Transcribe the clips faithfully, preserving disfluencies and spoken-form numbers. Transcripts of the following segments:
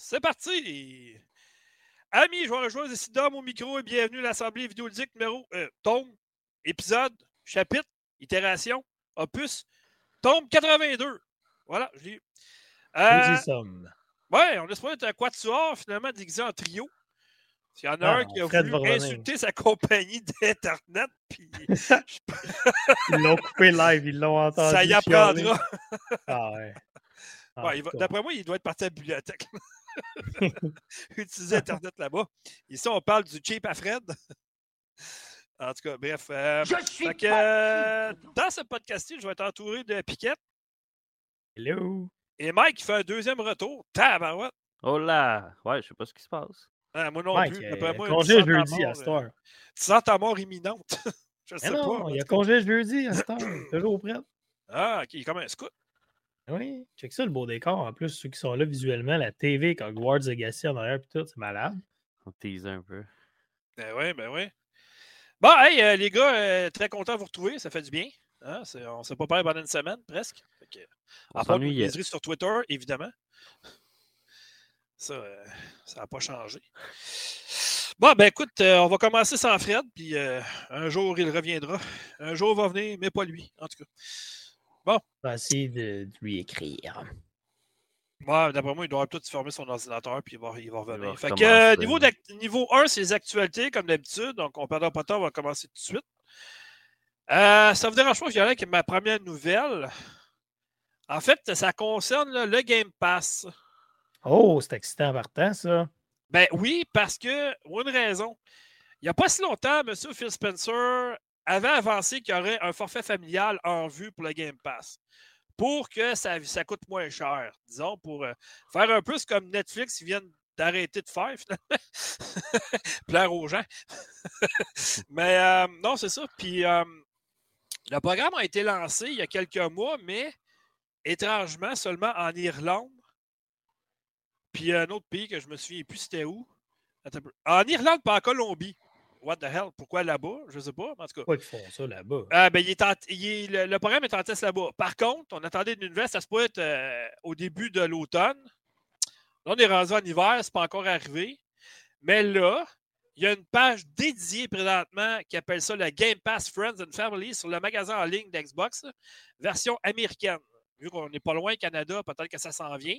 c'est parti! Amis, joueurs et joueuses, ici Dom au micro et bienvenue à l'Assemblée vidéoludique numéro euh, tome, épisode, chapitre, itération, opus, tome quatre-vingt-deux. Voilà, je l'ai eu. Euh, Nous y sommes. Ouais, on espère être un quatuor, finalement déguisé en trio. Il y en a ah, un qui a voulu insulter sa compagnie d'Internet. Puis... ils l'ont coupé live, ils l'ont entendu. Ça y apprendra. ah ouais. Ah, ouais, va... D'après moi, il doit être parti à la bibliothèque. Utiliser Internet là-bas. Ici, on parle du cheap à Fred. En tout cas, bref. Euh, je suis que, euh, dans ce podcast-ci, je vais être entouré de Piquette. Hello. Et Mike qui fait un deuxième retour. Tabarouette. Oh là! Ouais, je sais pas ce qui se passe. Ah, moi non Mike, plus. Euh, Après moi, congé jeudi à cette heure. Tu sens ta mort imminente. Je sais non, pas. Il y a congé jeudi à cette heure. Toujours prêt. Ah, ok. Il est comme un scout. Oui, check ça le beau décor. En plus, ceux qui sont là visuellement, la T V, quand Hogwarts Legacy en arrière, puis tout, c'est malade. On tease un peu. Ben oui, ben oui. Bon, hey, euh, les gars, euh, très content de vous retrouver. Ça fait du bien. Hein? On ne s'est pas parlé pendant une semaine, presque. Fait que, on à part une niaiserie sur Twitter, évidemment. Ça, euh, ça n'a pas changé. Bon, ben écoute, euh, on va commencer sans Fred, puis euh, un jour, il reviendra. Un jour, il va venir, mais pas lui, en tout cas. Bon. On va essayer de, de lui écrire. Ouais, d'après moi, il doit tout fermer son ordinateur, puis il va, il va revenir. Il va fait que euh, niveau, niveau un, c'est les actualités, comme d'habitude. Donc, on ne perdra pas de temps, on va commencer tout de suite. Euh, ça ne vous dérange pas, je dirais que ma première nouvelle, en fait, ça concerne là, le Game Pass. Oh, c'est excitant partant, ça. Ben oui, parce que, pour une raison, il n'y a pas si longtemps, M. Phil Spencer avait avancé qu'il y aurait un forfait familial en vue pour le Game Pass. Pour que ça, ça coûte moins cher, disons, pour euh, faire un peu comme Netflix, ils viennent d'arrêter de faire, finalement. Plaire aux gens. Mais euh, non, c'est ça. Puis euh, le programme a été lancé il y a quelques mois, mais étrangement seulement en Irlande. Puis un autre pays que je me souviens plus c'était où. Attends un peu. En Irlande, pas en Colombie. What the hell? Pourquoi là-bas? Je ne sais pas. En tout cas. Pourquoi ils font ça là-bas? Euh, ben, il est en, il est, le, le programme est en test là-bas. Par contre, on attendait une nouvelle, ça se peut être euh, au début de l'automne. Là, on est rendu en hiver, c'est pas encore arrivé. Mais là, il y a une page dédiée présentement qui appelle ça le Game Pass Friends and Family sur le magasin en ligne d'Xbox, là, version américaine. Vu qu'on n'est pas loin au Canada, peut-être que ça s'en vient.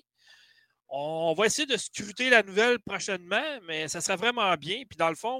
On va essayer de scruter la nouvelle prochainement, mais ça serait vraiment bien. Puis dans le fond,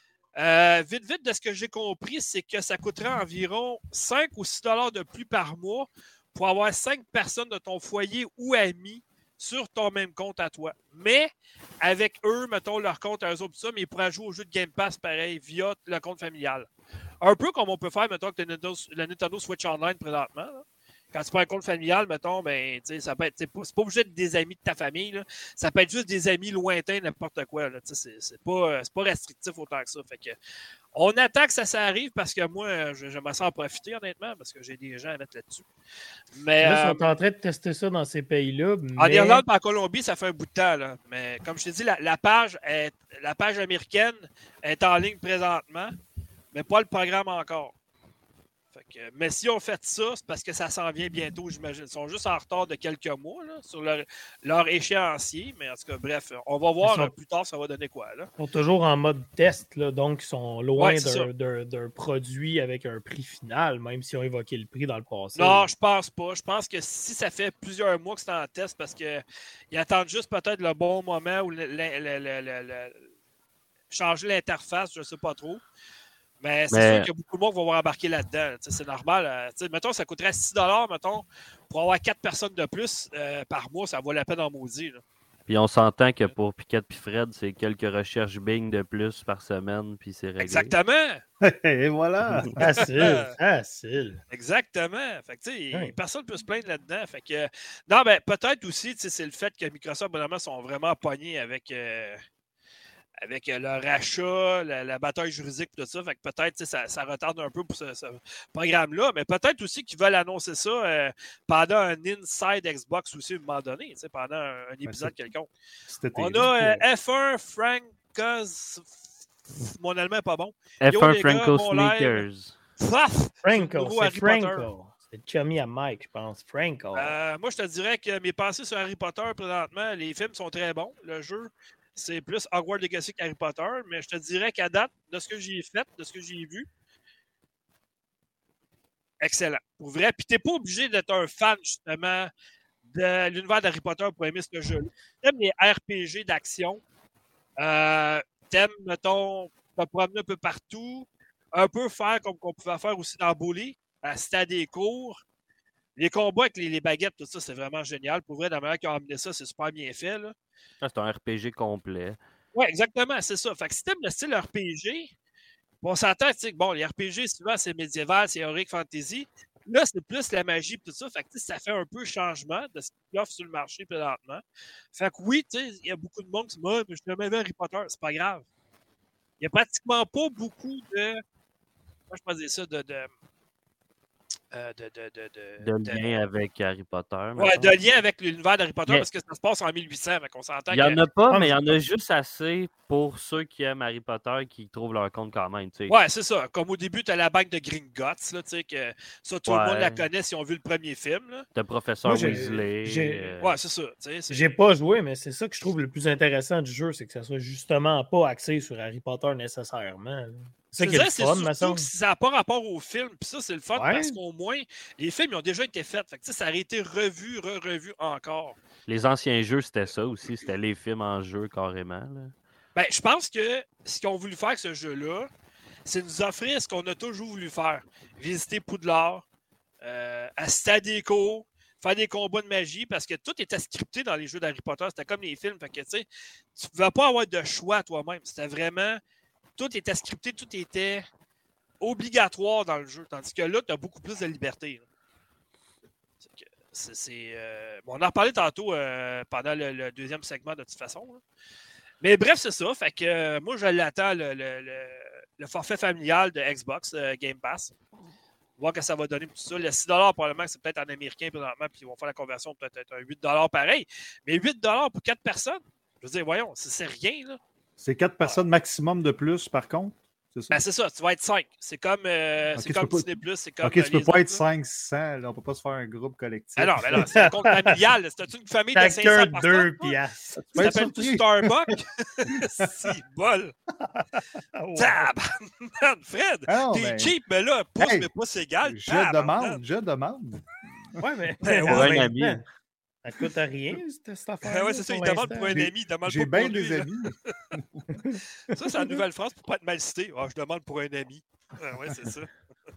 Euh, vite, vite, de ce que j'ai compris, c'est que ça coûterait environ cinq ou six dollars de plus par mois pour avoir cinq personnes de ton foyer ou amis sur ton même compte à toi. Mais avec eux, mettons leur compte à eux autres, ça, mais ils pourraient jouer au jeu de Game Pass pareil via le compte familial. Un peu comme on peut faire, mettons, avec le Nintendo, le Nintendo Switch Online présentement. Là. Quand tu prends un compte familial, mettons, ben, ça peut être, c'est pas, c'est pas obligé d'être des amis de ta famille. Là. Ça peut être juste des amis lointains, n'importe quoi. Là. C'est, c'est, pas, c'est pas restrictif autant que ça. Fait que, on attend que ça s'arrive parce que moi, j'aimerais ça en profiter, honnêtement, parce que j'ai des gens à mettre là-dessus. Mais, là, euh, ils sont en train de tester ça dans ces pays-là. En mais... Irlande et en Colombie, ça fait un bout de temps. Là. Mais comme je t'ai dit, la, la, page est, la page américaine est en ligne présentement, mais pas le programme encore. Fait que, mais si on fait ça, c'est parce que ça s'en vient bientôt, j'imagine. Ils sont juste en retard de quelques mois là, sur leur, leur échéancier. Mais en tout cas, bref, on va voir sont, plus tard ça va donner quoi. Là. Ils sont toujours en mode test, là, donc ils sont loin ouais, d'un, d'un, d'un produit avec un prix final, même si on évoqué le prix dans le passé. Non, je pense pas. Je pense que si ça fait plusieurs mois que c'est en test, parce qu'ils attendent juste peut-être le bon moment où le, le, le, le, le, le, changer l'interface, je ne sais pas trop. Mais c'est mais... sûr qu'il y a beaucoup de monde qui vont embarquer là-dedans. T'sais, c'est normal. T'sais, mettons, ça coûterait six dollars, mettons, pour avoir quatre personnes de plus euh, par mois, ça vaut la peine en maudit. Là. Puis on s'entend que pour Piquette et Fred, c'est quelques recherches Bing de plus par semaine, puis c'est réglé. Exactement! Et voilà! Facile, facile. Exactement. Fait que, oui. Personne ne peut se plaindre là-dedans. Fait que, non, ben, peut-être aussi, c'est le fait que Microsoft, vraiment, sont vraiment pognés avec... Euh, avec leur achat, la, la bataille juridique et tout ça. Fait que peut-être ça, ça retarde un peu pour ce, ce programme-là, mais peut-être aussi qu'ils veulent annoncer ça euh, pendant un Inside Xbox aussi à un moment donné, pendant un, un épisode ben, quelconque. On a euh, F un Franco's... Mon allemand n'est pas bon. F un Franco Sneakers. Franco, c'est Franco. C'est chummy à Mike, je pense. Frank. Oh. Euh, moi, je te dirais que mes pensées sur Harry Potter, présentement, les films sont très bons. Le jeu, c'est plus Hogwarts Legacy qu'Harry Potter, mais je te dirais qu'à date, de ce que j'ai fait, de ce que j'ai vu, excellent. Pour vrai. Puis t'es pas obligé d'être un fan, justement, de l'univers d'Harry Potter pour aimer ce jeu-là. T'aimes les R P G d'action. Euh, t'aimes, mettons, te promener un peu partout. Un peu faire comme qu'on pouvait faire aussi dans Bully, à Stade des cours. Les combats avec les, les baguettes, tout ça, c'est vraiment génial. Pour vrai, la manière qu'ils ont amené ça, c'est super bien fait. Là. Ah, c'est un R P G complet. Oui, exactement, c'est ça. Fait que si t'aimes le style R P G, on s'entend, tu sais, que bon, les R P G, souvent, c'est médiéval, c'est heroic fantasy. Là, c'est plus la magie et tout ça. Fait que ça fait un peu changement de ce qu'ils offrent sur le marché présentement. Fait que oui, tu sais, il y a beaucoup de monde qui se dit ah, mais je n'ai jamais vu Harry Potter, c'est pas grave. Il n'y a pratiquement pas beaucoup de. Moi, je peux dire ça, de. de Euh, de, de, de, De de, lien de, avec Harry Potter. Ouais, mettons. de lien avec l'univers d'Harry Potter Mais... parce que ça se passe en mille huit cents. On s'entend il n'y en que... a pas, Ah, mais il y en a juste assez pour ceux qui aiment Harry Potter qui trouvent leur compte quand même. T'sais. Ouais, c'est ça. Comme au début, tu as la banque de Gringotts, là, que ça, tout ouais. le monde la connaît si on vu le premier film. T'as Professeur Moi, j'ai, Weasley. j'ai... Euh... Ouais, c'est ça. C'est... J'ai pas joué, mais c'est ça que je trouve le plus intéressant du jeu, c'est que ça soit justement pas axé sur Harry Potter nécessairement. Là. C'est ça qui est le c'est fun, surtout me semble. que ça n'a pas rapport au film. Puis ça, c'est le fun Ouais. parce qu'au moins, les films ils ont déjà été faits. Fait que, ça aurait été revu, re-revu encore. Les anciens jeux, c'était ça aussi. C'était les films en jeu carrément. Là. Ben, je pense que ce qu'ils ont voulu faire avec ce jeu-là, c'est nous offrir ce qu'on a toujours voulu faire. Visiter Poudlard, euh, assister à des cours, faire des combats de magie, parce que tout était scripté dans les jeux d'Harry Potter. C'était comme les films. Fait que, tu sais, tu ne pouvais pas avoir de choix toi-même. C'était vraiment... Tout était scripté, tout était obligatoire dans le jeu. Tandis que là, tu as beaucoup plus de liberté. C'est, c'est, c'est, euh... bon, on en a reparlé tantôt euh, pendant le, le deuxième segment de toute façon. Là. Mais bref, c'est ça. Fait que euh, moi, je l'attends, le, le, le, le forfait familial de Xbox euh, Game Pass. Voir que ça va donner tout ça. Le six dollars, probablement, c'est peut-être en américain présentement, puis ils vont faire la conversion peut-être un huit dollars pareil. Mais huit dollars pour quatre personnes, je veux dire, voyons, c'est, c'est rien, là. C'est quatre personnes maximum de plus, par contre? C'est ça? Ben, c'est ça, tu vas être cinq. C'est comme, euh, okay, c'est comme pas... Disney plus, c'est comme. Ok, tu euh, peux pas autres, être là. cinq cents, là, on peut pas se faire un groupe collectif. Ah non, mais là, c'est un compte familial. C'est une famille de cinq cents personnes. deux piastres. Tu t'appelles-tu Starbucks? Si, bol. Oh, Tabarnak, Fred, ah non, t'es mais... cheap, mais là, pouce, hey, mais pouce égal. Je demande, je demande. Ouais, mais. Ben, ouais, un mais ami. temps, ça coûte rien, cette, cette affaire. Ah ouais, c'est ça, il demande pour un J'ai- ami, il demande J'ai pas bien pour lui. des là. amis. Ça, c'est la nouvelle phrase pour pas être mal cité. Ah, je demande pour un ami. Ah, ouais, c'est ça.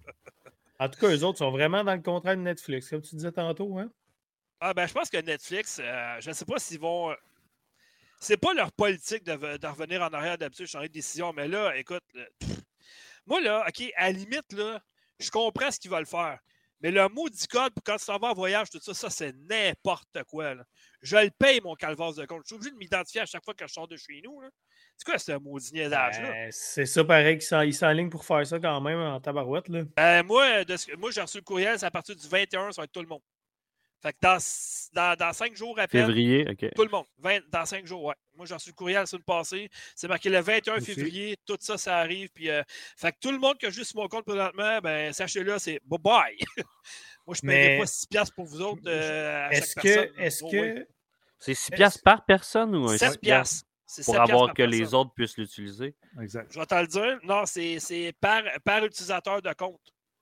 En tout cas, eux autres sont vraiment dans le contrat de Netflix, comme tu disais tantôt. Hein? Ah, ben, je pense que Netflix, euh, je ne sais pas s'ils vont. euh, C'est pas leur politique de, de revenir en arrière d'habitude, changer de décision, mais là, écoute, là, pff, moi, là, OK, à la limite, là, je comprends ce qu'ils veulent faire. Mais le mot du code, pour quand tu t'en vas en voyage, tout ça, ça, c'est n'importe quoi. Là. Je le paye, mon calvaire de compte. Je suis obligé de m'identifier à chaque fois que je sors de chez nous. Là. C'est quoi ce maudit niaisage-là? Ben, c'est ça pareil qu'ils s'enlignent pour faire ça quand même en tabarouette. Là. Ben, moi, de ce que- moi, j'ai reçu le courriel, c'est à partir du vingt et un, ça va être tout le monde. Fait que dans, dans, dans cinq jours à peine, Février, OK. tout le monde. vingt, dans cinq jours, ouais. Moi, j'ai reçu le courriel la semaine passée. C'est marqué le vingt et un Aussi. février. Tout ça, ça arrive. Puis, euh, fait que tout le monde qui a juste sur mon compte présentement, ben, sachez-le, c'est bye-bye. Moi, je ne paierai Mais- pas six piastres pour vous autres euh, à Est-ce chaque que. personne. Est-ce Oh, que. ouais. C'est six piastres par personne ou un sept six piastres. C'est pour sept avoir piastres que par les personne. autres puissent l'utiliser? Exact. Je vais te le dire. Non, c'est, c'est par, par utilisateur de compte.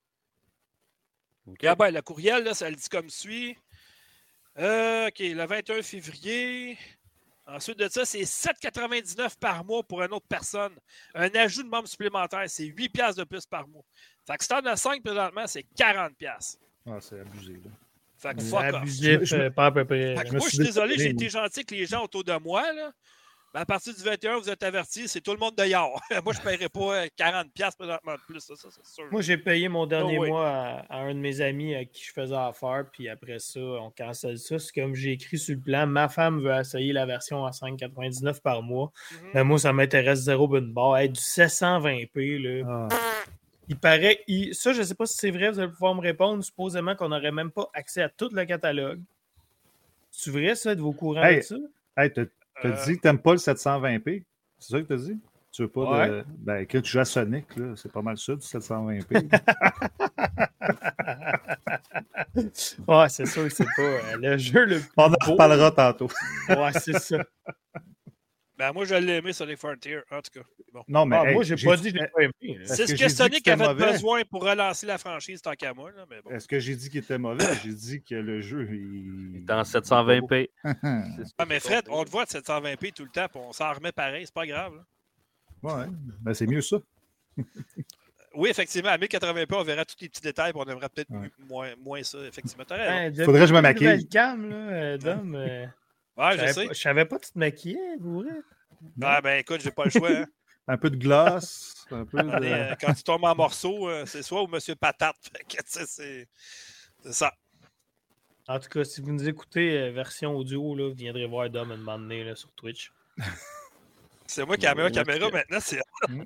OK. Ah ben, le courriel, là, ça le dit comme suit. Euh, OK, le vingt et un février. Ensuite de ça, c'est sept virgule quatre-vingt-dix-neuf par mois pour une autre personne. Un ajout de membre supplémentaire, c'est huit piastres de plus par mois. Fait que si t'en as cinq présentement, c'est quarante piastres. Ah, c'est abusé, là. Fait que C'est fuck off. abusif, Je- je me- euh, pas à peu près. Fait que je me moi, je suis suis désolé, désolé, j'ai moi. été gentil avec les gens autour de moi, là. Mais à partir du vingt et un, vous êtes avertis, c'est tout le monde dehors. Moi, je ne paierai pas quarante piastres présentement de plus, ça, ça c'est sûr. Moi, j'ai payé mon dernier Oh, oui. mois à, à un de mes amis à qui je faisais affaire, puis après ça, on cancelle ça. C'est comme j'ai écrit sur le plan. Ma femme veut essayer la version à cinq virgule quatre-vingt-dix-neuf par mois. Mhm. Mais moi, ça m'intéresse zéro d'une barre. Hey, du sept cent vingt p, là. Ah. Il paraît. il- Ça, je ne sais pas si c'est vrai, vous allez pouvoir me répondre. Supposément qu'on n'aurait même pas accès à tout le catalogue. C'est vrai, ça, de vos courants Hey. de ça? Hey, t'as t'as Euh, dit que t'aimes pas le sept cent vingt p? C'est ça que t'as dit? Tu veux pas Ouais. de. Ben, que tu joues à Sonic, là, c'est pas mal ça, du sept cent vingt p. Ouais, c'est sûr que c'est pas euh, le jeu le plus On en beau. reparlera tantôt. Ouais, c'est ça. Ben, moi, je l'ai aimé, Sonic Frontier, en tout cas. Bon. Non, mais Ah, hey, moi, j'ai j'ai pas dit- dit que je l'ai pas aimé. là. Parce C'est que ce j'ai que dit Sonic que avait c'était mauvais. besoin pour relancer la franchise, tant qu'à moi. Là, mais bon. Est-ce que j'ai dit qu'il était mauvais? J'ai dit que le jeu, il... Il est en sept cent vingt p. Ouais, C'est ce que Ah, mais j'ai Fred, compris. on te voit de sept cent vingt p tout le temps, puis on s'en remet pareil, c'est pas grave. Là. ben c'est mieux ça. Oui, effectivement, à mille quatre-vingts p, on verra tous les petits détails, puis on aimerait peut-être Ouais. moins, moins ça, effectivement. T'as raison. Ben, depuis Faudrait que je me la maquille. nouvelle cam, là, euh, Dom, euh, Ouais, je je savais sais. pas- je savais pas que tu te maquillais, vous vrai? Ah, ben écoute, j'ai pas le choix. Hein. Un peu de glace, un peu Allez, de... euh, quand tu tombes en morceaux, euh, c'est soit au Monsieur Patate. Fait que, tu sais, c'est c'est ça. En tout cas, si vous nous écoutez euh, version audio, là, vous viendrez voir Dom un moment donné là, sur Twitch. C'est moi qui ai la meilleure Ouais, caméra que- maintenant. C'est... Mm.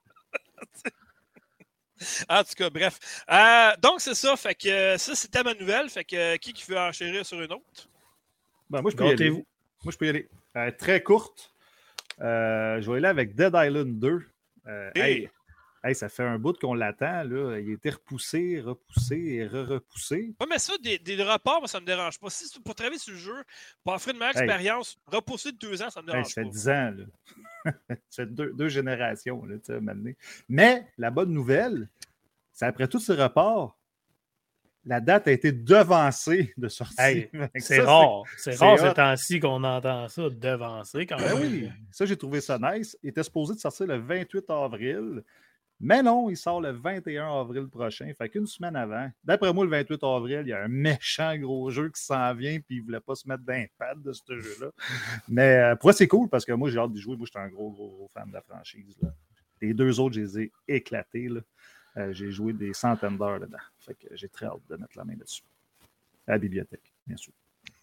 En tout cas, bref. Euh, donc, c'est ça. Fait que euh, ça, c'était ma nouvelle. Fait que euh, qui qui veut enchérir sur une autre? Ben, moi, je peux y aller. Gâtez-vous. Moi, je peux y aller. Euh, très courte. Euh, je vais aller avec Dead Island deux. Euh, Hey. hey, hey, ça fait un bout qu'on l'attend. Là. Il a été repoussé, repoussé et re-repoussé. Ouais, mais ça, des, des reports, moi, ça me dérange pas. Si c'est pour travailler sur le jeu, pour offrir une meilleure Hey. expérience, repousser de deux ans, ça me Hey, dérange ça fait pas. dix ans. Là. ça fait deux, deux générations. Là, tu sais, maintenant. Mais la bonne nouvelle, c'est après tous ces reports, la date a été devancée de sortie. Hey, Fait que c'est ça, rare. C'est c'est rare hot. ce temps-ci qu'on entend ça devancer quand Ben même. oui, ça j'ai trouvé ça nice. Il était supposé de sortir le vingt-huit avril, mais non, il sort le vingt et un avril prochain. Fait qu'une semaine avant. D'après moi, le vingt-huit avril, il y a un méchant gros jeu qui s'en vient, puis il ne voulait pas se mettre d'impact de ce jeu-là. Mais euh, pour moi, c'est cool parce que moi, j'ai hâte d'y jouer. Moi, je suis un gros, gros, gros fan de la franchise. Là. Les deux autres, je les ai éclatés. Là. Euh, j'ai joué des centaines d'heures dedans. Fait que j'ai très hâte de mettre la main dessus. À la bibliothèque, bien sûr.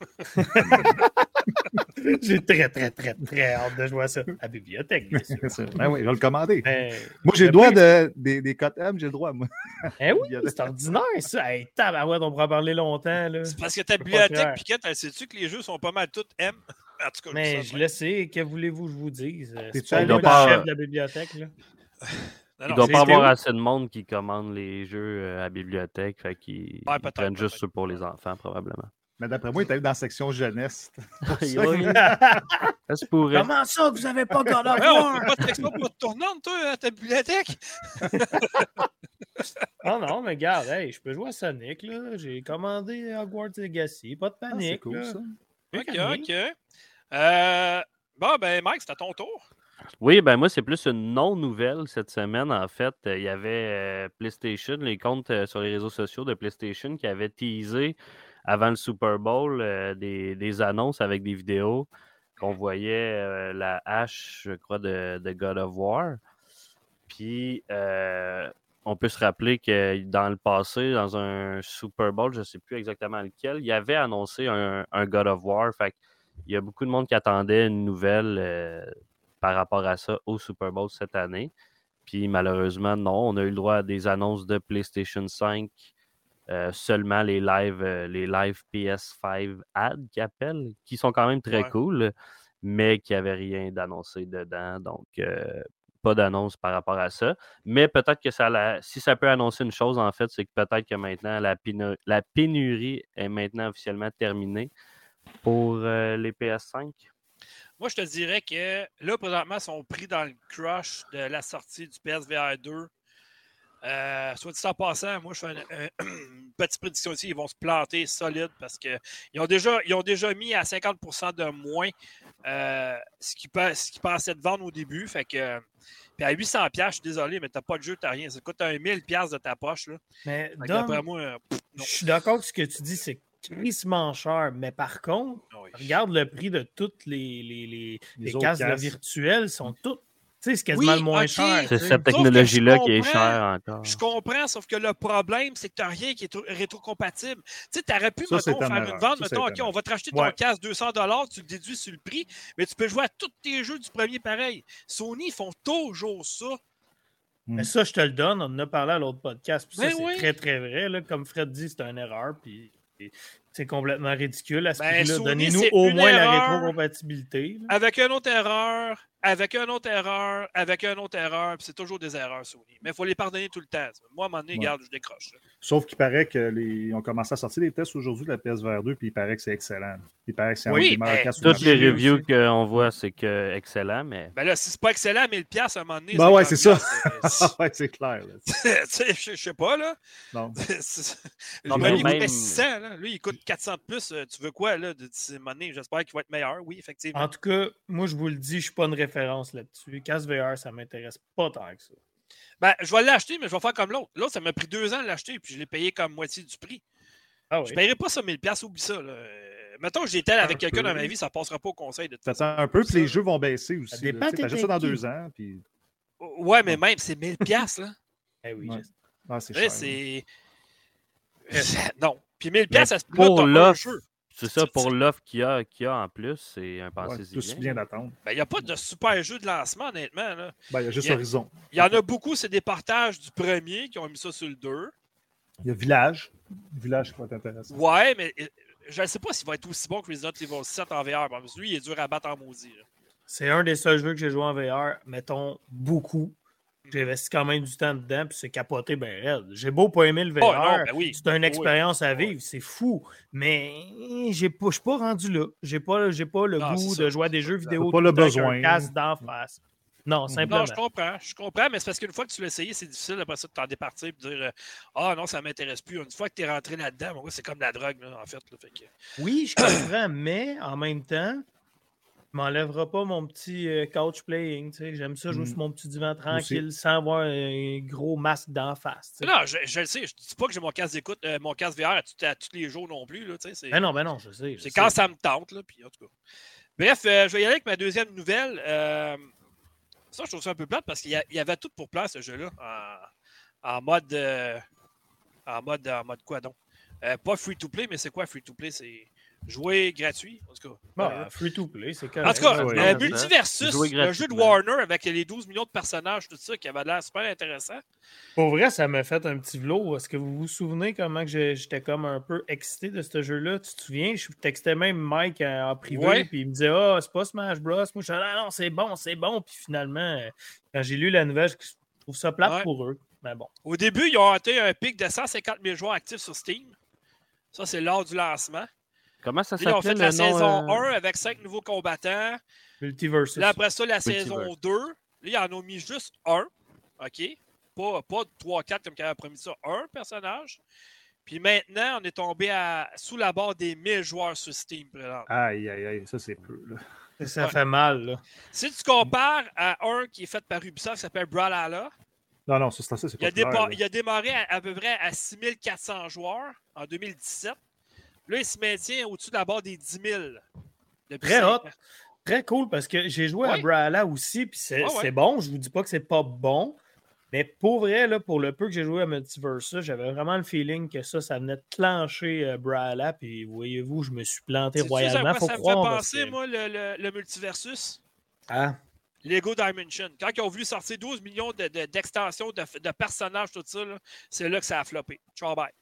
J'ai très, très, très, très hâte de jouer à ça. À la bibliothèque, bien sûr. Ben oui, je vais le commander. Mais, Moi, j'ai le le droit prix- de, des, des cotes M, j'ai le droit, moi. Eh oui, c'est ordinaire, ça. Hey, tabarouette, on pourra en parler longtemps. Là. C'est parce que ta peux pas bibliothèque, croire. Piquette, elle sais-tu que les jeux sont pas mal tous M? En tout cas, je Mais dis je ça, le sais. Que voulez-vous que je vous dise? T'es-tu C'est pas allé moi le dans- chef de la bibliothèque. Là. Non, Il non, doit c'est- pas c'était avoir où? assez de monde qui commande les jeux euh, à la bibliothèque. Fait qu'ils Ouais, ils peut-être, prennent juste peut-être. ceux pour les enfants, probablement. Mais d'après moi, il est allé dans la section jeunesse. Oui, ça se pourrait. Comment ça, vous avez pas God of Ouais, on War? peut pas te texter pour te tournante, toi, à ta bibliothèque? Ah non, mais regarde, hey, je peux jouer à Sonic. Là. J'ai commandé Hogwarts Legacy. Pas de Ah, panique. c'est cool, là. ça. OK, Calmez. OK. Euh, bon, ben, Mike, c'est à ton tour. Oui, ben moi, c'est plus une non-nouvelle cette semaine. En fait, Euh, il y avait euh, PlayStation, les comptes euh, sur les réseaux sociaux de PlayStation qui avaient teasé avant le Super Bowl euh, des, des annonces avec des vidéos qu'on voyait euh, la hache, je crois, de, de God of War. Puis, euh, on peut se rappeler que dans le passé, dans un Super Bowl, je ne sais plus exactement lequel, il y avait annoncé un, un God of War. Fait il y a beaucoup de monde qui attendait une nouvelle euh, par rapport à ça au Super Bowl cette année. Puis malheureusement, non. On a eu le droit à des annonces de PlayStation cinq, euh, seulement les live, euh, les live P S cinq ads qu'ils appellent, qui sont quand même très Ouais. cool, mais qui n'avaient rien d'annoncé dedans. Donc, euh, pas d'annonce par rapport à ça. Mais peut-être que ça la... si ça peut annoncer une chose, en fait, c'est que peut-être que maintenant, la, pénu... la pénurie est maintenant officiellement terminée pour euh, les P S cinq. Moi, je te dirais que là, présentement, ils sont pris dans le crush de la sortie du P S V R deux. Euh, soit dit en passant, moi, je fais une, une petite prédiction ici. Ils vont se planter solide parce qu'ils ont déjà, ils ont déjà mis à cinquante pour cent de moins euh, ce qu'ils ce qu'ils pensaient de vendre au début. Fait que, puis à huit cents dollars, je suis désolé, mais tu n'as pas de jeu, tu n'as rien. Ça coûte un mille dollars de ta poche. Là. Mais Fait que Dom, d'après moi, euh, pff, je non. suis d'accord que ce que tu dis, c'est crissement cher. Mais par contre, Ah oui. regarde le prix de toutes les, les, les, Les les autres casques de casques. virtuels sont toutes. Tu sais, c'est quasiment Oui, le moins ok. cher. C'est tu sais. cette que je technologie-là qui est comprends. chère encore. Je comprends, sauf que le problème, c'est que tu n'as rien qui est tr- rétrocompatible. Tu sais, tu aurais pu, Ça, c'est mettons, une faire erreur. une vente, Ça, c'est mettons, une OK, erreur. on va te racheter ton Ouais. casque deux cents dollars, tu le déduis sur le prix, mais tu peux jouer à tous tes jeux du premier pareil. Sony, ils font toujours ça. Mais ça, je te le donne. On en a parlé à l'autre podcast. Puis ça, Ben c'est oui. très, très vrai. Là. Comme Fred dit, c'est une erreur. Puis, et- C'est complètement ridicule à ce Ben, prix-là. Sony, Donnez-nous c'est au une moins la erreur. rétrocompatibilité. là. Avec une autre erreur, avec une autre erreur, avec une autre erreur, puis c'est toujours des erreurs, Sony. Mais il faut les pardonner tout le temps. Moi, à un moment donné, Ouais. regarde, je décroche. là. Sauf qu'il paraît que les... ont commencé à sortir des tests aujourd'hui de la P S V R deux, puis il paraît que c'est excellent. Il paraît que c'est Oui, un des meilleurs ben, casques sur le Toutes les marché. reviews aussi. qu'on voit, c'est que excellent, mais Ben là, si c'est pas excellent, mille dollars à un moment donné. Ben ouais, c'est ça. ça. ouais, c'est clair. Là. Tu sais, je je sais pas, là. Non. Non, Lui, mais il coûtait même- six cents, là. Lui, il coûte quatre cents de plus. Euh, Tu veux quoi, là, de ces monnaies? J'espère qu'il va être meilleur. Oui, effectivement. En tout cas, moi, je vous le dis, je suis pas une référence là-dessus. Casque V R, ça m'intéresse pas tant que ça. Ben, je vais l'acheter, mais je vais faire comme l'autre. L'autre, ça m'a pris deux ans de l'acheter, puis je l'ai payé comme moitié du prix. Ah Je oui. ne paierai pas ça mille dollars, oublie ça. Là. Euh, mettons que j'étais avec Un quelqu'un peu. dans ma vie, ça ne passera pas au conseil de toute Ça façon. attend un peu, puis Ça, les là. jeux vont baisser aussi. dépend là. Tu sais, t'es T'achètes ça dans qui. deux ans, puis Ouais, mais même, c'est mille dollars, là. Eh oui, Ouais. je sais. ah, c'est Ouais, cher. c'est. Non. Puis mille Mais dollars, ça se peut pour là, t'as un l'offre, jeu. c'est ça, Tu- pour tu- l'offre qu'il y a, qu'il y a en plus, c'est un Ouais, pensée c'est aussi bien d'attendre. Ben, il n'y a pas de super jeu de lancement, honnêtement. Là. Ben, il y a juste Il y a- Horizon. Il y en a beaucoup, c'est des partages du premier qui ont mis ça sur le deux. Il y a Village. Village qui va être intéressant. Ouais, mais euh, je ne sais pas s'il va être aussi bon que Resident Evil sept en V R. Parce que lui, il est dur à battre en maudit. là. C'est un des seuls jeux que j'ai joué en V R, mettons, beaucoup. J'ai investi quand même du temps dedans, puis c'est capoté ben raide. J'ai beau pas aimer le V R, Oh, non, ben oui. c'est une Oui. expérience à vivre, c'est fou. Mais j'ai pas, je suis pas rendu là. J'ai pas, j'ai pas le Non, goût c'est ça. de jouer à des jeux vidéo pas tout le temps avec besoin. un casque d'en face. Non, simplement. Non, je comprends. Je comprends, mais c'est parce qu'une fois que tu l'as essayé, c'est difficile après ça de t'en départir et de dire euh, ah non, ça ne m'intéresse plus. Une fois que tu es rentré là-dedans, mon gars, c'est comme la drogue, là, en fait. Là, fait que... Oui, je comprends, mais en même temps, je m'enlèvera pas mon petit euh, couch playing. tu sais. J'aime ça jouer Mm. sur mon petit divan tranquille sans avoir un gros masque d'en face. tu sais. Non, je, je le sais. Je dis pas que j'ai mon casque d'écoute, euh, mon casque V R à, tout- à tous les jours non plus. Là, tu sais, c'est Ben non, ben non, je sais. je c'est sais. quand ça me tente. Là, puis, en tout cas. Bref, euh, je vais y aller avec ma deuxième nouvelle. Euh, ça, je trouve ça un peu plate parce qu'il y, a- il y avait tout pour plaire, ce jeu-là, en, en mode. euh, en mode. En mode quoi donc? Euh, pas free-to-play, mais c'est quoi free-to-play? C'est jouer gratuit, en tout cas. Bah, free to play, c'est correct. En tout cas, ouais, euh, ouais. Multiversus, Jouer le jeu de gratuitement. Warner avec les douze millions de personnages, tout ça, qui avait l'air super intéressant. Pour vrai, ça m'a fait un petit vlog. Est-ce que vous vous souvenez comment que j'ai- j'étais comme un peu excité de ce jeu-là? Tu te souviens? Je textais même Mike en en privé, Ouais. puis il me disait « Ah, c'est pas Smash Bros. » Moi, je disais « Ah non, c'est bon, c'est bon. » Puis finalement, euh, quand j'ai lu la nouvelle, je trouve ça plate Ouais. pour eux. Mais bon. Au début, ils ont atteint un pic de cent cinquante mille joueurs actifs sur Steam. Ça, c'est lors du lancement. comment ça Puis ils ont s'appelle fait la le nom, saison euh, un avec cinq nouveaux combattants. Multiversus. Là, après ça, la Multiverse. saison deux. Là, ils en ont mis juste un. OK? Pas, pas trois quatre comme ils avaient promis ça. Un personnage. Puis maintenant, on est tombé à, sous la barre des mille joueurs sur Steam. présentement. Aïe, aïe, aïe, ça c'est peu. Là. Ça Ouais. fait mal, là. Si tu compares à un qui est fait par Ubisoft qui s'appelle Brawlhalla, Non, non, ça, c'est ça, c'est il a, pas clair. dépa- là. il a démarré à, à peu près à six mille quatre cents joueurs en deux mille dix-sept. Là, il se maintient au-dessus de la barre des dix mille. Depuis Très cinq hot. ans. Très cool parce que j'ai joué à Ouais. Brawlhalla aussi, puis c'est Ouais, ouais. c'est bon. Je vous dis pas que c'est pas bon, mais pour vrai, là, pour le peu que j'ai joué à Multiversus, j'avais vraiment le feeling que ça, ça venait de clencher euh, Brawlhalla, puis voyez-vous, je me suis planté Sais-tu à royalement. quoi Faut ça me fait croire. parce penser, que- moi, le, le- le multiversus? Ah, Lego Dimension. Quand ils ont voulu sortir douze millions de- de- d'extensions, de, de, personnages, tout ça, là, c'est là que ça a floppé. Ciao, bye.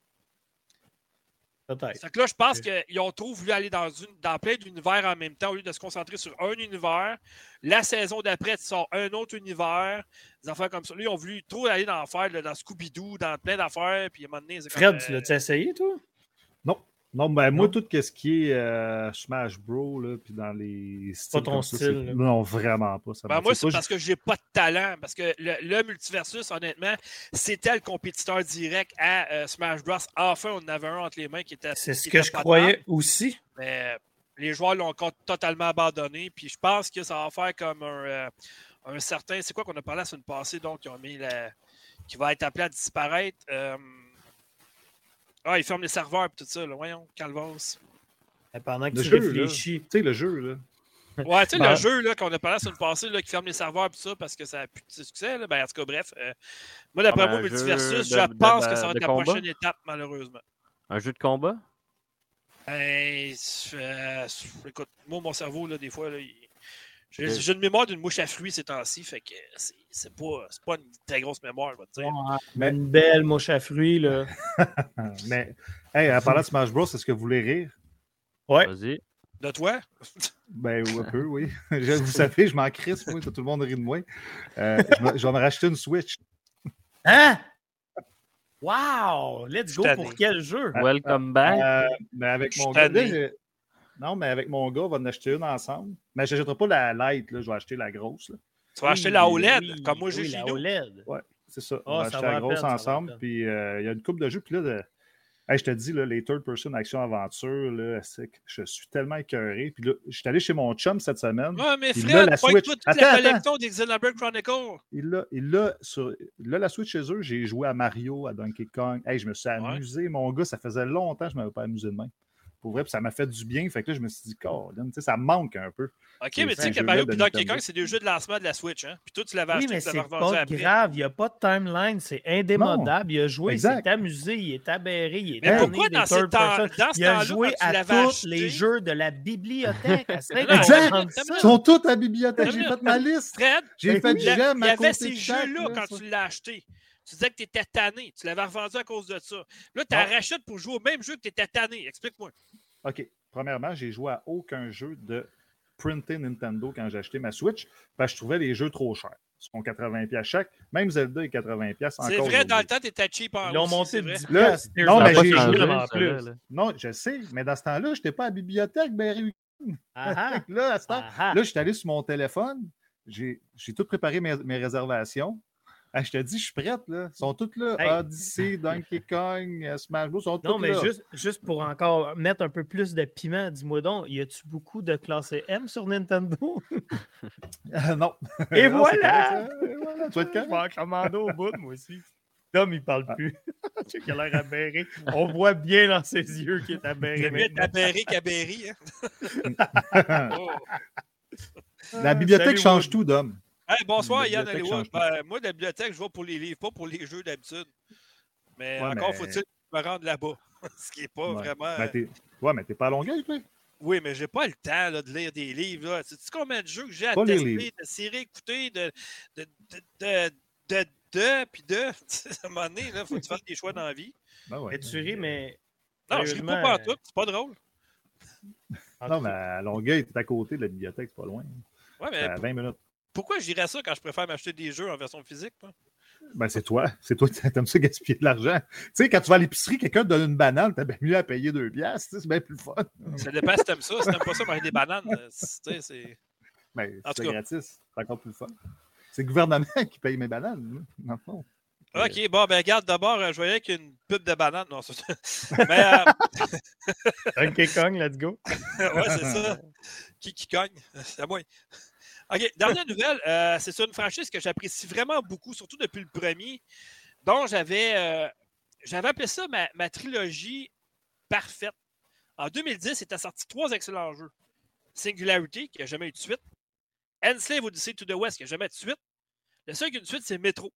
peut-être. Fait que là, je pense qu'ils ont trop voulu aller dans, une, dans plein d'univers en même temps au lieu de se concentrer sur un univers. La saison d'après, tu sors un autre univers, des affaires comme ça. Là, ils ont voulu trop aller dans faire, là, dans Scooby-Doo, dans plein d'affaires. Puis à un moment donné, c'est Fred, comme, tu euh, l'as-tu essayé, toi? Non. Non, ben moi, Non. tout ce qui est euh, Smash Bros, là, puis dans les styles. Pas ton comme ça, style, c'est- là. Non, vraiment pas. Ça Ben me moi, fait c'est pas. parce que j'ai pas de talent. Parce que le, le multiversus, honnêtement, c'était le compétiteur direct à euh, Smash Bros. Enfin, on en avait un entre les mains qui était. C'est ce qui que était je potable. croyais aussi. Mais les joueurs l'ont encore totalement abandonné. Puis je pense que ça va faire comme un, euh, un certain. C'est quoi qu'on a parlé la semaine passée, donc, ils ont mis la. Qui va être appelé à disparaître. Euh... Ah, ils ferment les serveurs et tout ça, là. Voyons, Calvas. Mais pendant que Le tu jeu, réfléchis. Tu sais, le jeu, là. Ouais, tu sais, Ben- le jeu là, qu'on a parlé la semaine passée, là, qui ferme les serveurs et tout ça parce que ça a plus de succès. Là. Ben, en tout cas, bref. euh, moi, d'après Comme moi, un jeu Multiversus, de- je de- pense de- que ça va de être la combat? prochaine étape, malheureusement. Un jeu de combat? Ben, euh, écoute, moi, mon cerveau, là, des fois, là, il- J'ai, j'ai une mémoire d'une mouche à fruits ces temps-ci, fait que c'est, c'est, pas, c'est pas une très grosse mémoire, je vais te dire. Ouais, mais une belle mouche à fruits, là. Mais, hey, en parlant de Smash Bros, est-ce que vous voulez rire? Ouais. Vas-y. De toi? Ben, un peu, oui. Je, vous savez, je m'en crisse, moi, tout le monde rit de moi. Euh, je, me, je vais me racheter une Switch. Hein? Wow! Let's go Cette pour année. quel jeu? Welcome back. Euh, mais avec mon gars, là, je- non, mais avec mon gars, on va en acheter une ensemble. Mais je n'achèterai pas la light, là, je vais acheter la grosse. Là. Tu vas Oui, acheter la O L E D, oui, comme moi j'ai oui, chez la nous. O L E D. Ouais, c'est ça. Oh, on va ça acheter va la à grosse peine, ça va à ensemble. peine. Puis euh, il y a une couple de jeux. Puis là, de... hey, je te dis, là, les third-person action-aventure, là, c'est que je suis tellement écœuré. Puis là, je suis allé chez mon chum cette semaine. Ouais, mais Il Fred, l'a, la pointe Switch. toute Attends, la attends. collection des Xenoblade Chronicles. Il l'a, il l'a sur il a la Switch chez eux. J'ai joué à Mario, à Donkey Kong. Hey, je me suis amusé, mon gars. Ça faisait longtemps que je ne m'avais pas amusé de même. Pour vrai, puis ça m'a fait du bien. Fait que là, je me suis dit, Colin, tu sais, ça me manque un peu. OK, C'est mais tu ces sais que jeux-là Mario de et Donkey Nintendo. Kong, c'est des jeux de lancement de la Switch. Hein? Puis toi, tu l'avais Oui, acheté, mais tu l'avais c'est revendu pas après. grave. Il n'y a pas de timeline. C'est indémodable. Il a joué, il Exact. s'est amusé, il est aberré, il est Mais tanné pourquoi des dans, ces third temps, person. dans ce Il a temps-là, joué quand tu à l'avais tous acheté, les jeux de la bibliothèque. À serait Non, qu'on exact. vende Ils ça. Ils sont tous à la bibliothèque. J'ai Attends, fait ma liste. Fred, J'ai Ben fait oui. du il y a- j'aime il y à avait côté ces de chaque, jeux-là là, quand ça. tu l'as acheté. Tu disais que tu étais tanné. Tu l'avais revendu à cause de ça. Là, tu la Non. rachètes pour jouer au même jeu que tu étais tanné. Explique-moi. OK. Premièrement, j'ai joué à aucun jeu de printé Nintendo quand j'ai acheté ma Switch parce que je trouvais les jeux trop chers. Ils sont quatre-vingts dollars chaque. Même Zelda est quatre-vingts dollars encore. C'est vrai, dans le aujourd'hui. temps, tu étais cheap en Ils l'ont aussi, monté c'est de vrai. dix Là, piastres. non, Ça mais a pas j'ai changé, joué vraiment ça, plus. là, là. Non, je sais, mais dans ce temps-là, je n'étais pas à la bibliothèque, ben réuni. Ah, ah. Là, à ce temps, Ah, ah. là, je suis allé sur mon téléphone, j'ai j'ai tout préparé mes, mes réservations. Ah, je te dis, je suis prête, là. Ils sont toutes là. Hey. Odyssey, Donkey Kong, euh, Smash Bros. Sont Non, toutes mais là. juste, juste pour encore mettre un peu plus de piment, dis-moi donc, y a-tu beaucoup de classé M sur Nintendo? Euh, non. Et Non, c'est voilà! correct, ça. Et voilà! Tu vas être Je vais correct. en commander au bout, moi aussi. Tom, il parle Ah. plus. Tu sais qu'il a l'air aberré. On voit bien dans ses yeux qu'il est aberré. C'est mieux maintenant. d'Aberry qu'Aberry. Hein? Oh. La bibliothèque Salut, change Wood. tout, Dom. Hey, bonsoir, La Yann bibliothèque Hollywood. change tout. Ben, moi, la bibliothèque, je vais pour les livres, pas pour les jeux d'habitude. Mais Ouais, encore mais- faut-il me rendre là-bas. Ce qui n'est pas Ouais. vraiment. Ben, t'es... Ouais, mais t'es pas à Longueuil, toi. Oui, mais j'ai pas le temps là, de lire des livres. Là. Sais-tu combien de jeux que j'ai à Pas les tester, livres. de séries écouter, de de de de de, de puis de. À un moment donné, il faut que tu fasses des choix dans la vie. Ben ouais. Mais tu ris, mais. Non, je ne pas sérieusement, pas tout, c'est pas drôle. en Non, tout mais cas, à Longueuil, t'es à côté de la bibliothèque, c'est pas loin. Ouais, C'est mais à vingt minutes. pourquoi je dirais ça quand je préfère m'acheter des jeux en version physique? Moi? Ben, c'est toi. C'est toi qui aimes ça gaspiller de l'argent. Tu sais, quand tu vas à l'épicerie, quelqu'un te donne une banane, t'as bien mieux à payer deux piastres. tu sais, C'est bien plus le fun. Ça dépend si t'aimes ça. Si t'aimes pas ça, manger des bananes, euh, c'est- tu sais, c'est. Ben, En tout c'est cas. gratis. C'est encore plus le fun. C'est le gouvernement qui paye mes bananes, là, dans le fond. OK, bon, ben regarde, d'abord, euh, je voyais qu'il y a une pub de bananes. Non, c'est ça. Mais, euh, Donkey Kong, let's go. ouais, c'est ça. Qui qui cogne? C'est à moi. OK, dernière nouvelle, euh, c'est sur une franchise que j'apprécie vraiment beaucoup, surtout depuis le premier, dont j'avais euh, j'avais appelé ça ma, ma trilogie parfaite. En deux mille dix, il était sorti trois excellents jeux. Singularity, qui n'a jamais eu de suite. Enslaved Odyssey to the West, qui n'a jamais eu de suite. Le seul qui a eu de suite, c'est Metro.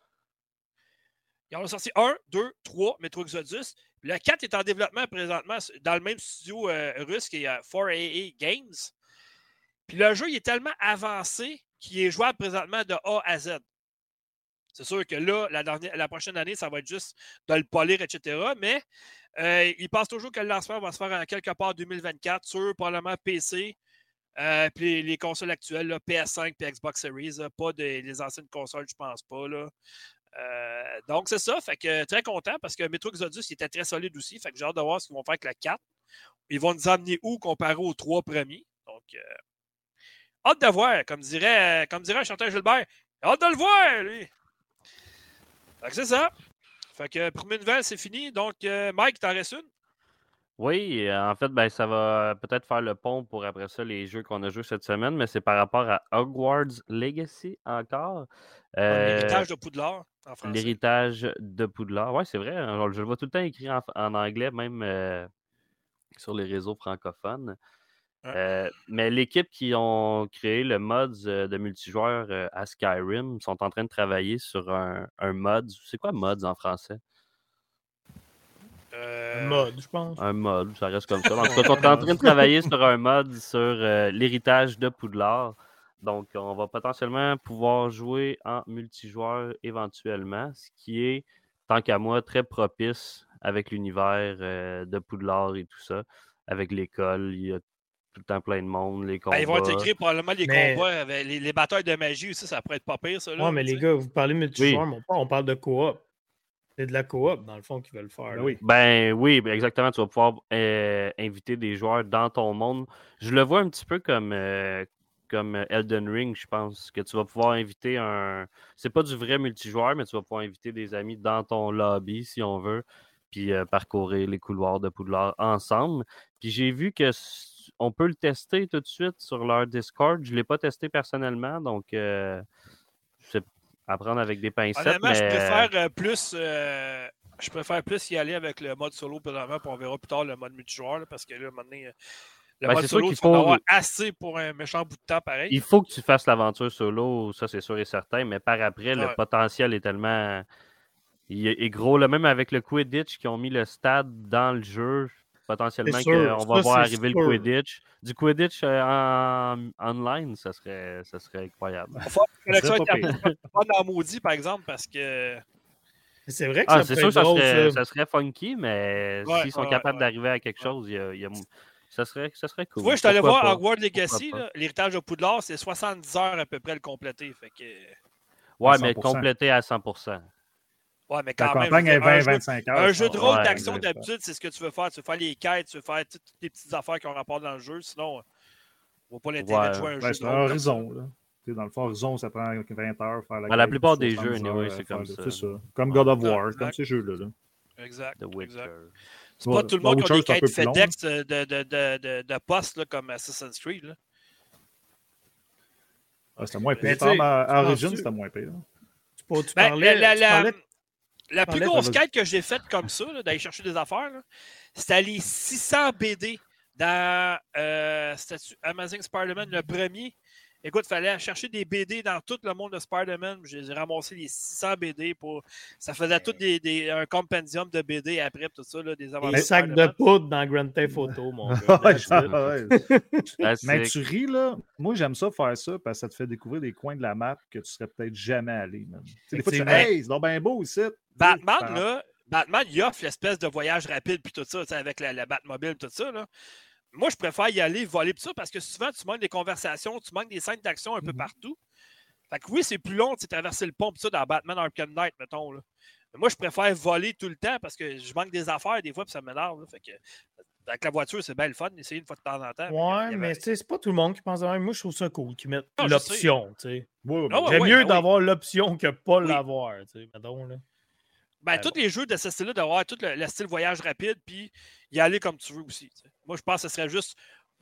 Ils en ont sorti un, deux, trois, Metro Exodus. Le quatre est en développement présentement dans le même studio euh, russe qui est euh, quatre A A Games. Puis le jeu il est tellement avancé qu'il est jouable présentement de A à Z. C'est sûr que là, la, dernière, la prochaine année, ça va être juste de le polir, et cetera. Mais euh, il pense toujours que le lancement va se faire en quelque part deux mille vingt-quatre sur probablement P C, euh, puis les, les consoles actuelles, là, P S cinq et Xbox Series, là, pas des les anciennes consoles, je pense pas. Là. Euh, donc, c'est ça. Fait que très content parce que Metro Exodus il était très solide aussi. Fait que j'ai hâte de voir ce qu'ils vont faire avec la quatre. Ils vont nous emmener où comparé aux trois premiers. Donc, euh, hâte de voir. Comme dirait, comme dirait un chanteur Gilbert, hâte de le voir, lui. Fait que c'est ça. Fait que pour mes nouvelles, c'est fini. Donc, euh, Mike, t'en restes une? Oui, euh, en fait, ben, ça va peut-être faire le pont pour après ça les jeux qu'on a joués cette semaine, mais c'est par rapport à Hogwarts Legacy encore. Euh, L'héritage de Poudlard, en français. L'héritage de Poudlard. Oui, c'est vrai. hein, Je le vois tout le temps écrit en, en anglais, même euh, sur les réseaux francophones. Ouais. Euh, mais l'équipe qui ont créé le mod euh, de multijoueur euh, à Skyrim sont en train de travailler sur un, un mod. C'est quoi mods en français? Euh, Mode, je pense. Un mod, ça reste comme ça. En tout cas, ils sont en train de travailler sur un mod sur euh, l'héritage de Poudlard Donc, on va potentiellement pouvoir jouer en multijoueur éventuellement, ce qui est, tant qu'à moi, très propice avec l'univers euh, de Poudlard et tout ça. Avec l'école, il y a tout le temps plein de monde, les combats. Ben, ils vont intégrer probablement les Mais- combats, avec les, les batailles de magie aussi, ça pourrait être pas pire, ça. Là, Ouais, mais les tu sais. gars, vous parlez multijoueur, Oui. mais on, on parle de coop. C'est de la coop, dans le fond, qu'ils veulent faire. Ben là. oui. Ben oui, ben exactement. Tu vas pouvoir euh, inviter des joueurs dans ton monde. Je le vois un petit peu comme, euh, comme Elden Ring, je pense. Que tu vas pouvoir inviter un. C'est pas du vrai multijoueur, mais tu vas pouvoir inviter des amis dans ton lobby, si on veut, puis euh, parcourir les couloirs de Poudlard ensemble. Puis j'ai vu que s- on peut le tester tout de suite sur leur Discord. Je ne l'ai pas testé personnellement, donc euh, c'est à prendre avec des pincettes. Honnêtement, mais... je préfère euh, plus. euh, je préfère plus y aller avec le mode solo, présentement, puis on verra plus tard le mode multijoueur, là, parce que là, maintenant, euh, le Ben, mode c'est sûr solo, qu'il tu vas en faut- avoir assez pour un méchant bout de temps pareil. Il faut que tu fasses l'aventure solo, ça c'est sûr et certain, mais par après, le Ouais. potentiel est tellement. Il est est gros, là, même avec le Quidditch qui ont mis le stade dans le jeu, potentiellement C'est sûr, qu'on va ça, voir c'est arriver sûr. le Quidditch. Du Quidditch euh, en online, ça serait, ça serait incroyable. Il va falloir que la serait collection pas était pas dans maudit, par exemple, parce que. C'est vrai que Ah, ça c'est peut sûr être que ça drôle, serait, ça. ça serait funky, mais Ouais, s'ils sont ouais, capables ouais. d'arriver à quelque chose, il y a, il y a- ça, serait, ça serait cool. Tu vois, je suis allé Pourquoi voir pas? Hogwarts Legacy, Pourquoi pas? là, l'héritage de Poudlard, c'est soixante-dix heures à peu près le compléter. Fait que. Ouais, À mais cent pour cent. complété à cent pour cent. Ouais, mais La quand même. campagne je veux est dire, un vingt à jeu- vingt-cinq heures. Un je jeu de pense. rôle Ouais, d'action, exact. d'habitude, c'est ce que tu veux faire. Tu veux faire les quêtes, tu veux faire toutes les petites affaires qui ont rapport dans le jeu. Sinon, on voit pas l'intérêt de Ouais. jouer à un Ben, jeu c'est de un rôle. comme ça. horizon. Là. Tu sais, dans le fond, Horizon, ça prend vingt heures faire la Ben, la quête, plupart des soixante-dix jeux, anyway, heures, c'est faire comme le- ça. C'est ça. Comme God of War, Exact. comme ces jeux-là. là. Exact. The Witcher. exact. C'est Ouais, pas tout le The monde qui a Witcher, des c'est un peu quêtes plus long, FedEx de, de, de, de, de, de postes là, comme Assassin's Creed. Là. Ah, c'était moins Mais pire. tu sais, Par exemple, à tu Origin, penses-tu- c'était moins pire. Tu, peux- tu Ben, parlais, la, tu la, parlais- la plus parlais- grosse vas-y. quête que j'ai faite comme ça, là, d'aller chercher des affaires, là, c'était les six cents B D dans euh, c'était-tu Amazing Spider-Man, le premier. Écoute, il fallait aller chercher des B D dans tout le monde de Spider-Man. J'ai ramassé les six cents B D pour. Ça faisait tout des, des, un compendium de B D après, tout ça, là, des aventures. des sacs de Spider-Man. poudre dans Grand Theft Auto, mon gars. Ouais, That's it. ouais. Classique. Mais tu ris, là. Moi, j'aime ça faire ça parce que ça te fait découvrir des coins de la map que tu serais peut-être jamais allé. man. Tu sais, des fois, tu fais Effectivement. Hey, c'est donc bien beau ici. Batman, Tu sais, là, Batman, il offre l'espèce de voyage rapide puis tout ça, tu sais, avec la, la Batmobile tout ça, là. Moi, je préfère y aller voler tout ça parce que souvent, tu manques des conversations, tu manques des scènes d'action un peu Mhm. partout. Fait que oui, c'est plus long, tu sais, traverser le pont pis ça dans Batman Arkham Knight, mettons, là. Mais moi, je préfère voler tout le temps parce que je manque des affaires des fois puis ça m'énerve, là. Fait que avec la voiture, c'est bien le fun d'essayer une fois de temps en temps. Ouais, il y mais avait- tu sais, c'est pas tout le monde qui pense de même. Moi, je trouve ça cool qu'ils mettent Ah, je l'option, tu sais. Ouais, ouais, Ah ouais, J'aime ouais, mieux ben oui. d'avoir l'option que pas Oui. l'avoir, tu sais. Mettons, là. Ben, Ben tous les jeux de ce style-là, d'avoir tout le, le style voyage rapide, puis y aller comme tu veux aussi. Tu sais. Moi, je pense que ce serait juste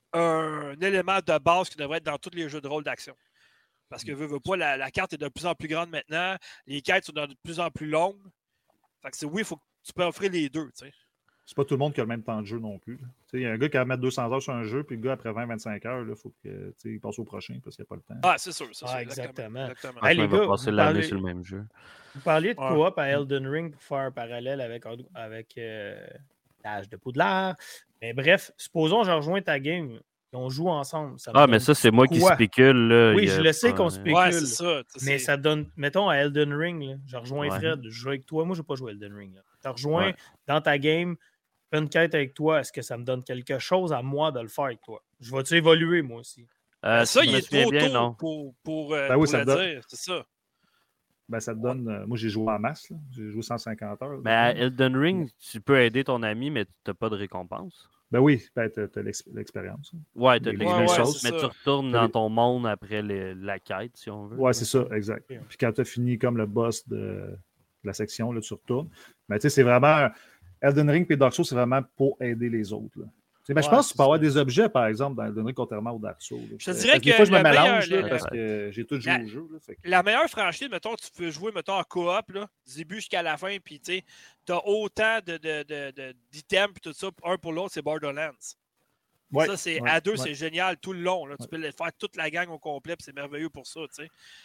un, élément de base qui devrait être dans tous les jeux de rôle d'action. Parce que, veux, veux pas, la, la carte est de plus en plus grande maintenant, les quêtes sont de plus en plus longues. Fait que c'est oui, faut que tu peux offrir les deux, tu sais. C'est pas tout le monde qui a le même temps de jeu non plus. là. Tu sais, il y a un gars qui va mettre deux cents heures sur un jeu, puis le gars, après vingt à vingt-cinq heures, il faut qu'il passe au prochain parce qu'il n'y a pas le temps. Ah, c'est sûr, c'est Ah, sûr. exactement. exactement. Hey, les Franchement, il va gars, passer vous l'année parlez- sur le même jeu. Vous parliez de Ouais. coop à Elden Ring pour faire un parallèle avec, avec euh, l'âge de Poudlard. Mais bref, supposons que je rejoins ta game. et on joue ensemble. Ça me Ah, donne mais ça, c'est moi qui quoi? spécule. Là. Oui, Il y a je le sais pas- qu'on spécule. Ouais, c'est ça. tu sais, Mais c'est- ça donne, mettons à Elden Ring, là, je rejoins Ouais. Fred, je joue avec toi. Moi, je n'ai pas joué à Elden Ring. Là. Je te rejoins Ouais. dans ta game, fais une quête avec toi. Est-ce que ça me donne quelque chose à moi de le faire avec toi? Je vais-tu évoluer, moi aussi? Euh, ça, si je il me est souviens trop bien, tôt non. pour, pour, euh, Ben oui, pour ça le te donne- dire. C'est ça. Ben, ça te donne. euh, moi, j'ai joué en masse. là. J'ai joué cent cinquante heures. Mais à Elden Ring, tu peux aider ton ami, mais tu n'as pas de récompense. Ben oui, ben, t'as t'as l'ex- l'expérience. Ouais, tu as de Ouais, l'expérience, ouais, c'est mais ça. tu retournes T'as dans les- ton monde après les- la quête, si on veut. Ouais, c'est ça, exact. Ok. Puis quand tu as fini comme le boss de, de la section, là, tu retournes. Mais tu sais, c'est vraiment. Elden Ring et Dark Souls, c'est vraiment pour aider les autres. là. Tu sais, ben, je Ouais, pense que tu c'est peux avoir ça. des objets, par exemple, dans Elden Ring, contrairement au Dark Souls. là. Je te Parce dirais des que fois, je me le mélange meilleur- là, le- parce que j'ai tout joué La- au jeu. Là, fait que- La meilleure franchise, mettons, tu peux jouer, mettons, en coop, là, du début jusqu'à la fin, puis tu sais, t'as autant de, de, de, de- d'items, puis tout ça, un pour l'autre, c'est Borderlands. Ouais, ça, c'est ouais, à deux, ouais. c'est génial tout le long. Là. Tu Ouais. peux le faire toute la gang au complet, puis c'est merveilleux pour ça, tu sais.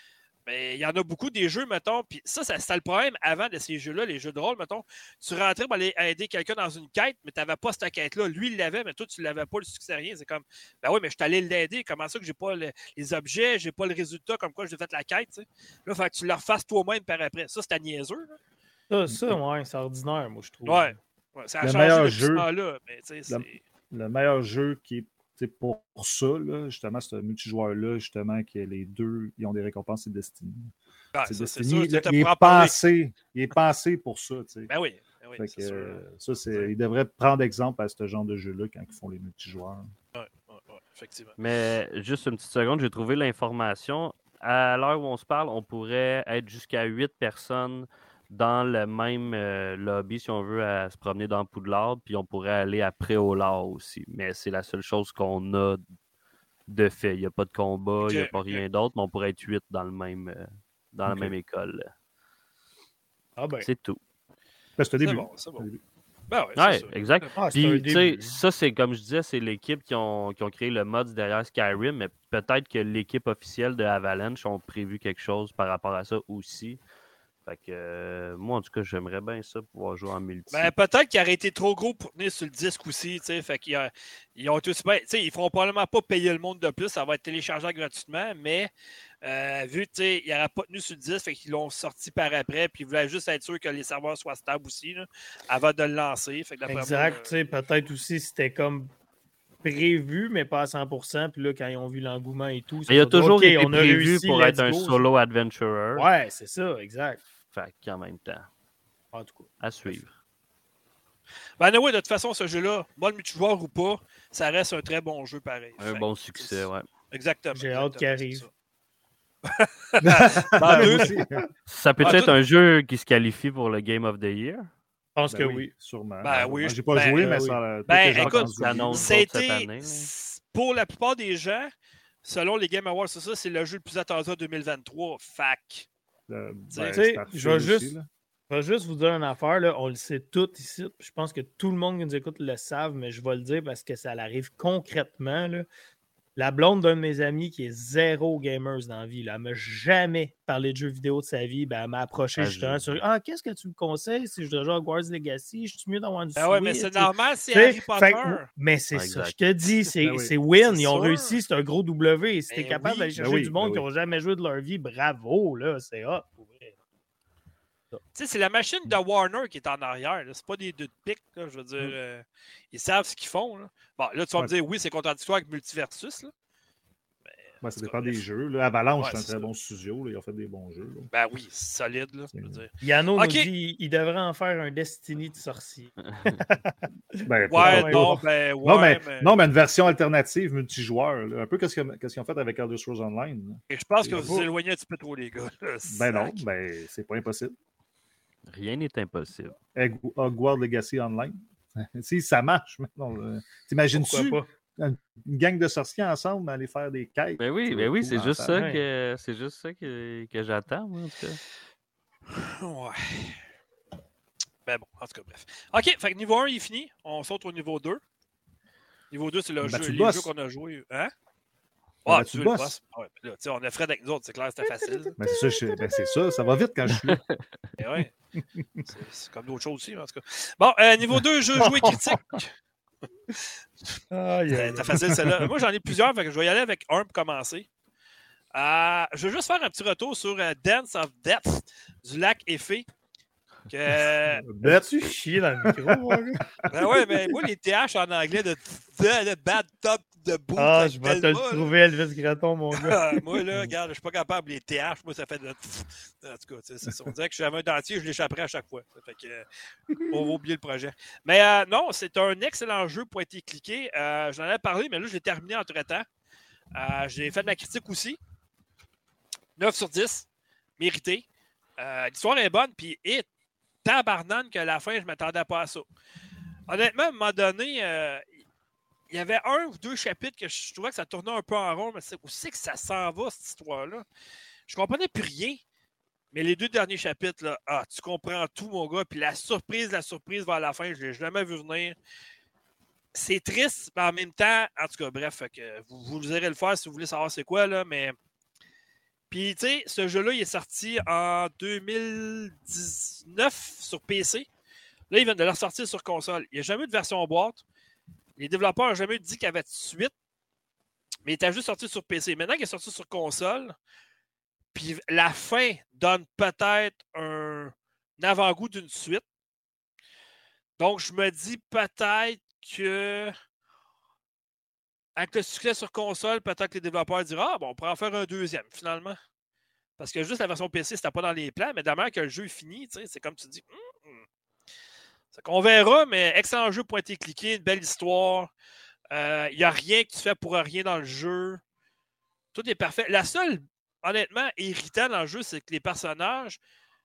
Mais il y en a beaucoup des jeux, mettons, puis ça, ça c'était le problème avant de ces jeux-là, les jeux de rôle, mettons. Tu rentrais pour aller aider quelqu'un dans une quête, mais tu n'avais pas cette quête-là. Lui, il l'avait, mais toi, tu ne l'avais pas, le succès rien. C'est comme, ben oui, mais je suis allé l'aider. Comment ça que j'ai pas le, les objets, j'ai pas le résultat, comme quoi j'ai fait la quête, tu sais. Là, il faut que tu le refasses toi-même par après. Ça, c'était niaiseux, là. Ça, ça, ouais, c'est ordinaire, moi, je trouve. Ouais. ouais ça a le changé meilleur depuis jeu, ce temps-là, mais tu sais, c'est... Le, le meilleur jeu qui est pour, pour ça, là, justement, ce multijoueur-là, justement, que les deux, ils ont des récompenses, c'est Destiny. Ah, c'est ça, Destiny. c'est sûr, il, est pensé, il est pensé pour ça. Tu sais. Ben oui. Ben oui que, sûr, euh, ça, c'est, ils devraient prendre exemple à ce genre de jeu-là quand ils font les multijoueurs. Oui, ouais, ouais, effectivement. Mais juste une petite seconde, j'ai trouvé l'information. À l'heure où on se parle, on pourrait être jusqu'à huit personnes dans le même euh, lobby, si on veut, à se promener dans Poudlard, puis on pourrait aller à Préolard aussi. Mais c'est la seule chose qu'on a de fait. Il n'y a pas de combat, il okay, n'y a pas okay. rien d'autre, mais on pourrait être huit dans, le même, euh, dans okay. la même école. Ah ben. C'est tout. Ben, c'est un début. Bon, c'est bon. Ben ouais, ouais exact. Ah, puis, tu sais, ça, c'est comme je disais, c'est l'équipe qui ont, qui ont créé le mod derrière Skyrim, mais peut-être que l'équipe officielle de Avalanche ont prévu quelque chose par rapport à ça aussi. Fait que euh, moi, en tout cas, j'aimerais bien ça, pouvoir jouer en multi. Ben, peut-être qu'il aurait été trop gros pour tenir sur le disque aussi, tu sais. Fait qu'ils a, ils ont tous bien, tu sais, ils feront probablement pas payer le monde de plus, ça va être téléchargeable gratuitement, mais euh, vu, tu sais, il n'aurait pas tenu sur le disque, fait qu'ils l'ont sorti par après, puis ils voulaient juste être sûr que les serveurs soient stables aussi, là, avant de le lancer. Fait que exact, moi, tu sais, peut-être aussi c'était comme prévu, mais pas à cent pour cent. Puis là, quand ils ont vu l'engouement et tout, il a toujours okay, été on a prévu réussi, pour être un go, solo adventurer. Ouais, c'est ça, exact. Fait qu'en même temps, en tout cas, à suivre. Ben oui, de toute façon, ce jeu-là, moi, le multijoueur ou pas, ça reste un très bon jeu pareil. Un fait, bon succès, ouais. Exactement. J'ai hâte qu'il arrive. Dans deux, ça peut ah, être tout... un jeu qui se qualifie pour le Game of the Year? Je pense ben que oui. oui. Sûrement. Ben oui. Moi, j'ai pas ben, joué, euh, mais oui. ça. Ben écoute, c'était année, pour la plupart des gens, selon les Game Awards, c'est ça, c'est le jeu le plus attendu en deux mille vingt-trois. Fac. Euh, ben, je vais juste, je vais juste vous dire une affaire. Là. On le sait tous ici. Je pense que tout le monde qui nous écoute le savent, mais je vais le dire parce que ça arrive concrètement. Là. La blonde d'un de mes amis qui est zéro gamers dans la vie, là, elle m'a jamais parlé de jeux vidéo de sa vie. Ben, elle m'a approché ah, justement sur Ah, qu'est-ce que tu me conseilles si je dois jouer à Hogwarts Legacy? Je suis mieux d'avoir une ben Switch. Ouais, mais c'est normal, c'est Harry Potter. Fait, mais c'est exact. ça, je te dis, c'est, ben oui. c'est win. C'est Ils ont sûr. réussi, c'est un gros W. Si ben t'es capable oui. d'aller chercher ben oui, du monde ben qui oui. n'ont jamais joué de leur vie, bravo, là, c'est hot. Tu sais, c'est la machine de Warner qui est en arrière. Là. C'est pas des deux de pique. Là. Je veux dire, mm. euh, ils savent ce qu'ils font. Là. Bon, là, tu vas ouais. me dire, oui, c'est contradictoire avec Multiversus. Là. Ben, ça dépend des jeux. Là. Avalanche, ouais, c'est un c'est très ça. bon studio. Là. Ils ont fait des bons jeux. Là. Ben oui, solide. Là, je veux dire. Yano okay. nous dit il devrait en faire un Destiny de sorcier. ben, ouais, non, ben, ouais, non, mais, mais... non, mais une version alternative multijoueur. Là. Un peu qu'est-ce qu'ils ont fait avec Elder Scrolls Online. Là. Et je pense que vous vous éloignez un petit peu trop, les gars. Là. Ben non, ben c'est pas impossible. Rien n'est impossible. Hogwarts Legacy Online. Si ça marche, maintenant. T'imagines-tu une gang de sorciers ensemble aller faire des quêtes? Ben oui, ben oui, c'est juste ça que c'est juste ça que, que j'attends, moi, en tout cas. Ouais. Ben bon, en tout cas, bref. OK, fait que niveau un, il est fini. On saute au niveau deux. Niveau deux, c'est le ben, jeu, les jeux qu'on a joué. Hein? Ah, ben, tu veux le boss. Ouais, là, on a Fred avec nous autres, c'est clair, c'était facile. Ben, c'est, ça, ben, c'est ça, ça va vite quand je suis là. Ben ouais. c'est, c'est comme d'autres choses aussi, en tout cas. Bon, euh, niveau deux, jeu joué critique. Ah, yeah. C'était facile, celle-là. Moi, j'en ai plusieurs, fait que je vais y aller avec un pour commencer. Euh, je vais juste faire un petit retour sur uh, Dance of Death du Lac Effet. Que... Ben-tu chier dans le micro, moi? Ben ouais, mais moi, les T H en anglais de, de, de bad top de bout. Ah, je vais te le trouver, Elvis Graton, mon gars. Moi, là, regarde, je suis pas capable. Les T H, moi, ça fait de. En tout cas, c'est ça. On dirait que je j'avais un dentier, je l'échapperais à chaque fois. Ça fait que. Euh, on va oublier le projet. Mais euh, non, c'est un excellent jeu pour être cliqué. Euh, j'en avais parlé, mais là, je l'ai terminé entre-temps. Euh, j'ai fait de la critique aussi. neuf sur dix. Mérité. Euh, l'histoire est bonne, puis et tabarnane que la fin, je ne m'attendais pas à ça. Honnêtement, à un moment donné, euh, il y avait un ou deux chapitres que je trouvais que ça tournait un peu en rond, mais c'est aussi que ça s'en va, cette histoire-là. Je ne comprenais plus rien. Mais les deux derniers chapitres, là, ah, tu comprends tout, mon gars. Puis la surprise, la surprise vers la fin, je ne l'ai jamais vu venir. C'est triste, mais en même temps, en tout cas, bref, que vous, vous irez le faire si vous voulez savoir c'est quoi, là, mais Puis, tu sais, ce jeu-là, il est sorti en deux mille dix-neuf sur P C. Là, ils viennent de le ressortir sur console. Il n'y a jamais eu de version boîte. Les développeurs n'ont jamais dit qu'il y avait de suite. Mais il était juste sorti sur P C. Maintenant qu'il est sorti sur console, puis la fin donne peut-être un, un avant-goût d'une suite. Donc, je me dis peut-être que avec le succès sur console, peut-être que les développeurs diront « Ah, bon, on pourrait en faire un deuxième, finalement. » Parce que juste la version P C, c'était pas dans les plans, mais demain que le jeu est fini, c'est comme tu dis. Mm -hmm. C'est qu'on verra, mais excellent jeu, pointé cliqué, une belle histoire. Il euh, n'y a rien que tu fais pour rien dans le jeu. Tout est parfait. La seule, honnêtement, irritant dans le jeu, c'est que les personnages,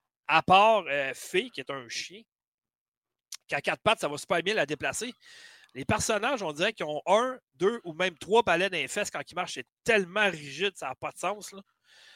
à part euh, Fée, qui est un chien, qui a quatre pattes, ça va super bien la déplacer. Les personnages, on dirait qu'ils ont un, deux ou même trois balais dans les fesses quand ils marchent. C'est tellement rigide, ça n'a pas de sens. Là.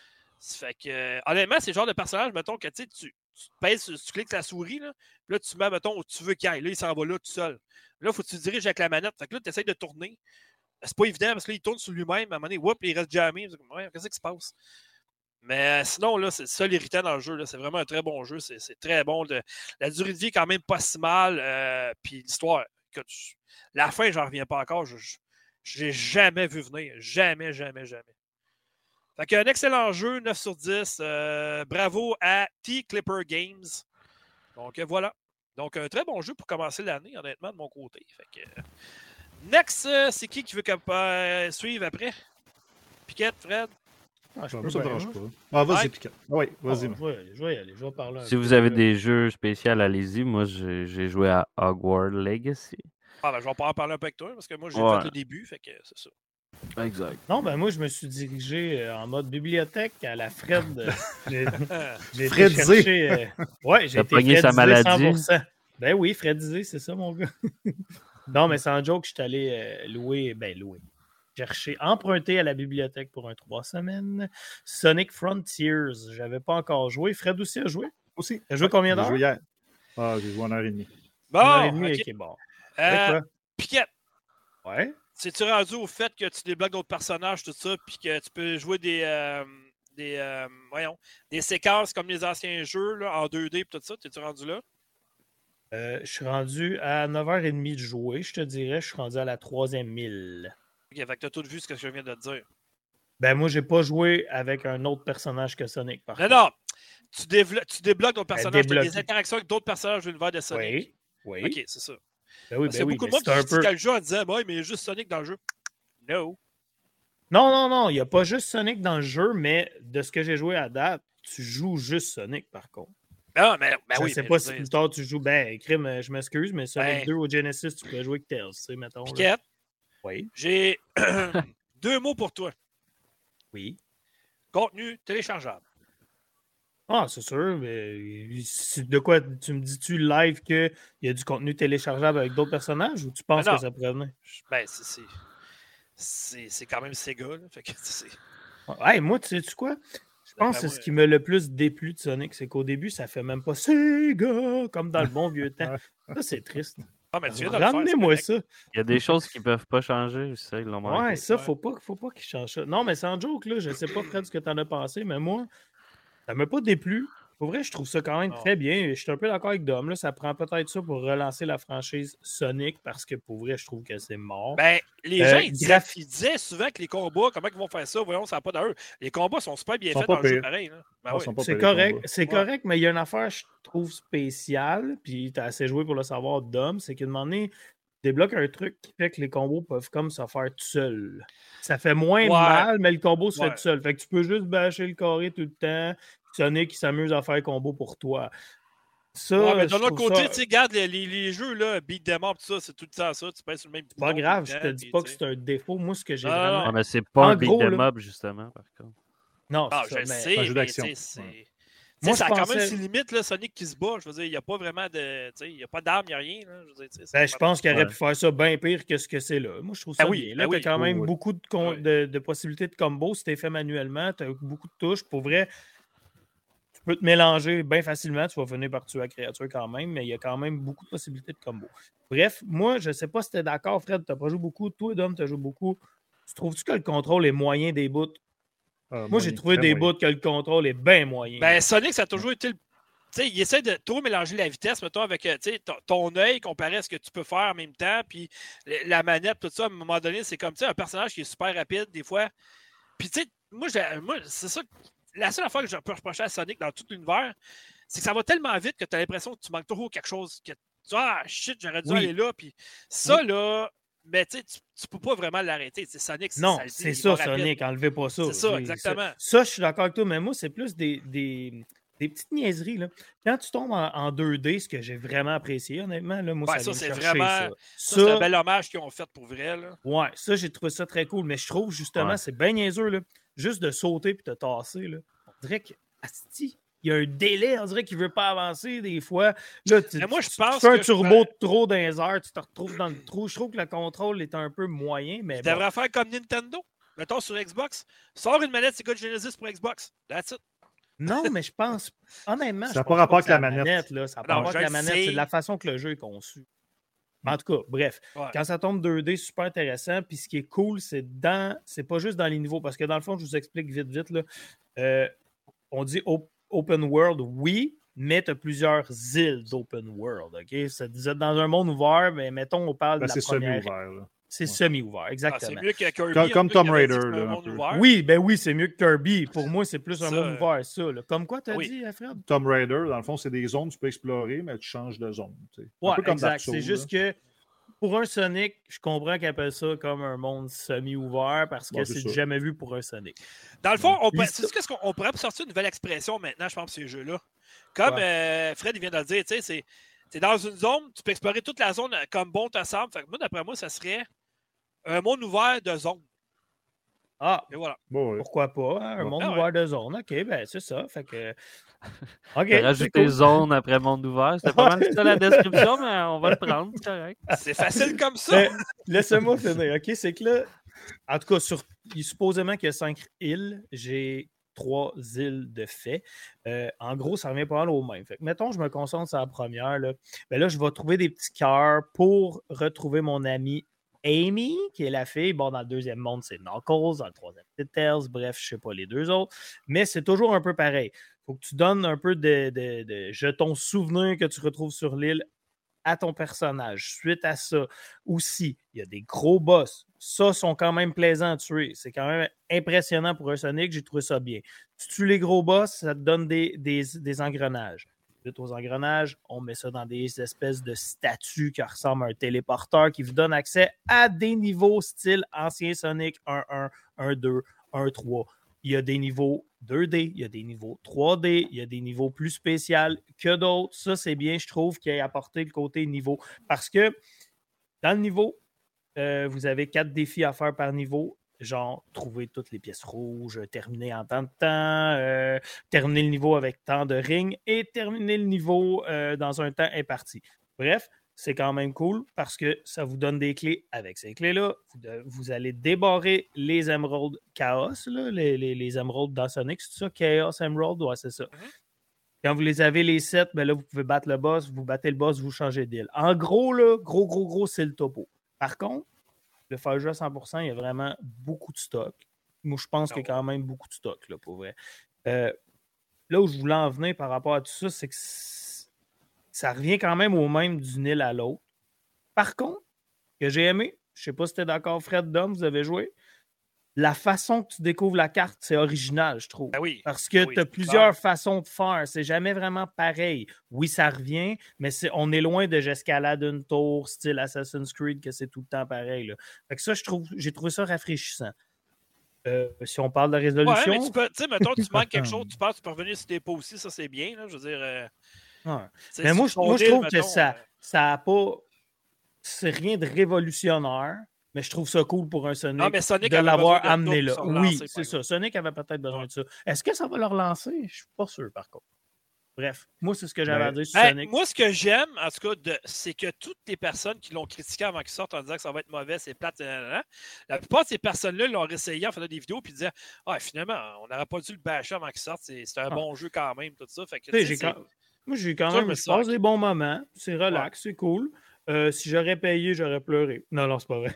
Ça fait que, euh, honnêtement, c'est le genre de personnage, mettons, que tu, tu pèses, tu cliques la souris, là, là tu mets, mettons, où tu veux qu'il aille. Là, il s'en va là tout seul. Là, il faut que tu te diriges avec la manette. Fait que là, tu essaies de tourner. C'est pas évident parce que là, il tourne sur lui-même. À un moment donné, whoop, il reste jammé. Ouais, qu'est-ce qui se passe? Mais euh, sinon, là, c'est ça l'irritant dans le jeu. C'est vraiment un très bon jeu. C'est, c'est très bon. De, la durée de vie est quand même pas si mal. Euh, Puis l'histoire, écoute, je, la fin, j'en reviens pas encore. Je n'ai jamais vu venir. Jamais, jamais, jamais. Fait qu'un excellent jeu, neuf sur dix. Euh, bravo à T-Clipper Games. Donc, euh, voilà. Donc, un très bon jeu pour commencer l'année, honnêtement, de mon côté. Fait que, euh, next, euh, c'est qui qui veut euh, suivre après? Piquette, Fred? Ah, je peux ça ne dérange pas. Ah, vas-y, Piquette. Oui, vas-y. Oh, je, vais, je vais y aller, je vais parler un Si peu. vous avez des jeux spéciaux, allez-y. Moi, j'ai, j'ai joué à Hogwarts Legacy. Ah, ben, je vais pas en parler un peu avec toi, parce que moi, j'ai ouais. fait le début, fait que c'est ça. Exact. Non, ben moi, je me suis dirigé en mode bibliothèque à la Fred. J'ai, j'ai Fredisé. Chercher, euh... Ouais, j'ai T'as été pogné sa maladie. cent pour cent. Ben oui, Fredisé, c'est ça, mon gars. Non, mais sans joke, je suis allé euh, louer, ben louer. Chercher, emprunter à la bibliothèque pour un trois semaines. Sonic Frontiers. J'avais pas encore joué. Fred aussi a joué. Aussi. T'as joué ouais, combien d'heures? J'ai joué hier. Ah, j'ai joué en heure et demie. Bon, une heure et demie, okay. ok, bon. Euh, Piquette. Ouais. C'est-tu rendu au fait que tu débloques d'autres personnages, tout ça, puis que tu peux jouer des, euh, des, euh, voyons, des séquences comme les anciens jeux là, en deux D et tout ça? T'es-tu rendu là? Euh, je suis rendu à neuf heures trente de jouer, je te dirais. Je suis rendu à la troisième mille. Ok, fait que t'as tout vu ce que je viens de te dire. Ben moi, j'ai pas joué avec un autre personnage que Sonic, par non, contre. non! Tu, dévlo- tu débloques d'autres personnages, tu as des interactions avec d'autres personnages de l'univers de Sonic. Oui, oui. Ok, c'est ça. Ben oui, Parce ben qu'il y a oui, beaucoup de monde qui un critiquent peu... le jeu en disant « Ouais, mais il y a juste Sonic dans le jeu. » No. Non, non, non, il n'y a pas juste Sonic dans le jeu, mais de ce que j'ai joué à date, tu joues juste Sonic, par contre. Ah, mais, ben je oui, sais mais pas je si dire... plus tard tu joues... Ben, crime, je m'excuse, mais Sonic ben... deux au Genesis, tu peux jouer avec Tails, tu sais, mettons. Piquette, oui. J'ai deux mots pour toi. Oui. Contenu téléchargeable. Ah, c'est sûr, mais de quoi tu me dis-tu live qu'il y a du contenu téléchargeable avec d'autres personnages ou tu penses que ça pourrait venir? Ben, c'est, c'est, c'est, c'est quand même Sega. Là, fait que c'est... Hey, moi, tu sais-tu quoi? Je pense que c'est ce qui m'a le plus déplu de Sonic, c'est qu'au début, ça fait même pas Sega comme dans le bon vieux temps. Ça, c'est triste. Ah, mais tu viens de Ramenez-moi ça. Il y a des choses qui peuvent pas changer, ça, ils l'ont Ouais, manqué. ça, faut pas, faut pas qu'ils changent ça. Non, mais sans joke, là, je sais pas, Fred, ce que t'en as pensé, mais moi, ça m'a pas déplu. Pour vrai, je trouve ça quand même non. très bien. Je suis un peu d'accord avec Dom. Là, ça prend peut-être ça pour relancer la franchise Sonic parce que pour vrai, je trouve que c'est mort. Ben, les euh, gens, ils, disaient, graph... ils disaient souvent que les combats, comment ils vont faire ça? Voyons, ça n'a pas d'heure. Les combats sont super bien sont faits dans pire. le jeu, pareil. Là. Ben ah, oui. C'est correct, c'est ouais. correct, mais il y a une affaire, je trouve, spéciale, puis tu as assez joué pour le savoir, Dom, c'est qu'à un moment donné, débloque un truc qui fait que les combos peuvent comme se faire tout seul. Ça fait moins ouais. mal, mais le combo se ouais. fait tout seul. Fait que tu peux juste bâcher le carré tout le temps. Sonic qui s'amuse à faire combo pour toi. Ça, ouais, mais de l'autre côté, ça... tu regarde les, les, les jeux, là, beat them up, tout ça, c'est tout le temps ça. Tu passes sur le même bouton. Pas grave, je temps, te dis pis, pas que c'est un défaut. Moi, ce que j'ai ah, vraiment... Non, mais c'est pas en un beat them là... up, justement, par contre. Non, ah, c'est je ça, le mais... sais, un jeu d'action. mais c'est... Ouais. Moi, ça a pensais... quand même ses limites, là, Sonic qui se bat. Je veux dire, il n'y a pas vraiment de. Il n'y a pas d'armes, il n'y a rien. Là, je veux dire, ben, je pense qu'il aurait ouais. pu faire ça bien pire que ce que c'est là. Moi, je trouve ça ben oui, bien. Là, ben tu as oui. quand même oui. beaucoup de, con... oui. de, de possibilités de combo. Si tu fait manuellement, tu as beaucoup de touches. Pour vrai, tu peux te mélanger bien facilement. Tu vas venir par tuer la créature quand même, mais il y a quand même beaucoup de possibilités de combo. Bref, moi, je ne sais pas si tu es d'accord, Fred. Tu n'as pas joué beaucoup. Toi, Dom, tu as joué beaucoup. Tu trouves-tu que le contrôle est moyen des bouts? Ah, Moi, j'ai trouvé des bouts que le contrôle est bien moyen. Ben, Sonic, ça a toujours été le. Tu sais, il essaie de trop mélanger la vitesse, mettons, avec ton, ton œil comparé à ce que tu peux faire en même temps, puis la manette, tout ça. À un moment donné, c'est comme, tu sais, un personnage qui est super rapide, des fois. Puis, tu sais, moi, moi c'est ça. La seule fois que je peux reprocher à Sonic dans tout l'univers, c'est que ça va tellement vite que tu as l'impression que tu manques toujours quelque chose. Que tu ah, shit, j'aurais dû oui. aller là. Puis ça, oui. là, mais tu ne peux pas vraiment l'arrêter. C'est Sonic, c'est non, ça, c'est ça, Sonic. Enlevez pas ça. C'est ça, exactement. Ça, ça, je suis d'accord avec toi, mais moi, c'est plus des, des, des petites niaiseries. Là. Quand tu tombes en, en deux D, ce que j'ai vraiment apprécié, honnêtement, là, moi, ouais, ça, ça c'est vraiment. Ça, ça, ça c'est un bel hommage qu'ils ont fait pour vrai. Là. Ouais, ça, j'ai trouvé ça très cool. Mais je trouve, justement, ouais. c'est bien niaiseux, là, juste de sauter et de te tasser. Là. On dirait que. Asti, il y a un délai, on dirait qu'il ne veut pas avancer des fois. Là, tu, moi, je tu, pense tu fais un que turbo je... de trop dans les airs, tu te retrouves dans le trou. Je trouve que le contrôle est un peu moyen. Mais tu bon. devrais faire comme Nintendo. Mettons sur Xbox. Sors une manette Sega Genesis pour Xbox. That's it. Non, mais je pense, honnêtement, ça n'a pas rapport avec la manette. manette là, ça n'a pas rapport avec la manette. C'est de la façon que le jeu est conçu. Mais en tout cas, bref, ouais. quand ça tombe deux D, super intéressant. Puis ce qui est cool, c'est dans, c'est pas juste dans les niveaux. Parce que dans le fond, je vous explique vite, vite. Là, euh, on dit op- open world, oui, mais tu as plusieurs îles d'open world. Okay? Ça, vous êtes dans un monde ouvert, mais mettons, on parle ben, de la c'est première... semi-ouvert. Là. C'est ouais. semi-ouvert, exactement. Ah, c'est mieux que Kirby. Comme, comme Tomb Raider. Là, oui, ben oui, c'est mieux que Kirby. Pour moi, c'est plus un ça, monde ouvert, ça. Là. Comme quoi, tu as oui. dit, Fred? Tomb Raider, dans le fond, c'est des zones que tu peux explorer, mais tu changes de zone. Oui, exact. C'est juste que pour un Sonic, je comprends qu'ils appellent ça comme un monde semi-ouvert parce que ouais, c'est, c'est jamais vu pour un Sonic. Dans le fond, on pourrait, c'est qu'est-ce qu'on on pourrait sortir une nouvelle expression maintenant, je pense, pour ces jeux-là. Comme ouais. euh, Fred il vient de le dire, tu sais, c'est, c'est dans une zone, tu peux explorer toute la zone comme bon te semble. Fait que moi, d'après moi, ça serait un monde ouvert de zone. Ah, et voilà. Bon, ouais. Pourquoi pas? Hein? Un ouais. monde ah, ouvert ouais. de zone. OK, ben c'est ça. Fait que. OK. Rajouter cool. zone après monde ouvert. C'était pas mal ça la description, mais on va le prendre. C'est correct. C'est facile comme ça. Mais, laissez-moi finir. OK, c'est que là, en tout cas, sur, supposément qu'il y a cinq îles. J'ai trois îles de fait. Euh, en gros, ça revient pas mal au même. Fait que, mettons, je me concentre sur la première. Là, ben là je vais trouver des petits cœurs pour retrouver mon ami Amy, qui est la fille. Bon, dans le deuxième monde, c'est Knuckles. Dans le troisième, c'est Tails. Bref, je ne sais pas les deux autres. Mais c'est toujours un peu pareil. Il faut que tu donnes un peu de, de, de jetons souvenirs que tu retrouves sur l'île à ton personnage. Suite à ça, aussi, il y a des gros boss. Ça, sont quand même plaisants à tuer. C'est quand même impressionnant pour un Sonic. J'ai trouvé ça bien. Tu tues les gros boss, ça te donne des, des, des engrenages. Aux engrenages, on met ça dans des espèces de statues qui ressemblent à un téléporteur qui vous donne accès à des niveaux style ancien Sonic un un, un deux, un trois. Il y a des niveaux deux D, il y a des niveaux trois D, il y a des niveaux plus spéciaux que d'autres. Ça, c'est bien, je trouve, qu'il ait apporté le côté niveau. Parce que dans le niveau, euh, vous avez quatre défis à faire par niveau. Genre, trouver toutes les pièces rouges, terminer en temps de temps, euh, terminer le niveau avec tant de rings et terminer le niveau euh, dans un temps imparti. Bref, c'est quand même cool parce que ça vous donne des clés. Avec ces clés-là, vous, de, vous allez débarrer les émeraudes Chaos, là, les, les, les émeraudes dans Sonic, c'est ça? Chaos Emerald? Ouais, c'est ça. Mm-hmm. Quand vous les avez les sept, ben là, vous pouvez battre le boss, vous battez le boss, vous changez d'île. En gros, là, gros, gros, gros, c'est le topo. Par contre, le faire jouer à cent pour cent, il y a vraiment beaucoup de stock. Moi, je pense oh. qu'il y a quand même beaucoup de stock, là, pour vrai. Euh, là où je voulais en venir par rapport à tout ça, c'est que c'est... ça revient quand même au même d'une île à l'autre. Par contre, que j'ai aimé, je ne sais pas si tu es d'accord, Fred, Dom, vous avez joué, la façon que tu découvres la carte, c'est original, je trouve. Ben oui. Parce que oui, tu as plusieurs clair. façons de faire. C'est jamais vraiment pareil. Oui, ça revient, mais c'est, on est loin de j'escalade une tour, style Assassin's Creed, que c'est tout le temps pareil. Là. Fait que ça, je trouve, j'ai trouvé ça rafraîchissant. Euh, si on parle de résolution... Ouais, mais tu peux, tu sais, mettons, tu manques quelque chose, tu penses, tu peux revenir sur tes pas aussi, ça, c'est bien, là, je veux dire... Euh, ouais. Mais moi, je, moi, je trouve mettons, que ça euh... ça a pas... C'est rien de révolutionnaire, mais je trouve ça cool pour un Sonic, non, mais Sonic de l'avoir amené là. Oui, c'est ça. Sonic avait peut-être besoin ouais. de ça. Est-ce que ça va le relancer? Je ne suis pas sûr, par contre. Bref, moi, c'est ce que j'avais ben, à dire sur ben, Sonic. Moi, ce que j'aime, en tout cas, de, c'est que toutes les personnes qui l'ont critiqué avant qu'il sorte en disant que ça va être mauvais, c'est plate, la plupart de ces personnes-là l'ont réessayé en faisant des vidéos et disaient ah, finalement, on n'aurait pas dû le bâcher avant qu'il sorte. C'est, c'est un ah. bon jeu quand même, tout ça. Fait que, j'ai quand... Moi, j'ai quand même, je passe des bons moments. C'est relax, ouais. c'est cool. Euh, si j'aurais payé, j'aurais pleuré. Non, non, c'est pas vrai.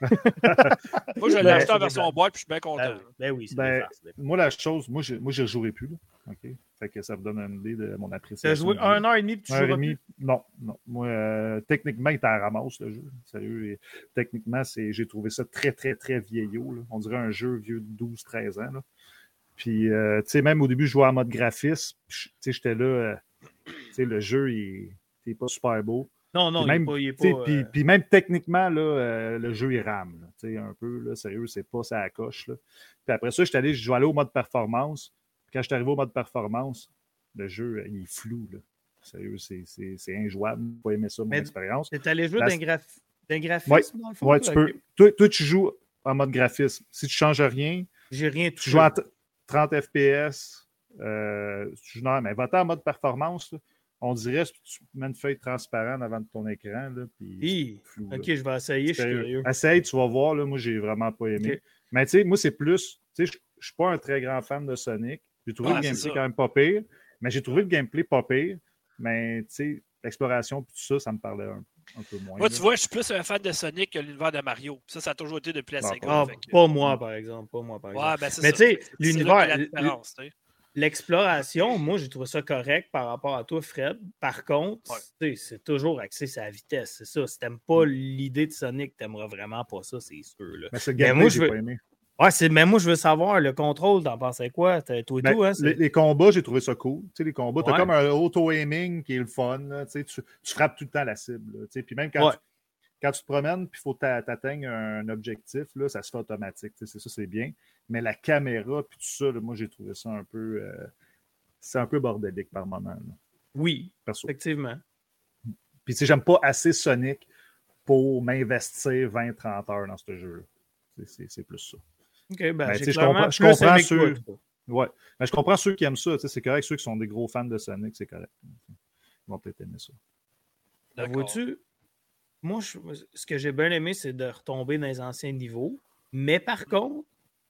Moi, je l'ai Ben, acheté en c'est version des boîte, puis je suis bien content. Ben oui, ben oui, c'est Ben, des farces, des farces. moi, la chose, moi, je moi, je jouerai plus. Là. OK? Fait que ça me donne une idée de mon Tu as appréciation. joué un heure et demie, puis tu Un heure et joueras demie? plus? Non, non. Moi, euh, techniquement, il était à ramasse, le jeu. Sérieux. Et, techniquement, c'est, j'ai trouvé ça très, très, très vieillot. Là. On dirait un jeu vieux de douze treize ans. Là. Puis, euh, tu sais, même au début, je jouais en mode graphisme. Tu sais, j'étais là. Euh, tu sais, le jeu, il n'est pas super beau. Non, non, Puis même, il n'est pas. tu sais, pas puis, euh, puis même techniquement, là, euh, le jeu, il rame. Là, tu sais, un peu, là, sérieux, c'est pas ça à la coche. Là. Puis après ça, je suis allé, je vais aller au mode performance. Puis quand je suis arrivé au mode performance, le jeu, il est flou. Là. Sérieux, c'est, c'est, c'est injouable. Je n'ai pas aimé ça, mon Mais expérience. Tu es allé jouer La- d'un, graph... d'un graphisme, Ouais, dans le fond? ouais, toi? tu Ok. peux. Toi, toi, tu joues en mode graphisme. Si tu changes rien, J'ai rien tu touché. joues en t- trente F P S. Euh, tu joues, non, mais va-t'en en mode performance. Là. On dirait que tu mets une feuille transparente avant ton écran. Là, puis Hi. c'est flou, là. Ok, je vais essayer, je suis Sérieux. curieux. Essaye, tu vas voir. Là, moi, j'ai vraiment pas aimé. Ok. Mais tu sais, moi, c'est plus. Tu sais, je je suis pas un très grand fan de Sonic. J'ai trouvé Ouais, le c'est gameplay ça. quand même pas pire. Mais j'ai trouvé le gameplay pas pire. Mais tu sais, l'exploration et tout ça, ça me parlait un, un peu moins. Moi, là. tu vois, je suis plus un fan de Sonic que l'univers de Mario. Ça, ça a toujours été depuis la Ah, Sega. Ah, fait que- pas moi, par exemple. Pas moi, par exemple. Ouais, ben c'est Mais ça. tu sais, C'est- c'est l'univers- là qu'est la différence, tu sais. L'exploration, moi, j'ai trouvé ça correct par rapport à toi, Fred. Par contre, Ouais. tu sais, c'est toujours axé sur la vitesse. C'est ça. Si t'aimes pas l'idée de Sonic, t'aimeras vraiment pas ça, c'est sûr. Là. Mais c'est le Mais gameplay moi, que je j'ai veux- pas aimé. Ouais, c'est... mais moi, je veux savoir, le contrôle, t'en pensais quoi? T'as- Toi et Ben, tout, hein? les, c'est- les combats, j'ai trouvé ça cool. Tu sais, les combats, t'as Ouais. comme un auto-aiming qui est le fun. Là, tu, sais, tu, tu frappes tout le temps la cible. Là, tu sais, puis même quand, Ouais. tu, quand tu te promènes, puis il faut que tu atteignes un objectif, là, ça se fait automatique. Tu sais, c'est ça, c'est bien. Mais la caméra, puis tout ça, là, moi, j'ai trouvé ça un peu. Euh, c'est un peu bordélique par moment. Là, Oui, perso. effectivement. Puis, tu sais, j'aime pas assez Sonic pour m'investir vingt trente heures dans ce jeu-là. C'est, c'est, c'est plus ça. OK, ben, Ben, j'ai tu sais, je clairement comprends- je plus comprends aimé que toi, ceux- en tout cas. Ouais. Mais je comprends ceux qui aiment ça. Tu sais, c'est correct. Ceux qui sont des gros fans de Sonic, c'est correct. Ils vont peut-être aimer ça. Ben, D'accord. vois-tu, moi, je- ce que j'ai bien aimé, c'est de retomber dans les anciens niveaux. Mais par contre,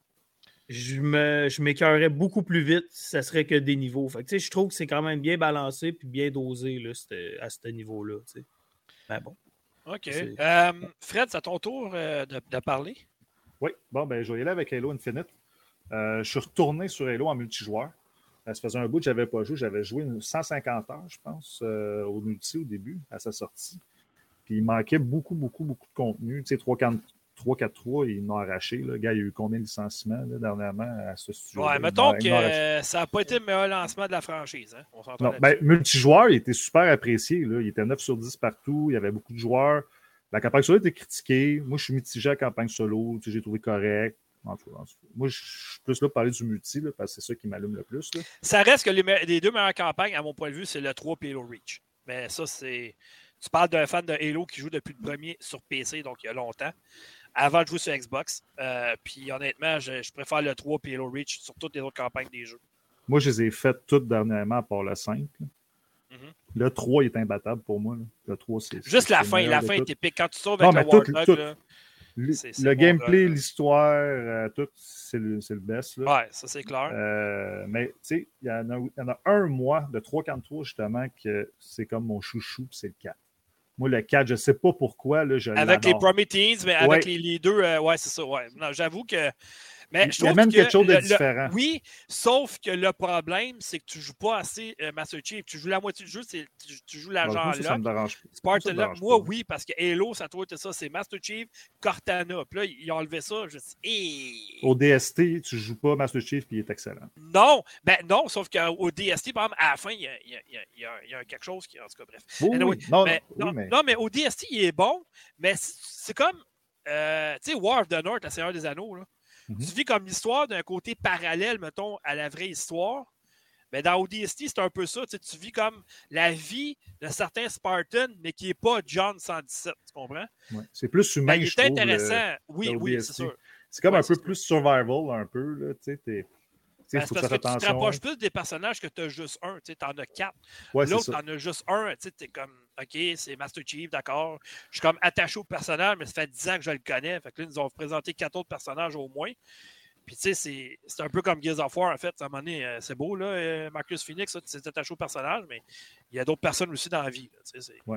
je, me, je m'écœurais beaucoup plus vite si ça serait que des niveaux. Fait que, tu sais, je trouve que c'est quand même bien balancé et bien dosé là, c'te- à ce niveau-là. tu sais. Ben bon. OK. C'est- Euh, Fred, c'est à ton tour euh, de, de parler. Oui, bon, ben, je vais y aller avec Halo Infinite. Euh, je suis retourné sur Halo en multijoueur. Euh, ça faisait un bout que je n'avais pas joué. J'avais joué une cent cinquante heures, je pense, euh, au multi au début, à sa sortie. Puis il manquait beaucoup, beaucoup, beaucoup de contenu. Tu sais, trois quatre trois, ils m'ont arraché. Là. Le gars, il y a eu combien de licenciements là, dernièrement à ce studio? Ouais, mettons que euh, ça n'a pas été le meilleur lancement de la franchise. Hein? On s'entend Non, là-dessus. ben, multijoueur, il était super apprécié. Là. Il était neuf sur dix partout. Il y avait beaucoup de joueurs. La campagne solo était critiquée. Moi, je suis mitigé à la campagne solo. Tu sais, j'ai trouvé correct. En tout cas, en tout cas. Moi, je suis plus là pour parler du multi, là, parce que c'est ça qui m'allume le plus. Là. Ça reste que les, me- les deux meilleures campagnes, à mon point de vue, c'est le trois et Halo Reach. Mais ça, c'est. Tu parles d'un fan de Halo qui joue depuis le premier sur P C, donc il y a longtemps, avant de jouer sur Xbox. Euh, puis honnêtement, je, je préfère le trois et Halo Reach sur toutes les autres campagnes des jeux. Moi, je les ai faites toutes dernièrement, à part le cinq. là. Mhm. Le trois est imbattable pour moi. Là. Le trois, c'est. Juste c'est la le fin, meilleur la de fin tout. est épique. Quand tu sauves Non, avec le mais tout- Warthog, tout. là, Le, c'est- c'est le bon, gameplay, là. l'histoire, euh, tout, c'est le, c'est le best. Là. ouais, ça c'est clair. Euh, mais tu sais, il y, en a- il y en a un mois de trois quarante-trois justement que c'est comme mon chouchou, puis c'est le quatre. Moi, le quatre, je ne sais pas pourquoi. Là, je Avec les l'adore. Prometheans, mais avec Ouais. les, les deux, euh, ouais, c'est ça. Ouais. Non, j'avoue que. Mais je Il y a trouve même que quelque chose de le- le- différent. Oui, sauf que le problème, c'est que tu ne joues pas assez euh, Master Chief. Tu joues la moitié du jeu, c'est, tu, tu joues Bon, l'agent moi, ça, ça là. me dérange pas. Spartan ça me Lock, dérange moi, pas. oui, parce que Halo, ça a toujours été ça. C'est Master Chief, Cortana. Puis là, ils ont enlevé ça. Je dis, hey! Au D S T, tu ne joues pas Master Chief, puis il est excellent. Non, ben non, sauf qu'au D S T, par exemple, à la fin, il y a, il y a- il y a- il y a- il y a quelque chose qui, en tout cas, bref. Oui, Anyway, oui. Non, mais, non, non, oui, mais... non, mais au D S T, il est bon, mais c'est c'est comme, euh, tu sais, War of the North, la Seigneur des Anneaux, là. Mhm. Tu vis comme l'histoire d'un côté parallèle, mettons, à la vraie histoire. Mais dans O D S T, c'est un peu ça. Tu sais, tu vis comme la vie de certains Spartans, mais qui n'est pas John cent dix-sept. Tu comprends? Ouais. C'est plus humain, Ben, il je est trouve. le- intéressant. Oui, le oui, O D S T. c'est sûr. C'est comme Ouais, un peu c'est plus survival, un peu. Là, tu sais, t'es- tu sais, Ben, faut c'est faire parce que tu te attention. rapproches plus des personnages que tu as juste un. Tu en as quatre. Ouais, c'est L'autre, ça. t'en as juste un. Tu es comme, OK, c'est Master Chief, d'accord. Je suis comme attaché au personnage, mais ça fait dix ans que je le connais. Fait que là, ils nous ont présenté quatre autres personnages au moins. Puis, tu sais, c'est, c'est un peu comme Gears of War, en fait. À un moment donné, euh, c'est beau, là, euh, Marcus Phoenix, là, tu t'es attaché au personnage, mais il y a d'autres personnes aussi dans la vie. Là, tu sais, c'est... Ouais.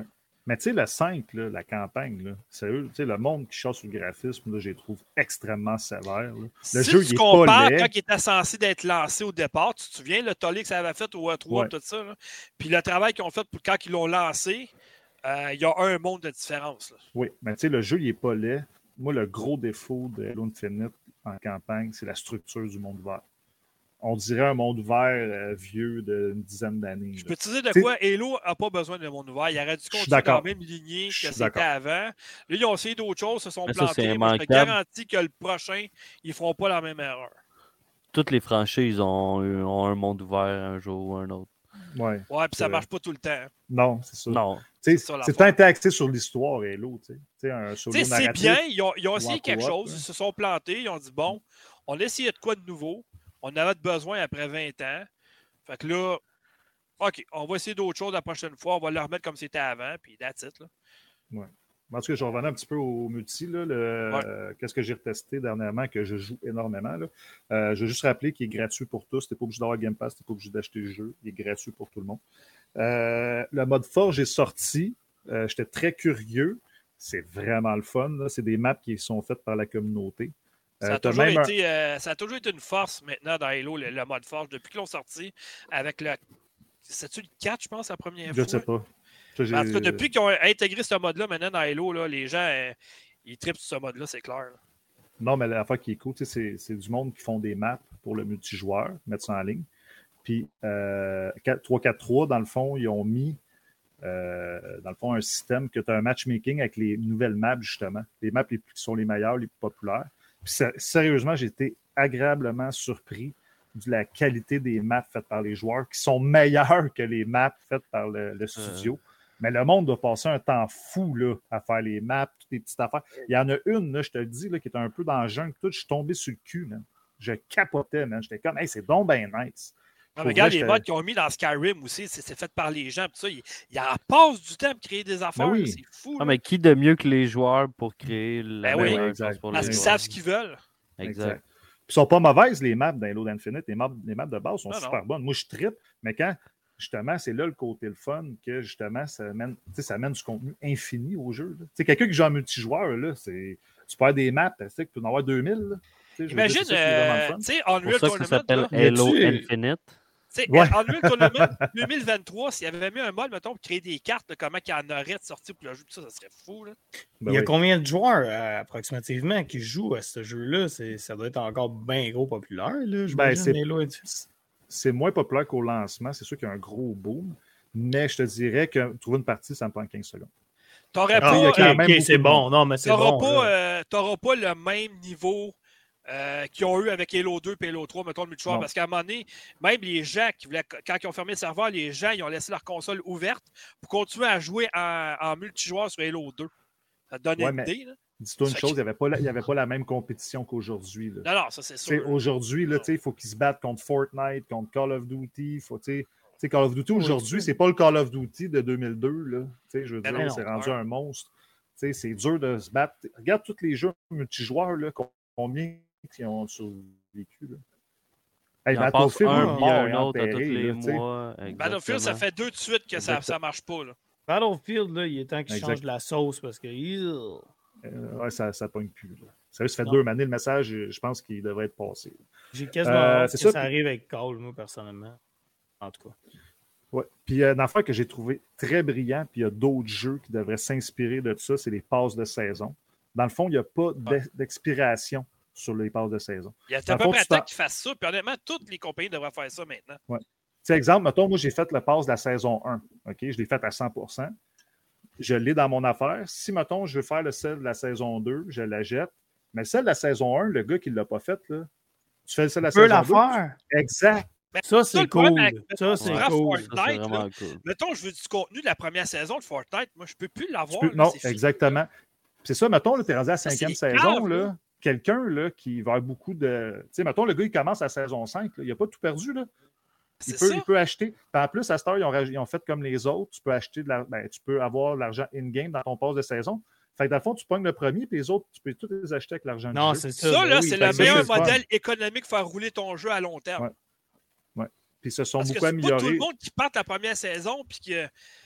Mais tu sais, le cinq, là, la campagne, là, sérieux, tu sais, le monde qui chasse sur le graphisme, là, je les trouve extrêmement sévères. Là. Le si jeu, tu il est compares pas laid. quand il était censé d'être lancé au départ, tu te souviens, le tollé que ça avait fait au E trois, Ouais. tout ça, là, puis le travail qu'ils ont fait pour quand ils l'ont lancé, euh, il y a un monde de différence. Là. Oui, mais tu sais, le jeu, il est pas laid. Moi, le gros défaut de Halo Infinite en campagne, c'est la structure du monde ouvert. On dirait un monde ouvert euh, vieux d'une dizaine d'années. Je là. peux te dire de T'sais, quoi Halo n'a pas besoin de monde ouvert. Il aurait dû Je suis continuer dans la d'accord. même lignée que Je suis c'était d'accord. avant. Là, ils ont essayé d'autres choses, se sont Mais ça, c'est plantés. Moi, je te immanquable. garantis que le prochain, ils ne feront pas la même erreur. Toutes les franchises ont, eu- ont un monde ouvert un jour ou un autre. Ouais. Ouais, puis ça C'est ne marche pas tout le temps. Non, c'est ça. Non. Tu sais, C'est ça, c'est l'affaire. peut-être axé sur l'histoire, Halo. Tu sais. Tu sais, un solo Tu sais, c'est narratif. bien. Ils ont, ils ont ou essayé en quelque coop, chose. là. Ils se sont plantés. Ils ont dit bon, on a essayé de quoi de nouveau. On avait besoin après vingt ans. Fait que là, OK, on va essayer d'autres choses la prochaine fois. On va le remettre comme c'était avant. Puis that's it. Là. Ouais. En tout cas, je revenais un petit peu au multi. Là, le, Ouais. euh, qu'est-ce que j'ai retesté dernièrement, que je joue énormément. Là. Euh, je veux juste rappeler qu'il est gratuit pour tous. Tu n'es pas obligé d'avoir Game Pass, tu n'es pas obligé d'acheter le jeu. Il est gratuit pour tout le monde. Euh, le mode Forge est sorti. Euh, j'étais très curieux. C'est vraiment le fun. Là. C'est des maps qui sont faites par la communauté. Ça, Euh, a t'as toujours même un- été, euh, ça a toujours été une force maintenant dans Halo, le, le mode force. Depuis qu'ils l'ont sorti avec le. C'est-tu le quatre, je pense, la première Je fois? ne sais pas. Ça, j'ai- En tout cas, depuis qu'ils ont intégré ce mode-là maintenant dans Halo, là, les gens, euh, ils trippent sur ce mode-là, c'est clair. là. Non, mais l'affaire qui est cool, tu sais, c'est, c'est du monde qui font des maps pour le multijoueur, mettre ça en ligne. Puis euh, trois quatre trois, dans le fond, ils ont mis euh, dans le fond un système que tu as un matchmaking avec les nouvelles maps, justement. Les maps les plus, qui sont les meilleures, les plus populaires. Puis ça- sérieusement, j'ai été agréablement surpris de la qualité des maps faites par les joueurs, qui sont meilleures que les maps faites par le, le studio. Mais le monde doit passer un temps fou là, à faire les maps, toutes les petites affaires. Il y en a une, là, je te le dis, là, qui est un peu dans le jungle. Tout, je suis tombé sur le cul. Man. Je capotais. Man. J'étais comme, hey, c'est donc bien nice. Non, Pour mais regarde vrai, les j'étais- modes qu'ils ont mis dans Skyrim aussi, c'est, c'est fait par les gens. Puis ça, ils, ils en passent du temps pour créer des affaires. Ben oui. C'est fou. Ah, là. mais qui de mieux que les joueurs pour créer la Ben oui. meilleure Exact. chose pour Parce les qu'ils joueurs? savent ce qu'ils veulent. Exact. Puis, ils sont pas mauvaises, les maps dans Halo Infinite. Les maps, les maps de base sont Non, super non. bonnes. Moi, je trippe, mais quand, justement, c'est là le côté le fun, que justement, ça amène, tu sais, ça amène du contenu infini au jeu. là. Tu sais, quelqu'un qui joue en multijoueur, là, c'est, tu peux avoir des maps, tu sais, que tu peux en avoir deux mille. là. Tu sais, je veux dire, Imagine, c'est ça qui est vraiment le euh, fun. tu sais, C'est Unreal pour ça que ça Tournament. s'appelle là, Halo Y a-tu- Infinite. Tu sais, Ouais. Unreal Tournament deux mille vingt-trois, s'il y avait mis un mode, mettons, pour créer des cartes de comment il y en aurait de sortir pour le jeu, tout ça, ça serait fou. Là. Ben Il y a oui. combien de joueurs euh, approximativement qui jouent à ce jeu-là? C'est, ça doit être encore bien gros populaire. Là, Ben, j'imagine, c'est- Halo Infinite. C'est moins populaire qu'au lancement. C'est sûr qu'il y a un gros boom. Mais je te dirais que trouver une partie, ça me prend quinze secondes. T'aurais Ah, il y a pas, ok, quand même ok, beaucoup c'est de bon. monde. Non, mais c'est t'auras bon. pas, là. euh, t'auras pas le même niveau euh, qu'ils ont eu avec Halo deux et Halo trois, mettons le multijoueur. Non. Parce qu'à un moment donné, même les gens qui voulaient, quand ils ont fermé le serveur, les gens ils ont laissé leur console ouverte pour continuer à jouer en, en multijoueur sur Halo deux. Ça te donne Ouais, une mais- idée. Là. Dis-toi une Fait chose, que- il n'y avait, pas la- il y avait pas la même compétition qu'aujourd'hui. là. Non, non, ça c'est Tu sais, sûr. Aujourd'hui, là, tu sais, il faut qu'ils se battent contre Fortnite, contre Call of Duty. Faut, tu sais, tu sais, Call of Duty aujourd'hui, c'est pas le Call of Duty de deux mille deux. Là. Tu sais, je veux Ben dire, non, c'est non, rendu ouais. un monstre. Tu sais, c'est dur de se battre. Regarde tous les jeux multijoueurs, là, combien qui ont survécu. Là. Hey, Il en passe Battlefield, un il est puis mort un et autre à tous enterré, les là, tu sais. mois. Battlefield, ça exactement. fait deux de suite que ça, Exactement. ça marche pas. Là. Battlefield, là, il est temps qu'ils Exact. changent la sauce parce que. Ew. Euh, ouais, ça ne pogne plus. Là. Sérieux, ça fait Non. deux années le message, je pense qu'il devrait être passé. J'ai quasiment Euh, hâte c'est que ça, ça, puis- arrive avec Call, moi, personnellement. En tout cas. Ouais. Puis euh, une affaire que j'ai trouvé très brillant, puis il y a d'autres jeux qui devraient s'inspirer de ça, c'est les passes de saison. Dans le fond, il n'y a pas d'ex- d'expiration sur les passes de saison. Il y a Dans à le peu fond, près tu temps t'en- qu'ils fassent ça. Puis honnêtement, toutes les compagnies devraient faire ça maintenant. Tu sais, exemple, mettons, moi, j'ai fait le pass de la saison un. OK? Je l'ai fait à cent pour cent. Je l'ai dans mon affaire. Si, mettons, je veux faire le celle de la saison deux, je la jette. Mais celle de la saison un, le gars qui ne l'a pas faite, là, tu fais le celle de la Tu peux saison la deux. faire. Exact. Mais Ça, ça, c'est le problème cool. avec- Ça, c'est tu Ouais. prends cool. Fortnite, Ça, c'est là, vraiment cool. mettons, je veux du contenu de la première saison de Fortnite. Moi, je peux plus Tu l'avoir. peux- là, non, c'est fini. exactement. Puis c'est ça, mettons, tu es rendu à la Ça, cinquième c'est saison, grave, là, là. quelqu'un là, qui va avoir beaucoup de. Tu sais, mettons, le gars, il commence à la saison cinq, là, il n'a pas tout perdu. Là. Il, C'est peut, ça. il peut acheter. Puis en plus, à cette heure, ils ont, raj- ils ont fait comme les autres. Tu peux acheter de la, ben, tu peux avoir de l'argent in-game dans ton pass de saison. Fait que dans le fond, tu pognes le premier, puis les autres, tu peux tous les acheter avec l'argent Non, du jeu. c'est ça. Ça, ben là, oui, c'est fait le que ça, meilleur c'est le fun. modèle économique pour faire rouler ton jeu à long terme. Ouais. Puis ils se sont Parce que beaucoup c'est pas tout améliorés. le monde qui part la première saison puis que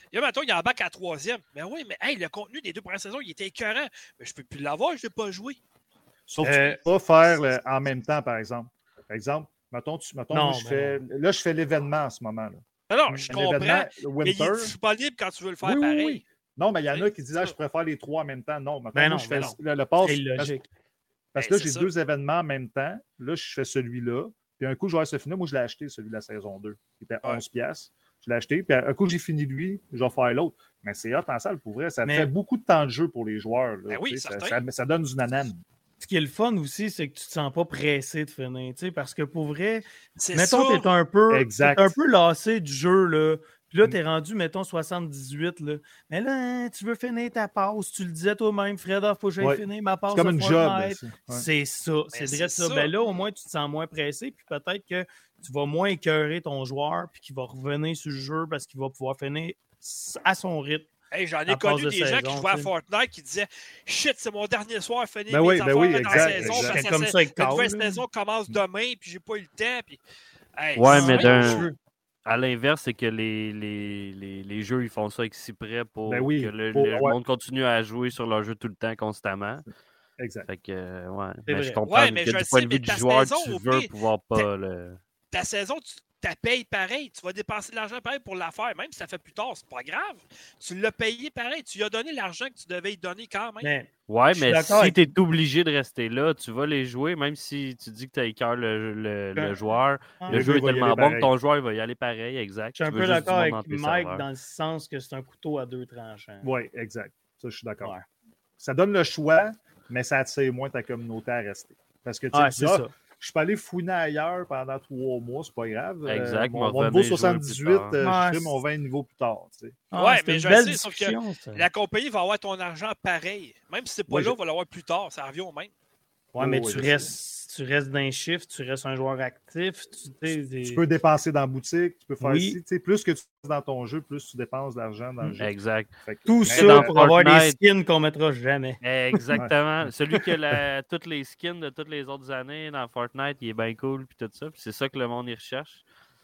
Là, maintenant, il embarque à la troisième. Mais oui, mais hey, le contenu des deux premières saisons, il était écœurant. Mais je ne peux plus l'avoir, je ne l'ai pas joué. Sauf que Euh, tu peux pas faire le- en même temps, par exemple. Par exemple, mettons, tu, mettons Non, moi, je mais fais, là, je fais l'événement en ce moment. Là. Non, non, je comprends. L'événement, le Mais il Winter. est disponible quand tu veux le faire Oui, oui, pareil. oui. Non, mais il y en a Oui, qui disent ça. ah, je préfère les trois en même temps. Non, mettons, Ben moi, non, je ben fais non. le, le pass. C'est Parce, illogique. parce que Ben, là, c'est j'ai ça. deux événements en même temps. Là, je fais celui-là. Puis un coup, je vais avoir ce film-là. Moi, je l'ai acheté, celui de la saison deux. Il était Ouais. onze piastres. Je l'ai acheté. Puis un coup, j'ai fini lui, je vais faire l'autre. Mais c'est hot en salle, pour vrai. Ça Mais- fait beaucoup de temps de jeu pour les joueurs. Là, Ben oui, tu sais, ça, certain. ça, ça donne du nanane. Ce qui est le fun aussi, c'est que tu te sens pas pressé de finir, tu sais, parce que pour vrai, C'est mettons, ça. t'es un peu, Exact. t'es un peu lassé du jeu, là. Puis là, t'es rendu, mettons, soixante-dix-huit, là. Mais là, hein, tu veux finir ta passe. Tu le disais toi-même, Fred, il faut que j'aille Ouais. finir ma passe. C'est comme de une job. Fortnite. ça. Ouais. C'est ça, c'est c'est vrai ça. ça. Ben là, au moins, tu te sens moins pressé, puis peut-être que tu vas moins écœurer ton joueur, puis qu'il va revenir sur le jeu parce qu'il va pouvoir finir à son rythme. Hey, j'en ai à connu passe de des gens qui saison, jouaient à tu sais. Fortnite qui disaient Shit, c'est mon dernier soir, finir Ben mes oui, ben affaires oui, dans exact, la saison exact. parce que Comme la, ça avec la nouvelle Carl, là. saison commence demain, puis j'ai pas eu le temps. Puis... Hey, Ouais, c'est mais bien d'un- chaud. À l'inverse, c'est que les, les, les, les jeux, ils font ça exprès pour Ben oui, que le, pour- le ouais. monde continue à jouer sur leur jeu tout le temps, constamment. Exact. Fait que, euh, ouais. C'est Mais vrai. je comprends Ouais, mais que je du sais, point de mais vue du ta joueur, saison, tu au veux pire, pouvoir pas le... Ta saison, tu la payes pareil. Tu vas dépenser de l'argent pareil pour la faire. Même si ça fait plus tard, c'est pas grave. Tu l'as payé pareil. Tu lui as donné l'argent que tu devais lui donner quand même. Mais Ouais, Je suis mais d'accord si avec- tu es obligé de rester là, tu vas les jouer, même si tu dis que tu as écœur le, le, le Ouais. joueur. Ah. Le Le jeu gars, est il va y tellement aller bon que pareil. ton joueur il va y aller pareil, exact. je suis un Tu veux peu juste du d'accord monde avec dans tes Mike serveurs. dans le sens que c'est un couteau à deux tranchants. Oui, exact. Ça, je suis d'accord. Ouais. Ça donne le choix, mais ça attire moins ta communauté à rester. Parce que tu sais, Ouais, tu c'est dis, ah, ça. je peux aller fouiner ailleurs pendant trois mois, c'est pas grave. Euh, Exact, mon, m'en mon revenir niveau jouer plus soixante-dix-huit, tard. euh, Ouais, je ferai c'est- mon vingt niveaux plus tard. Tu sais. Ah, Ouais, c'est mais une je belle sais, sauf que discussion, ça. La compagnie va avoir ton argent pareil. Même si c'est pas Ouais, là, je- on va l'avoir plus tard. Ça revient au même. Ouais, Oh, mais oui, tu je sais. restes, tu restes d'un chiffre, tu restes un joueur actif. Tu, tu sais, Tu peux dépenser dans la boutique, tu peux faire Oui. ici. Tu sais, plus que tu fais dans ton jeu, plus tu dépenses d'argent dans le jeu. Exact. Fait que- tout mais, ça euh, pour avoir des Fortnite- skins qu'on mettra jamais. Exactement. Celui qui a la- toutes les skins de toutes les autres années dans Fortnite, il est bien cool, puis tout ça. Puis c'est ça que le monde y recherche.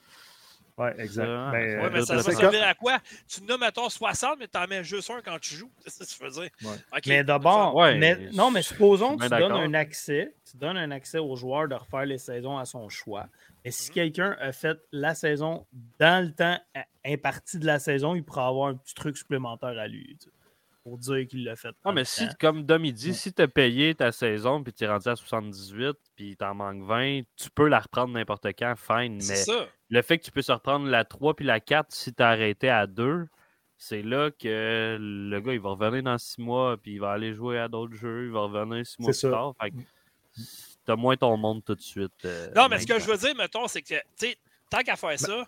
Ouais, exact. Ça, Ben, ouais, Ouais, euh, mais ça c'est va c'est servir à quoi? Tu en as, mettons, soixante, mais t'en mets juste un quand tu joues. C'est ça que tu veux dire. Ouais. OK. Mais d'abord, Ouais, mais- non, mais supposons je que suis tu bien donnes d'accord. un accès, tu donnes un accès au joueur de refaire les saisons à son choix. Mais si Mhm. quelqu'un a fait la saison dans le temps euh, imparti de la saison, il pourra avoir un petit truc supplémentaire à lui, tu sais, pour dire qu'il l'a fait. Ah, mais si, comme Dom il dit, si tu as payé ta saison puis tu es rendu à soixante-dix-huit puis il t'en manque vingt, tu peux la reprendre n'importe quand, fine. C'est Mais ça. le fait que tu peux se reprendre la trois puis la quatre si tu as arrêté à deux, c'est là que le gars il va revenir dans six mois puis il va aller jouer à d'autres jeux, il va revenir six mois C'est plus ça. tard. Fait que t'as moins ton monde tout de suite. euh, Non, mais ce que maintenant. je veux dire, mettons, c'est que, tu sais, tant qu'à faire ça,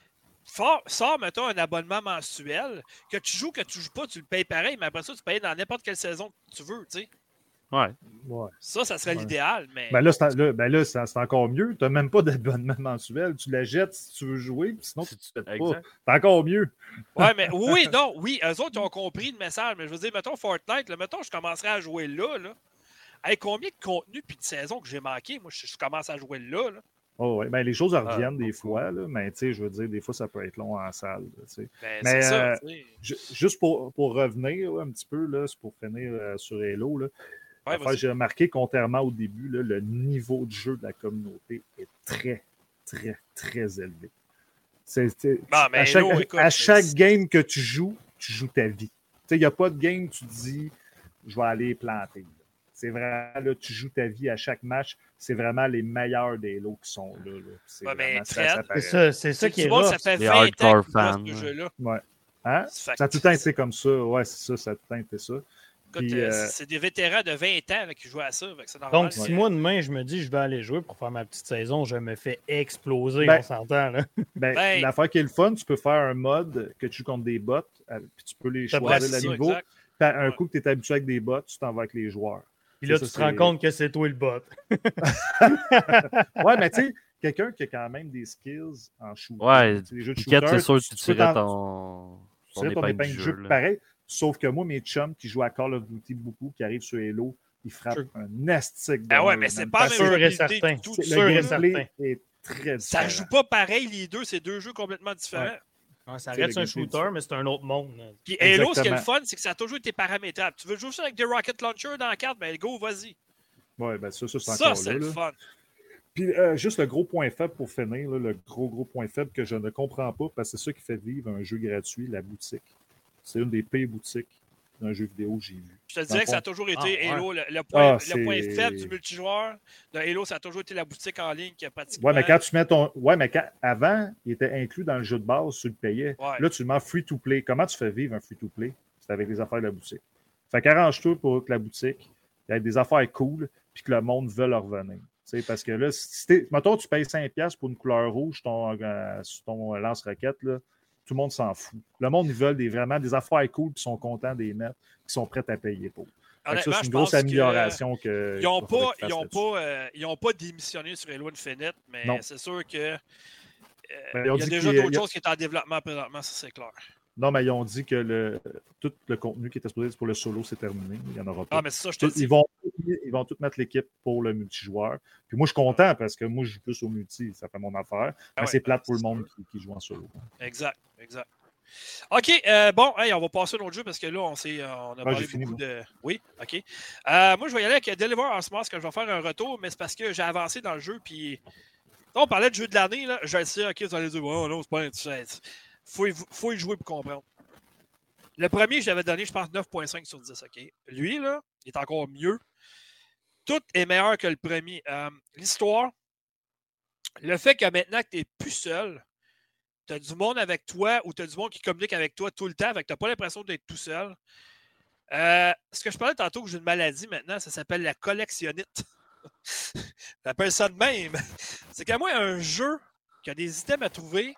for- sors, mettons, un abonnement mensuel. Que tu joues, que tu joues pas, tu le payes pareil, mais après ça, tu payes dans n'importe quelle saison que tu veux, tu sais. Ouais. ouais. Ça, ça serait Ouais. l'idéal, mais... Ben là, c'est, là, ben là, c'est, c'est encore mieux. Tu n'as même pas d'abonnement mensuel. Tu la jettes si tu veux jouer, puis sinon, tu Si ne tu- fais pas. exact. C'est encore mieux. Ouais, mais oui, non, oui, eux autres, ils ont compris le message, mais je veux dire, mettons Fortnite, là, mettons, je commencerais à jouer là, là. Hey, combien de contenu puis de saisons que j'ai manqué? Moi, je, je commence à jouer là, là. Oh, ouais. Ben, les choses reviennent Ah, des beaucoup. fois, là, mais tu sais, je veux dire, des fois, ça peut être long en salle. là, tu sais. Ben, Mais, c'est euh, ça, tu sais. Ju- Juste pour, pour revenir là, un petit peu, là, c'est pour finir euh, sur Halo. Là. Ouais, Enfin, vas-y. j'ai remarqué, contrairement au début, là, le niveau de jeu de la communauté est très, très, très élevé. C'est, c'est- Non, mais à chaque, Halo, à- écoute, à chaque c'est- game que tu joues, tu joues ta vie. Il n'y a pas de game où tu te dis je vais aller planter. là. C'est vraiment, là, tu joues ta vie à chaque match. C'est vraiment les meilleurs des Halo qui sont là. là. C'est Ouais, mais vraiment ça, Fred, ça paraît. C'est ça, c'est ça Tu qui est vois, rough. ça fait Les vingt ans hardcore qu'ils jouent à fans, ce ouais. jeu-là. Ouais. Hein? Ça fait Ça a que- tout le temps été comme ça. Ouais, c'est ça, ça a tout le temps été ça. Écoute, Puis, euh, euh, c'est des vétérans de vingt ans là, qui jouent à ça. fait que c'est normal. Donc, si Ouais. moi, demain, je me dis je vais aller jouer pour faire ma petite saison, je me fais exploser, Ben, on s'entend, là. Ben, Ben- l'affaire qui est le fun, tu peux faire un mode que tu joues contre des bots, euh, puis tu peux les Ça choisir Ouais, le c'est ça, niveau. exact. Puis à un Ouais. coup que tu es habitué avec des bots, tu t'en vas avec les joueurs. Puis là, Ça, tu te c'est- rends compte que c'est toi le bot. Ouais, mais tu sais, quelqu'un qui a quand même des skills en shooter. Ouais, tu sais, les jeux de Piquette, shooter, c'est sûr que tu peux tirais t'en- ton, tu ton tirais ton épingle épingle du du jeu. jeu là. pareil. Sauf que moi, mes chums qui jouent à Call of Duty beaucoup, qui arrivent sur Halo, ils frappent Sûr. un astic. Ah ouais, mais c'est pas la même Sûr et jouabilité certain. du tout. Le sûr et gameplay certain. est très Ça différent. joue pas pareil, les deux. C'est deux jeux complètement différents. Ouais, ça reste un shooter, mais c'est un autre monde. Puis Halo, ce qui est le fun, c'est que ça a toujours été paramétrable. Tu veux jouer ça avec des rocket launchers dans la carte, ben go, vas-y. Oui, ben ça, ça c'est ça, encore c'est là. le là. fun. Puis euh, juste le gros point faible pour finir, là, le gros, gros point faible que je ne comprends pas, parce que c'est ça qui fait vivre un jeu gratuit, la boutique. C'est une des pires boutiques d'un jeu vidéo que j'ai vu. Je te dirais que ça a toujours été ah, Halo. ouais. Le, le, point, Ah, le point faible du multijoueur de Halo, ça a toujours été la boutique en ligne qui a pratiquement... Ouais, mais quand tu mets ton. Ouais, mais quand... avant, il était inclus dans le jeu de base, tu le payais. Ouais. Là, tu le mets free-to-play. Comment tu fais vivre un free-to-play? C'est avec les affaires de la boutique. Fait qu'arrange-toi pour que la boutique ait des affaires cool puis que le monde veuille leur revenir. T'sais, parce que là, si t'es... mettons, tu payes cinq dollars pour une couleur rouge ton, euh, sur ton lance-roquette, là, tout le monde s'en fout. Le monde, ils veulent des, vraiment des affaires cool puis sont contents des mettre qui sont prêts à payer pour. Ça, c'est une grosse amélioration que. Ils n'ont pas, ils ont pas, euh, ils ont pas démissionné sur Halo Infinite, mais non. C'est sûr que euh, il y a déjà d'autres choses qui sont en développement présentement, ça c'est clair. Non, mais ils ont dit que le, tout le contenu qui était supposé pour le solo, c'est terminé. Il n'y en aura pas. Ah, mais c'est ça, je te tout, dis. Ils vont, ils vont tout mettre l'équipe pour le multijoueur. Puis moi, je suis content parce que moi, je joue plus au multi. Ça fait mon affaire. Ah mais ouais, c'est plate pour le monde qui, qui joue en solo. Exact, exact. OK, euh, bon, hey, on va passer à notre jeu parce que là, on, s'est, on a ah, parlé fini, beaucoup moi. de... Oui, OK. Euh, moi, je vais y aller avec Deliver en ce moment, parce que je vais faire un retour, mais c'est parce que j'ai avancé dans le jeu, puis... On parlait de jeu de l'année, là. Je le sais, OK, vous allez dire, oh non, c'est pas un... Faut y, faut y jouer pour comprendre. Le premier, je l'avais donné, je pense, neuf virgule cinq sur dix, OK. Lui, là, il est encore mieux. Tout est meilleur que le premier. Euh, l'histoire, le fait que maintenant que tu n'es plus seul, tu as du monde avec toi ou tu as du monde qui communique avec toi tout le temps, fait que tu n'as pas l'impression d'être tout seul. Euh, ce que je parlais tantôt que j'ai une maladie maintenant, ça s'appelle la collectionnite. J'appelle ça de même. C'est qu'à moi, un jeu qui a des items à trouver,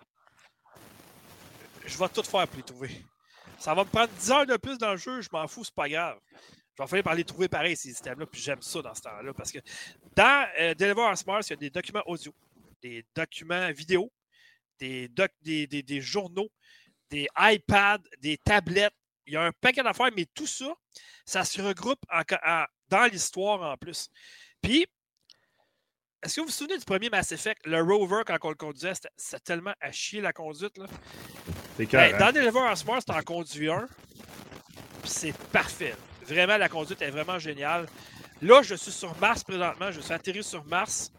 je vais tout faire pour les trouver. Ça va me prendre dix heures de plus dans le jeu, je m'en fous, c'est pas grave. Je vais finir par les trouver pareil, ces items-là, puis j'aime ça dans ce temps-là. Parce que dans euh, Deliver on Mars, il y a des documents audio, des documents vidéo, Des, doc, des, des, des journaux, des iPads, des tablettes. Il y a un paquet d'affaires, mais tout ça, ça se regroupe en, en, dans l'histoire en plus. Puis, est-ce que vous vous souvenez du premier Mass Effect? Le Rover, quand on le conduisait, c'était, c'était tellement à chier la conduite. Là. C'est clair, ben, hein? Dans Deliver on Mars, tu en conduis un, puis c'est parfait. Vraiment, la conduite est vraiment géniale. Là, je suis sur Mars présentement. Je suis atterri sur Mars.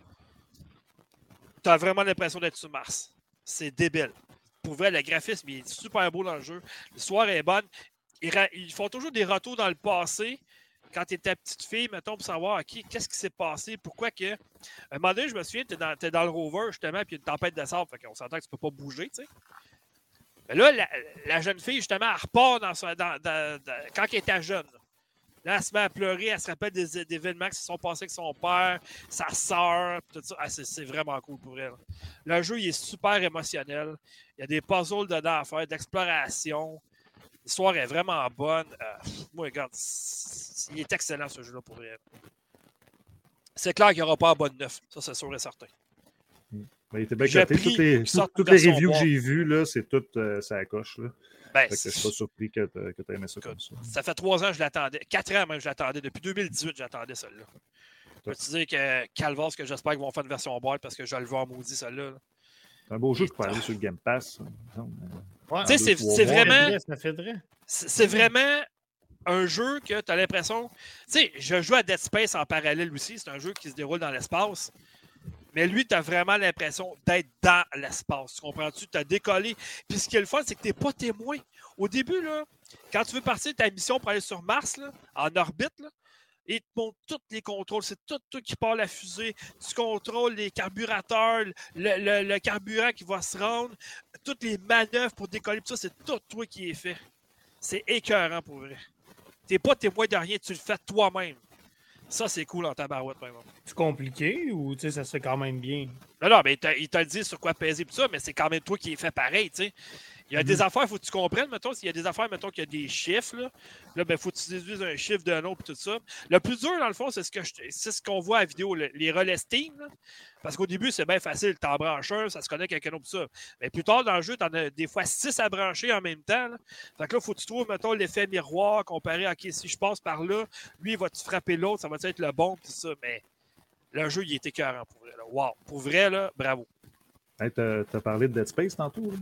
Tu as vraiment l'impression d'être sur Mars. C'est débile. Pour vrai, le graphisme il est super beau dans le jeu. L'histoire est bonne. Ils, ra- ils font toujours des retours dans le passé. Quand tu étais petite fille, mettons, pour savoir okay, qu'est-ce qui s'est passé, pourquoi que. À un moment donné, je me souviens, tu es dans, t'es dans le rover, justement, puis il y a une tempête de sable. Fait qu'on s'entend que tu peux pas bouger, tu sais. Mais là, la, la jeune fille, justement, elle repart dans, son, dans, dans, dans quand elle était jeune. Là, elle se met à pleurer, elle se rappelle des, des événements qui se sont passés avec son père, sa sœur, tout ça. Ah, c'est, c'est vraiment cool pour elle. Le jeu, il est super émotionnel. Il y a des puzzles dedans à faire, d'exploration. L'histoire est vraiment bonne. Euh, moi, regarde, il est excellent ce jeu-là pour elle. C'est clair qu'il n'y aura pas un bon neuf. Ça, c'est sûr et certain. Ben, il était bien coté. Toutes les, toutes, toutes les reviews que j'ai vues, là, c'est tout euh, ça coche. Là. Ben, je ne suis pas surpris que tu aies aimé ça comme ça. Ça fait trois ans que je l'attendais. Quatre ans même je l'attendais. Depuis deux mille dix-huit, j'attendais celle-là. Je peux te dire que Calvas, que j'espère qu'ils vont faire une version boîte parce que je le veux en maudit, celle-là. Là. C'est un beau jeu que je peux aller sur le Game Pass. Ouais, tu sais, c'est, c'est vraiment. C'est, c'est vraiment un jeu que tu as l'impression. Tu sais, je joue à Dead Space en parallèle aussi. C'est un jeu qui se déroule dans l'espace. Mais lui, tu as vraiment l'impression d'être dans l'espace. Tu comprends-tu? Tu as décollé. Puis ce qui est le fun, c'est que tu n'es pas témoin. Au début, là, quand tu veux partir de ta mission pour aller sur Mars, là, en orbite, là, ils te montrent tous les contrôles. C'est tout, tout qui part la fusée. Tu contrôles les carburateurs, le, le, le carburant qui va se rendre, toutes les manœuvres pour décoller. Tout ça, c'est tout toi qui est fait. C'est écœurant pour vrai. Tu n'es pas témoin de rien. Tu le fais toi-même. Ça, c'est cool en tabarouette, par exemple. C'est compliqué ou tu sais, ça se fait quand même bien? Non, non, mais il t'a dit sur quoi peser tout ça, mais c'est quand même toi qui es fait pareil, tu sais. Il y a mm-hmm. des affaires, il faut que tu comprennes, mettons, s'il y a des affaires, mettons qu'il y a des chiffres, là, là ben, il faut que tu déduises un chiffre d'un nom et tout ça. Le plus dur, dans le fond, c'est ce, que je, c'est ce qu'on voit à la vidéo, le, les relais Steam, là, parce qu'au début, c'est bien facile, t'en branches un, ça se connecte avec un autre, tout ça. Mais plus tard dans le jeu, t'en as des fois six à brancher en même temps, là. Fait que là, il faut que tu trouves, mettons, l'effet miroir, comparé à, OK, si je passe par là, lui, il va te frapper l'autre, ça va être le bon, tout ça, mais le jeu, il est écœurant pour vrai, là. Wow! Pour vrai, là, bravo. Hey, t'as, t'as parlé de Dead Space tantôt, là?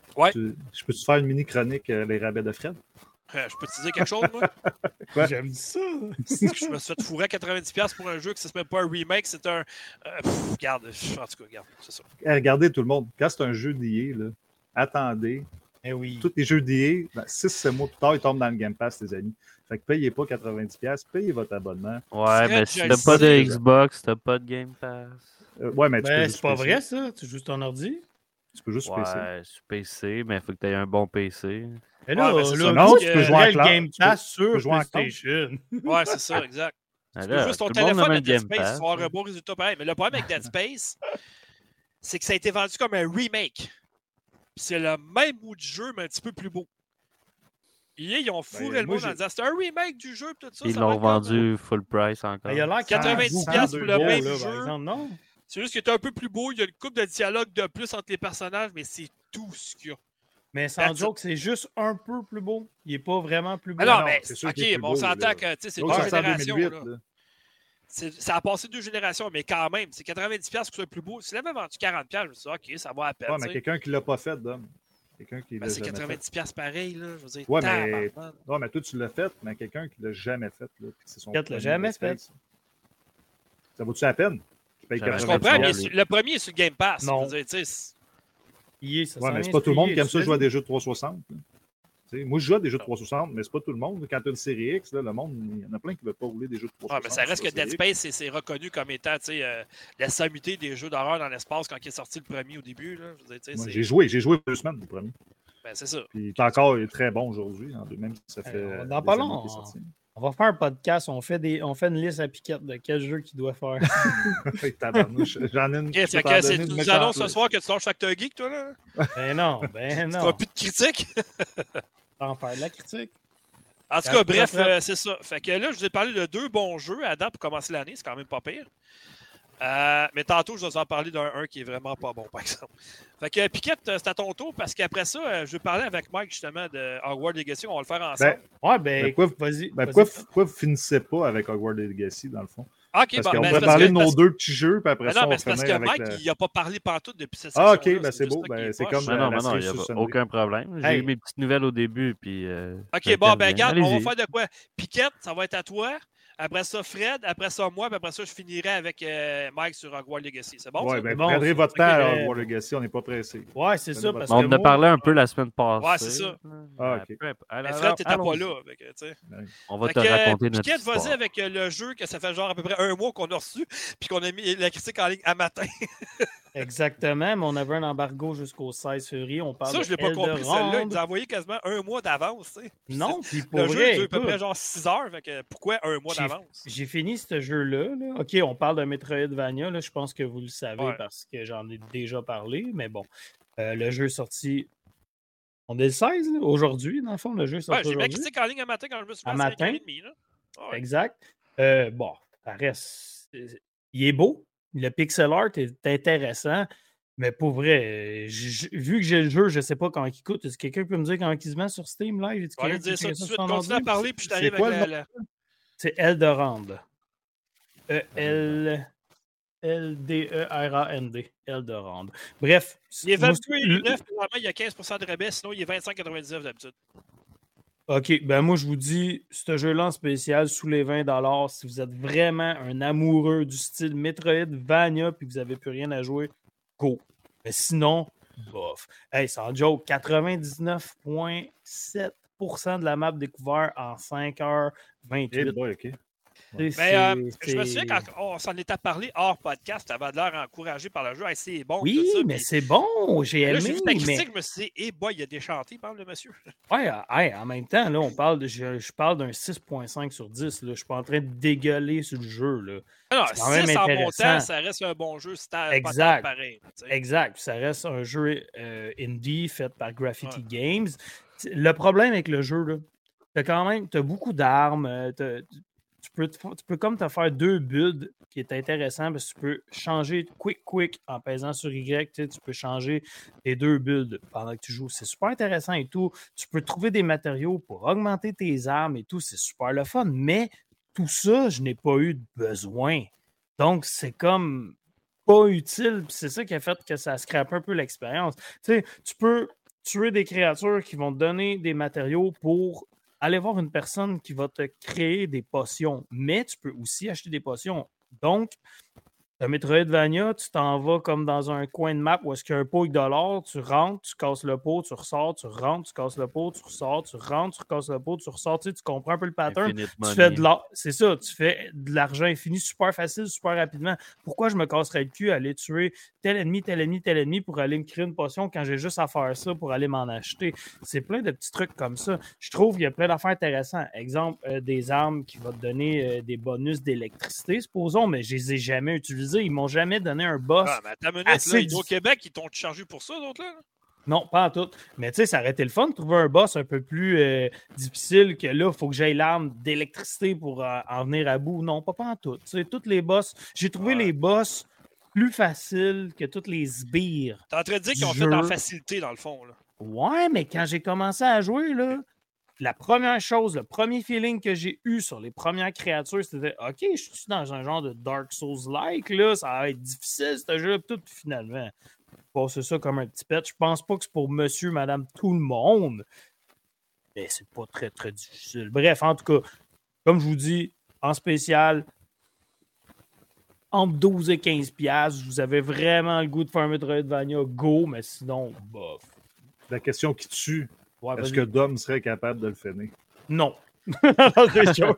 Ouais. Tu, je peux-tu faire une mini-chronique euh, les rabais de Fred? Euh, je peux te dire quelque chose, moi? Quoi? J'aime ça. Je me suis fait fourrer à quatre-vingt-dix dollars pour un jeu que c'est même pas un remake, c'est un. Euh, pff, regarde, en tout cas, regarde, c'est ça. Eh, regardez tout le monde, quand c'est un jeu d'I A, là, attendez. Eh oui. Tous les jeux d'I A, six sept mois plus tard, ils tombent dans le Game Pass, les amis. Fait que payez pas quatre-vingt-dix dollars, payez votre abonnement. Ouais, Fred, mais je si le t'as pas de sais. Xbox, t'as pas de Game Pass. Euh, ouais, mais tu peux Ben, juste c'est pas P C. vrai, ça. Tu joues juste ton ordi. Tu peux juste sur P C. Ouais, sur P C, mais il faut que t'aies un bon P C. Mais là, Ouais, ben, c'est là, ça. Non, parce tu que peux jouer en le cloud. Game Tu peux- Pass tu peux sur jouer en cloud. PlayStation. Ouais, c'est ça, exact. Ah Tu là, peux juste ton tout le monde a téléphone même à Dead Game Space, Pass, tu vas avoir hein. un bon résultat pareil. Mais le problème avec Dead Space, c'est que ça a été vendu comme un remake. Puis c'est le même bout de jeu, mais un petit peu plus beau. Et ils ont fourré Ben, le moi, monde en j'ai- disant c'est un remake du jeu, puis tout ça. Ils ça va l'ont être comme- vendu full price encore. Ben, il a l'air quatre-vingt-dix cent piastres pour le beau, même là, jeu. par exemple, non? C'est juste qu'il est un peu plus beau, il y a une coupe de dialogue de plus entre les personnages, mais c'est tout ce qu'il y a. Mais sans That's joke, c'est juste un peu plus beau. Il est pas vraiment plus beau. Ah non, non, mais c'est sûr ok, qu'il est plus mais on beau, s'entend là. que tu sais, c'est L'autre, deux c'est en générations. deux mille là. huit, là. C'est- Ça a passé deux générations, mais quand même, c'est quatre-vingt-dix piastres pour que ce soit plus beau. S'il avait vendu quarante piastres, je me suis dit, ok, ça va à peine. Ouais, tu mais sais. quelqu'un qui l'a pas fait, Dom. Quelqu'un qui Ben, l'a c'est jamais fait. quatre-vingt-dix piastres pareil, là. Je veux dire, Ouais, mais- tabarnak. Non, mais toi, tu l'as fait, mais quelqu'un qui l'a jamais fait. Là, puis c'est son Quelqu'un qui l'a jamais premier fait. Dead Space. Ça vaut-tu la peine? Je paye Jamais. Je quatre-vingt-dix comprends, mais dollars. sur- le premier est sur le Game Pass. Non. Je veux dire, tu sais, c'est- Il est, ça Ouais, s'en mais vient c'est pas tout le monde sur qui aime ça I A, jouer à des jeux de trois cent soixante. là. Tu sais, moi, je joue à des jeux de trois cent soixante, mais c'est pas tout le monde. Quand tu as une série X, là, le monde, il y en a plein qui ne veulent pas rouler des jeux de trois cent Ouais, soixante. mais ça reste que sur la Dead série X. Space, c'est- c'est reconnu comme étant tu sais, euh, la sommité des jeux d'horreur dans l'espace quand il est sorti le premier au début. Là. Je veux dire, tu sais, Moi, c'est- J'ai joué, j'ai joué deux semaines le premier. ben, c'est ça. Puis il est encore il est très bon aujourd'hui, hein, même si ça fait. Euh, euh, dans des pas années long, qu'il est sorti. On va faire un podcast, on fait, des, on fait une liste à piquette de quel jeu qu'il doit faire. Tabarnouche, J'en ai une. Ok, je peux fait t'en que c'est- donner tu une nous annonces ce méchante soir que tu lâches Factor Geek, toi, là? ben non, ben Tu non. feras plus de critiques? T'en faire de la critique. En tout Ah, cas, bref, très, très. euh, c'est ça. Fait que là, je vous ai parlé de deux bons jeux à date pour commencer l'année. C'est quand même pas pire. Euh, mais tantôt, je vais vous en parler d'un un qui est vraiment pas bon, par exemple. Fait que Piquette, euh, c'est à ton tour parce qu'après ça, euh, je vais parler avec Mike justement de Hogwarts Legacy. On va le faire ensemble. Ben, Ouais, ben, Ben, quoi- vas-y. Ben, vas-y. pourquoi, pourquoi vous finissez pas avec Hogwarts Legacy, dans le fond? Ah, ok, Parce bon, qu'on ben, pourrait c'est parce parler que- de nos parce- deux petits jeux, puis après Ben ça, non, on mais va c'est parce finir que avec Mike, le... il n'a pas parlé pantoute depuis cette Ah, session. ok, ben c'est beau. Ben, c'est comme Mais non, la, mais la non, il cerise n'y a sur pas- le aucun problème. J'ai Hey. eu mes petites nouvelles au début, puis... euh, Ok, je bon, ben, termine. regarde, on Allez-y. va faire de quoi? Piquette, ça va être à toi. Après ça, Fred. Après ça, moi. Puis après ça, je finirai avec euh, Mike sur Hogwarts Legacy. C'est bon? Ouais, ça? ben, bon, prendrez ça. votre Ok, temps à euh, Hogwarts Legacy, on n'est pas pressé. Ouais, c'est ça. Ben, Parce On que en a moi- parlé un peu la semaine passée. Ouais, c'est ça. Ah, ok. Après, Mais alors, Fred, t'étais pas allons-y. là. Fait que, tu sais. On va Fait te que, raconter notre Piquette, histoire. vas-y avec euh, le jeu que ça fait genre à peu près un mois qu'on a reçu, puis qu'on a mis la critique en ligne à matin. Exactement, mais on avait un embargo jusqu'au seize février. On parle Ça, de je l'ai pas compris, Eldorand. celle-là. Il nous a envoyé quasiment un mois d'avance. tu sais. Puis Non, puis c'est- pour Le jeu vrai, dure à peu écoute, près genre six heures. Fait que pourquoi un mois J'ai- d'avance? j'ai fini ce jeu-là. là. OK, on parle de Metroidvania. Là. Je pense que vous le savez Ouais. parce que j'en ai déjà parlé. Mais bon, euh, le jeu est sorti. On est le seize, là, aujourd'hui, dans le fond. Le jeu est sorti Ouais, j'ai mis la aujourd'hui. critique en ligne à matin quand je me suis fait À à matin? cinq heures trente. Là. Ah ouais. Exact. Euh, bon, ça reste. Il est beau. Le pixel art est intéressant. Mais pour vrai, euh, j- j- vu que j'ai le jeu, je ne sais pas quand il coûte. Est-ce que quelqu'un peut me dire quand il se vend sur Steam Live? Je vais aller dire ça tout de suite. Continue à soixante-douze? parler, puis je C'est t'arrive quoi avec le la... la- C'est Eldorand. E L L D E R A N D. Eldorand. Bref. Il est moi, vingt-deux le- neuf, normalement, il y a quinze pour cent de rabais, sinon il est vingt-cinq quatre-vingt-dix-neuf d'habitude. OK, ben moi je vous dis, ce jeu-là en spécial, sous les vingt dollars, si vous êtes vraiment un amoureux du style Metroidvania puis que vous n'avez plus rien à jouer, go. Mais sinon, bof. Hey, sans joke, quatre-vingt-dix-neuf virgule sept pour cent de la map découverte en cinq heures vingt-huit. Eh boy, ok. C'est- Mais euh, c'est- je me souviens quand on s'en était parlé hors podcast, tu avais l'air encouragé par le jeu. Hey, c'est bon. Oui, tout ça, mais puis c'est bon, j'ai là, aimé. j'ai vu ta mais... critique, je me suis dit, eh boy, il a déchanté, parle le monsieur. Ouais, euh, hey, en même temps, là, on parle de, je, je parle d'un six virgule cinq sur dix. Là. Je suis pas en train de dégueuler sur le jeu. Là. Alors, C'est quand même six en intéressant. montant, ça reste un bon jeu, c'est pas Exact. tant pareil. tu sais. Exact. Puis ça reste un jeu euh, indie fait par Graffiti Games. T'sais, le problème avec le jeu, là, t'as quand même t'as beaucoup d'armes. euh, t'as- Tu peux, te fa- tu peux comme te faire deux builds qui est intéressant parce que tu peux changer quick quick en pesant sur Y. Tu sais, tu peux changer tes deux builds pendant que tu joues. C'est super intéressant et tout. Tu peux trouver des matériaux pour augmenter tes armes et tout. C'est super le fun. Mais tout ça, je n'ai pas eu de besoin. Donc, c'est comme pas utile. Puis c'est ça qui a fait que ça scrape un peu l'expérience. Tu sais, tu peux tuer des créatures qui vont te donner des matériaux pour aller voir une personne qui va te créer des potions. Mais tu peux aussi acheter des potions. Donc, le Metroidvania, tu t'en vas comme dans un coin de map où est-ce qu'il y a un pot de l'or, tu rentres, tu casses le pot, tu ressors, tu rentres, tu casses le pot, tu ressors, tu rentres, tu casses le pot, tu ressors, tu sais, tu comprends un peu le pattern. Infinite Tu money. fais de l'or, c'est ça, tu fais de l'argent infini super facile, super rapidement. Pourquoi je me casserais le cul à aller tuer tel ennemi, tel ennemi, tel ennemi pour aller me créer une potion quand j'ai juste à faire ça pour aller m'en acheter? C'est plein de petits trucs comme ça. Je trouve qu'il y a plein d'affaires intéressantes. Exemple, euh, des armes qui vont te donner euh, des bonus d'électricité, supposons, mais je les ai jamais utilisés. Ils m'ont jamais donné un boss. Ah, mais attends une minute, assez là, diffi- Hydro-Québec, ils t'ont chargé pour ça, d'autres là? Non, pas en tout. Mais tu sais, ça aurait été le fun de trouver un boss un peu plus euh, difficile que là, il faut que j'aille l'arme d'électricité pour euh, en venir à bout. Non, pas, pas en tout. Tu sais, toutes les boss, j'ai trouvé Ouais. les boss plus faciles que toutes les sbires. T'es en train de dire Du qu'ils ont jeu. fait en facilité, dans le fond. Là. Ouais, mais quand j'ai commencé à jouer, là, la première chose, le premier feeling que j'ai eu sur les premières créatures, c'était OK, je suis dans un genre de Dark Souls-like, là, ça va être difficile, ce jeu, tout, puis finalement. Passer ça comme un petit pet. Je pense pas que c'est pour monsieur, madame, tout le monde. Mais c'est pas très, très difficile. Bref, en tout cas, comme je vous dis, en spécial, entre douze et quinze piastres, vous avez vraiment le goût de faire un Metroidvania, go, mais sinon, bof. La question qui tue, Ouais, est-ce vas-y. que Dom serait capable de le finir? Non. Non, c'est chaud.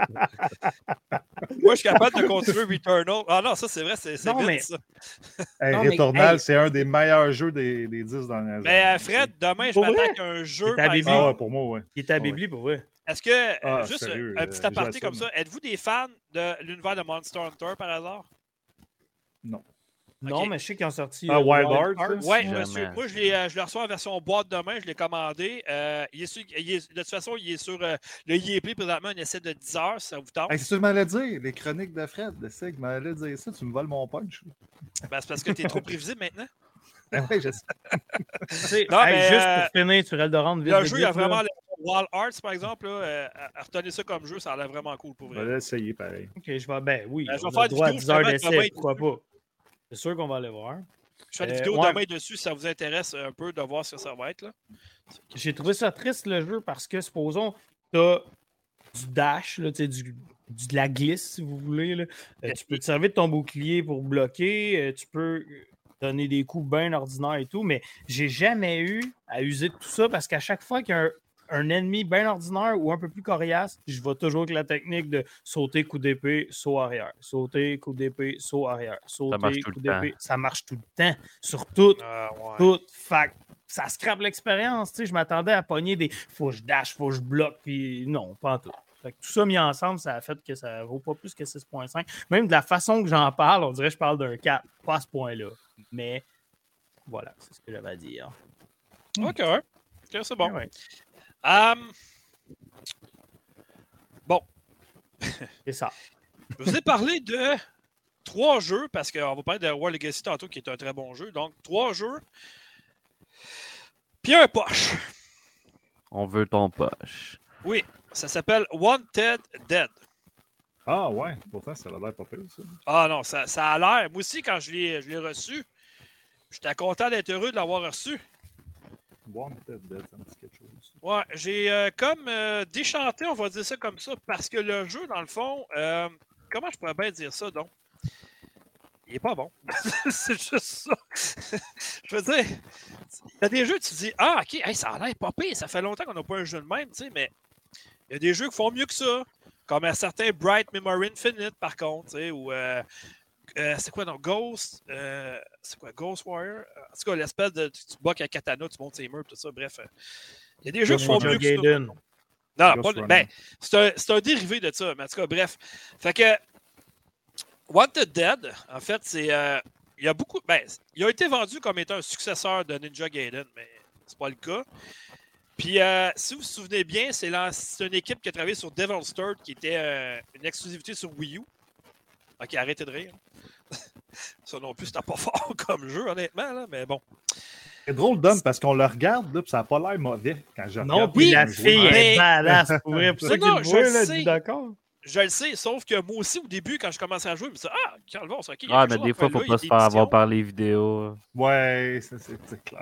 Moi, je suis capable de continuer Returnal. Ah non, ça, c'est vrai, c'est c'est Non, vite, mais- ça. Hey, Non, mais, Returnal, hey. c'est un des meilleurs jeux des, des dix dernières Mais années. euh, Fred, demain, je Pour m'attaque à un jeu, C'est ta par Bible. Ah ouais, exemple. pour moi, ouais. Il est à Ouais. Bibli, pour vrai. Est-ce que, euh, Ah, juste sérieux, un euh, petit j'ai aparté assez, comme moi. ça, êtes-vous des fans de l'univers de Monster Hunter, par hasard? Non. Non, Ok. mais je sais qu'ils ont sorti. Ah, euh, Wild Hearts, ça? Oui, Jamais. monsieur. Moi, je, l'ai, euh, je le reçois en version boîte demain. Je l'ai commandé. Euh, il est sur- il est- de toute façon, il est sur euh, le E A Play présentement. Un essai de dix heures, si ça vous tente. Hey, c'est ça que je m'allais dire, les chroniques de Fred, le sec, je m'allais dire ça, tu me voles mon punch. Ben, c'est parce que tu es trop prévisible maintenant. Ah ouais, je sais. Tu sais, Non, hey, mais, juste euh, pour finir sur Eldorand, vite, Le vite, jeu, il y a vite, là. vraiment les Wild Arts, par exemple. Là, euh, à- à retenir ça comme jeu, ça a l'air vraiment cool pour Je vrai. vais l'essayer pareil. Ok, je vais. Ben oui, Ben, je vais on faire a du droit à vidéo, dix heures justement, demain d'essai, pourquoi dessus. pas. C'est sûr qu'on va aller voir. Je fais une Euh, vidéo ouais. demain dessus si ça vous intéresse un peu de voir ce que ça va être. Là. J'ai trouvé ça triste le jeu parce que, supposons, t'as du dash, là, tu sais, du, du- de la glisse, si vous voulez. Là. Euh, tu peux te servir de ton bouclier pour bloquer, euh, tu peux donner des coups bien ordinaires et tout, mais j'ai jamais eu à user de tout ça parce qu'à chaque fois qu'il y a un, un ennemi bien ordinaire ou un peu plus coriace, je vais toujours avec la technique de sauter, coup d'épée, saut arrière. Sauter, coup d'épée, saut arrière. Sauter, marche tout coup le temps. d'épée. Ça marche tout le temps. Sur tout. Ah, ouais. Tout. Fait que ça scrape l'expérience. Tu sais, je m'attendais à pogner des faut que je dash, faut que je bloque, puis non, pas en tout. Fait que tout ça mis ensemble, ça a fait que ça vaut pas plus que six virgule cinq. Même de la façon que j'en parle, on dirait que je parle d'un quatre. Pas à ce point-là. Mais voilà, c'est ce que j'avais à dire. OK, ouais. OK, c'est bon. Ouais, Hum, bon, c'est ça. je vous ai parlé de trois jeux, parce qu'on va parler de War Legacy tantôt, qui est un très bon jeu. Donc, trois jeux. Puis un poche. On veut ton poche. Oui, ça s'appelle Wanted Dead. Ah ouais, pourtant ça a l'air pas pire, ça. Ah non, ça, ça a l'air. Moi aussi, quand je l'ai, je l'ai reçu, j'étais content d'être heureux de l'avoir reçu. Wanted Dead, ça me dit quelque chose. Ouais, j'ai euh, comme euh, déchanté, on va dire ça comme ça, parce que le jeu, dans le fond, euh, comment je pourrais bien dire ça, donc? Il est pas bon. C'est juste ça. Je veux dire, il y a des jeux, tu te dis, ah, ok, hey, ça a l'air pas pire, ça fait longtemps qu'on n'a pas un jeu de même, tu sais, mais il y a des jeux qui font mieux que ça, comme un certain Bright Memory Infinite, par contre, tu sais, ou. Euh, euh, c'est quoi, donc, Ghost? Euh, c'est quoi, Ghost Warrior? En tout cas, l'espèce de. Tu bugs un katana, tu montes ses murs, tout ça, bref. euh, il y a des jeux qui font mieux que ça. Gaiden. Non, Ghost pas, Runner. ben, c'est un, c'est un dérivé de ça, mais en tout cas, bref. Fait que Wanted Dead, en fait, c'est. Euh, il y a beaucoup. Ben, il a été vendu comme étant un successeur de Ninja Gaiden, mais c'est pas le cas. Puis, euh, si vous vous souvenez bien, c'est, la- c'est une équipe qui a travaillé sur Devil's Third, qui était euh, une exclusivité sur Wii U. Ok, arrêtez de rire. Ça non plus, c'était pas fort comme jeu, honnêtement, là, mais bon. C'est drôle, Dom, parce qu'on le regarde, là, puis ça n'a pas l'air mauvais quand je Non, regarde. puis oui, la un joueur. fille mais- est badass pour vrai. Pour Non, ça qu'il non, le je voit, le là, sais. dis d'accord. Je le sais, sauf que moi aussi, au début, quand je commençais à jouer, je me disais, ah, Calvon, c'est ok. il y a Ah, quelque mais chose des à fois, faire faut là, il y pas a se des faire avoir missions. par les vidéos. Ouais, ça, c'est c'est clair.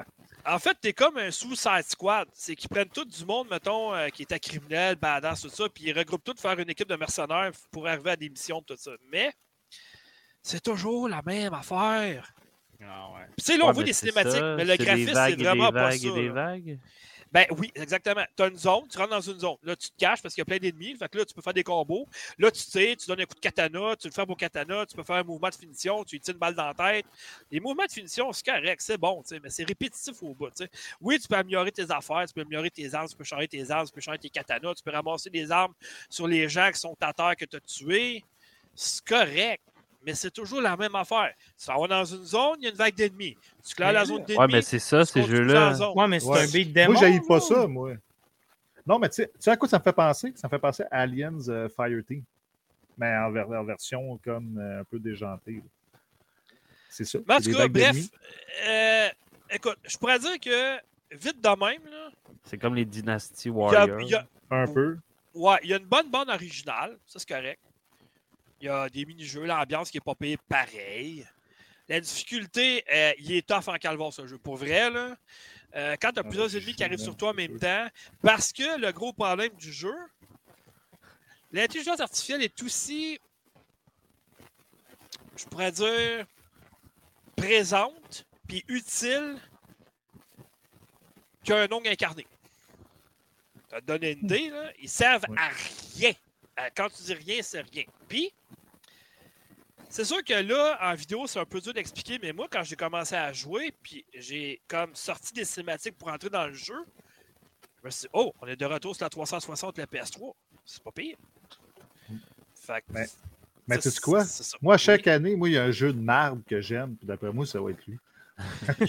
En fait, t'es comme un Suicide Squad. C'est qu'ils prennent tout du monde, mettons, euh, qui était criminel, badass, tout ça, puis ils regroupent tout pour faire une équipe de mercenaires pour arriver à des missions, tout ça. Mais c'est toujours la même affaire. Ah ouais. Puis tu sais, là, on Ouais, voit mais des c'est cinématiques, ça, mais le c'est des graphisme, vagues c'est et vraiment des pas vagues ça. et des là. vagues. Ben oui, exactement. Tu as une zone, tu rentres dans une zone. Là, tu te caches parce qu'il y a plein d'ennemis. Fait que là, tu peux faire des combos. Là, tu sais, tu donnes un coup de katana, tu le fais au katana, tu peux faire un mouvement de finition, tu lui tires une balle dans la tête. Les mouvements de finition, c'est correct, c'est bon, tu sais, mais c'est répétitif au bout. Tu sais. Oui, tu peux améliorer tes affaires, tu peux améliorer tes armes, tu peux changer tes armes, tu peux changer tes katanas, tu peux ramasser des armes sur les gens qui sont à terre que tu as tués. C'est correct. Mais c'est toujours la même affaire. Tu vas dans une zone, il y a une vague d'ennemis. Tu claires la zone d'ennemis. Ouais, mais c'est ça, tu ces continues jeux-là. en zone. Ouais, mais c'est Ouais. un beat démon. Moi, j'haïs pas là. ça, moi. Non, mais tu sais tu sais à quoi ça me fait penser? Ça me fait penser à Aliens euh, Fireteam. Mais en, ver- en version comme euh, un peu déjantée. là. C'est ça. Mais en c'est tout des cas, vagues bref, d'ennemis. euh, écoute, je pourrais dire que vite de même, là, C'est comme les Dynasty il y a, Warriors. il y a- Un peu. ouais, il y a une bonne bande originale, ça c'est correct. Il y a des mini-jeux, l'ambiance qui est pas payée pareil. La difficulté, euh, il est tough en calvaire ce jeu. Pour vrai, là, euh, quand tu as Ah, plusieurs je ennemis qui sais arrivent même sur toi en pas même sûr. temps, parce que le gros problème du jeu, l'intelligence artificielle est aussi, je pourrais dire, présente puis utile qu'un ongle incarné. Tu as donné une idée, là, ils servent Ouais. à rien. Euh, Quand tu dis rien, c'est rien. Puis, c'est sûr que là, en vidéo, c'est un peu dur d'expliquer, mais moi, quand j'ai commencé à jouer, puis j'ai comme sorti des cinématiques pour entrer dans le jeu, je me suis dit, oh, on est de retour sur la trois cent soixante, la P S trois. C'est pas pire. Fait que, Mais- Mais c'est- tu sais quoi? c'est ça. Moi, chaque Oui. année, moi, il y a un jeu de marde que j'aime, puis d'après moi, ça va être lui. Le,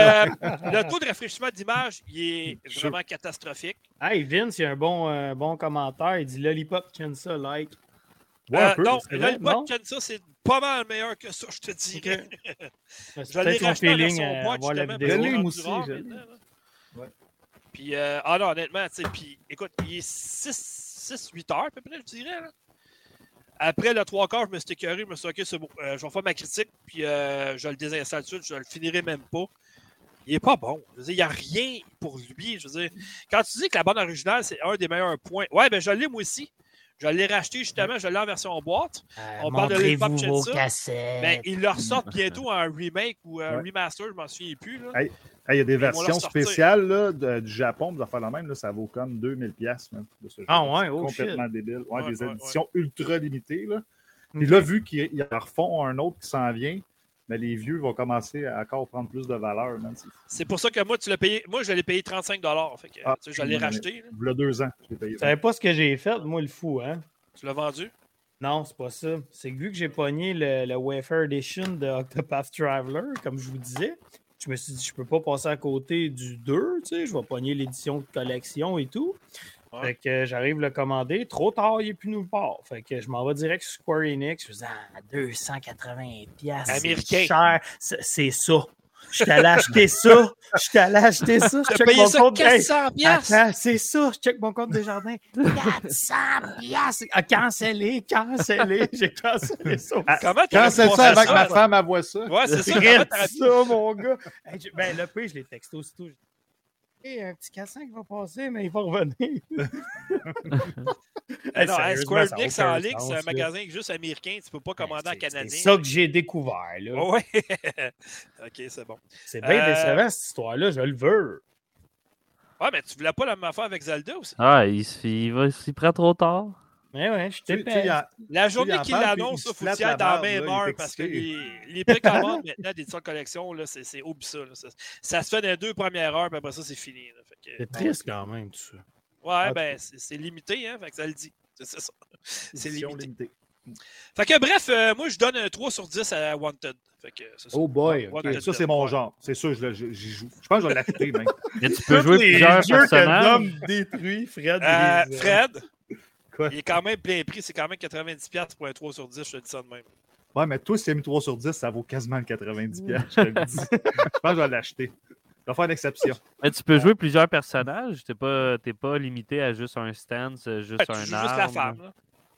le taux de rafraîchissement d'image, il est Je- vraiment catastrophique. Hey, Vince, il y a un bon, euh, bon commentaire. Il dit Lollipop Kensa like. Ouais, un Euh, peu. non, c'est là, vrai, le non? bot ça, c'est pas mal meilleur que ça, je te dirais. C'est Je l'ai peut-être son racheté en feeling version à boîte, voir la justement, vidéo. parce Je qu'il est l'ai, rendu moi aussi, rare je l'ai. maintenant, là. Ouais. Puis, euh, ah non, honnêtement, tu sais, puis écoute, il est six huit heures à peu près, je dirais. Là. Après le trois quarts, je me suis écœuré, je me suis dit, OK, c'est bon, euh, je vais faire ma critique, puis euh, je le désinstalle tout de suite, je le finirai même pas. Il est pas bon. Je veux dire, il n'y a rien pour lui. Je veux dire, quand tu dis que la bande originale, c'est un des meilleurs points, ouais, ben je l'ai moi aussi. Je l'ai racheté justement, je l'ai en version en boîte. Euh, On parle de Lollipop montrez-vous vos Chainsaw. cassettes. Ben, ils le ressortent bientôt en remake ou un Ouais. remaster, je m'en souviens plus. Là. Hey, hey, il y a des Ils vont leur versions sortir. spéciales là, de- du Japon, pour faire la même, là, ça vaut comme deux mille dollars même, de ce jeu. Ah ouais, C'est oh complètement débile. Ouais, Ouais, des ouais, éditions ultra limitées. Là. Puis Ok. là, vu qu'ils ils en refont un autre qui s'en vient, mais les vieux vont commencer à encore prendre plus de valeur. man. C'est fou. C'est pour ça que moi, tu l'as payé. Moi, je l'ai payé trente-cinq dollars. Fait que, Ah, tu sais, je l'ai moi, racheté. là. Il y a deux ans, je l'ai payé. Tu savais pas ce que j'ai fait, moi, le fou, hein? Tu l'as vendu. Non, c'est pas ça. C'est que vu que j'ai pogné le, le Wafer Edition de Octopath Traveler, comme je vous disais, je me suis dit, je peux pas passer à côté du deux, tu sais, je vais pogner l'édition de collection et tout. Ouais. Fait que j'arrive le commander. Trop tard, il n'est plus nulle part. Fait que je m'en vais direct sur Square Enix. Je me dis, ah, deux cent quatre-vingts piastres. Américain. C'est cher. C'est c'est ça. Je suis allé acheter ça. Je suis allé acheter ça. Je Tu as check payé mon ça compte. quatre Hey, cents piastres. attends, c'est ça. Je check mon compte des jardins. quatre cents piastres. Ah, cancellé, cancellé. J'ai cancellé ça. Comment tu Quand c'est ça, avant que ma femme elle voit ça. Ouais, c'est ça. Comment Regarde t'aurais- ça, mon gars. Hey, je- ben, le pire, je l'ai texté aussitôt. Hey, un petit quatre cents qui va passer, mais il va revenir. Eh Hey, non, hey, sérieusement, Square ça a Enix aucun en ligne, sens, c'est un là. magasin juste américain. Tu peux pas commander en C'est- canadien. C'est ça que j'ai découvert. Là. Ouais. OK, c'est bon. C'est bien Euh, décevant, cette histoire-là. Je le veux. Ouais, mais tu voulais pas la même affaire avec Zelda aussi. Ah, il, se- il va s'y prend trop tard. Mais ouais, je Tu sais, t'ai tu sais, il y a- La journée il en qu'il parle, l'annonce, puis il il se faut flatte qu'il y ait la dans la barbe, même là, il est heure parce que excité. les, les précommandes maintenant des éditions de collection, là, c'est, c'est oublie ça, là. Ça, ça se fait dans les deux premières heures, puis après ça, c'est fini. Là. Fait que, C'est triste quand même, tout ça. ouais, Ah, ben, c'est, c'est limité, hein, fait que ça le dit. C'est, c'est ça. C'est édition limité. limitée. Fait que bref, euh, moi, je donne un trois sur dix à Wanted. Fait que c'est ça. Oh boy, ok. Wanted, Ça, c'est mon ouais. genre. C'est sûr, je le- j'y joue. Je pense que je vais l'acheter même. Et tu peux jouer plusieurs personnages. détruit, Fred. Euh, les- Fred, Quoi? il est quand même plein prix. C'est quand même quatre-vingt-dix dollars pour un trois sur dix. Je te dis ça de même. Ouais, mais toi, si tu as mis trois sur dix, ça vaut quasiment le quatre-vingt-dix piastres, je te le dis. Je pense que je vais l'acheter. Je vais faire une exception. Mais tu peux jouer plusieurs personnages. T'es pas, t'es pas limité à juste un stance, juste Ouais, tu un joues arme. juste la femme. Là.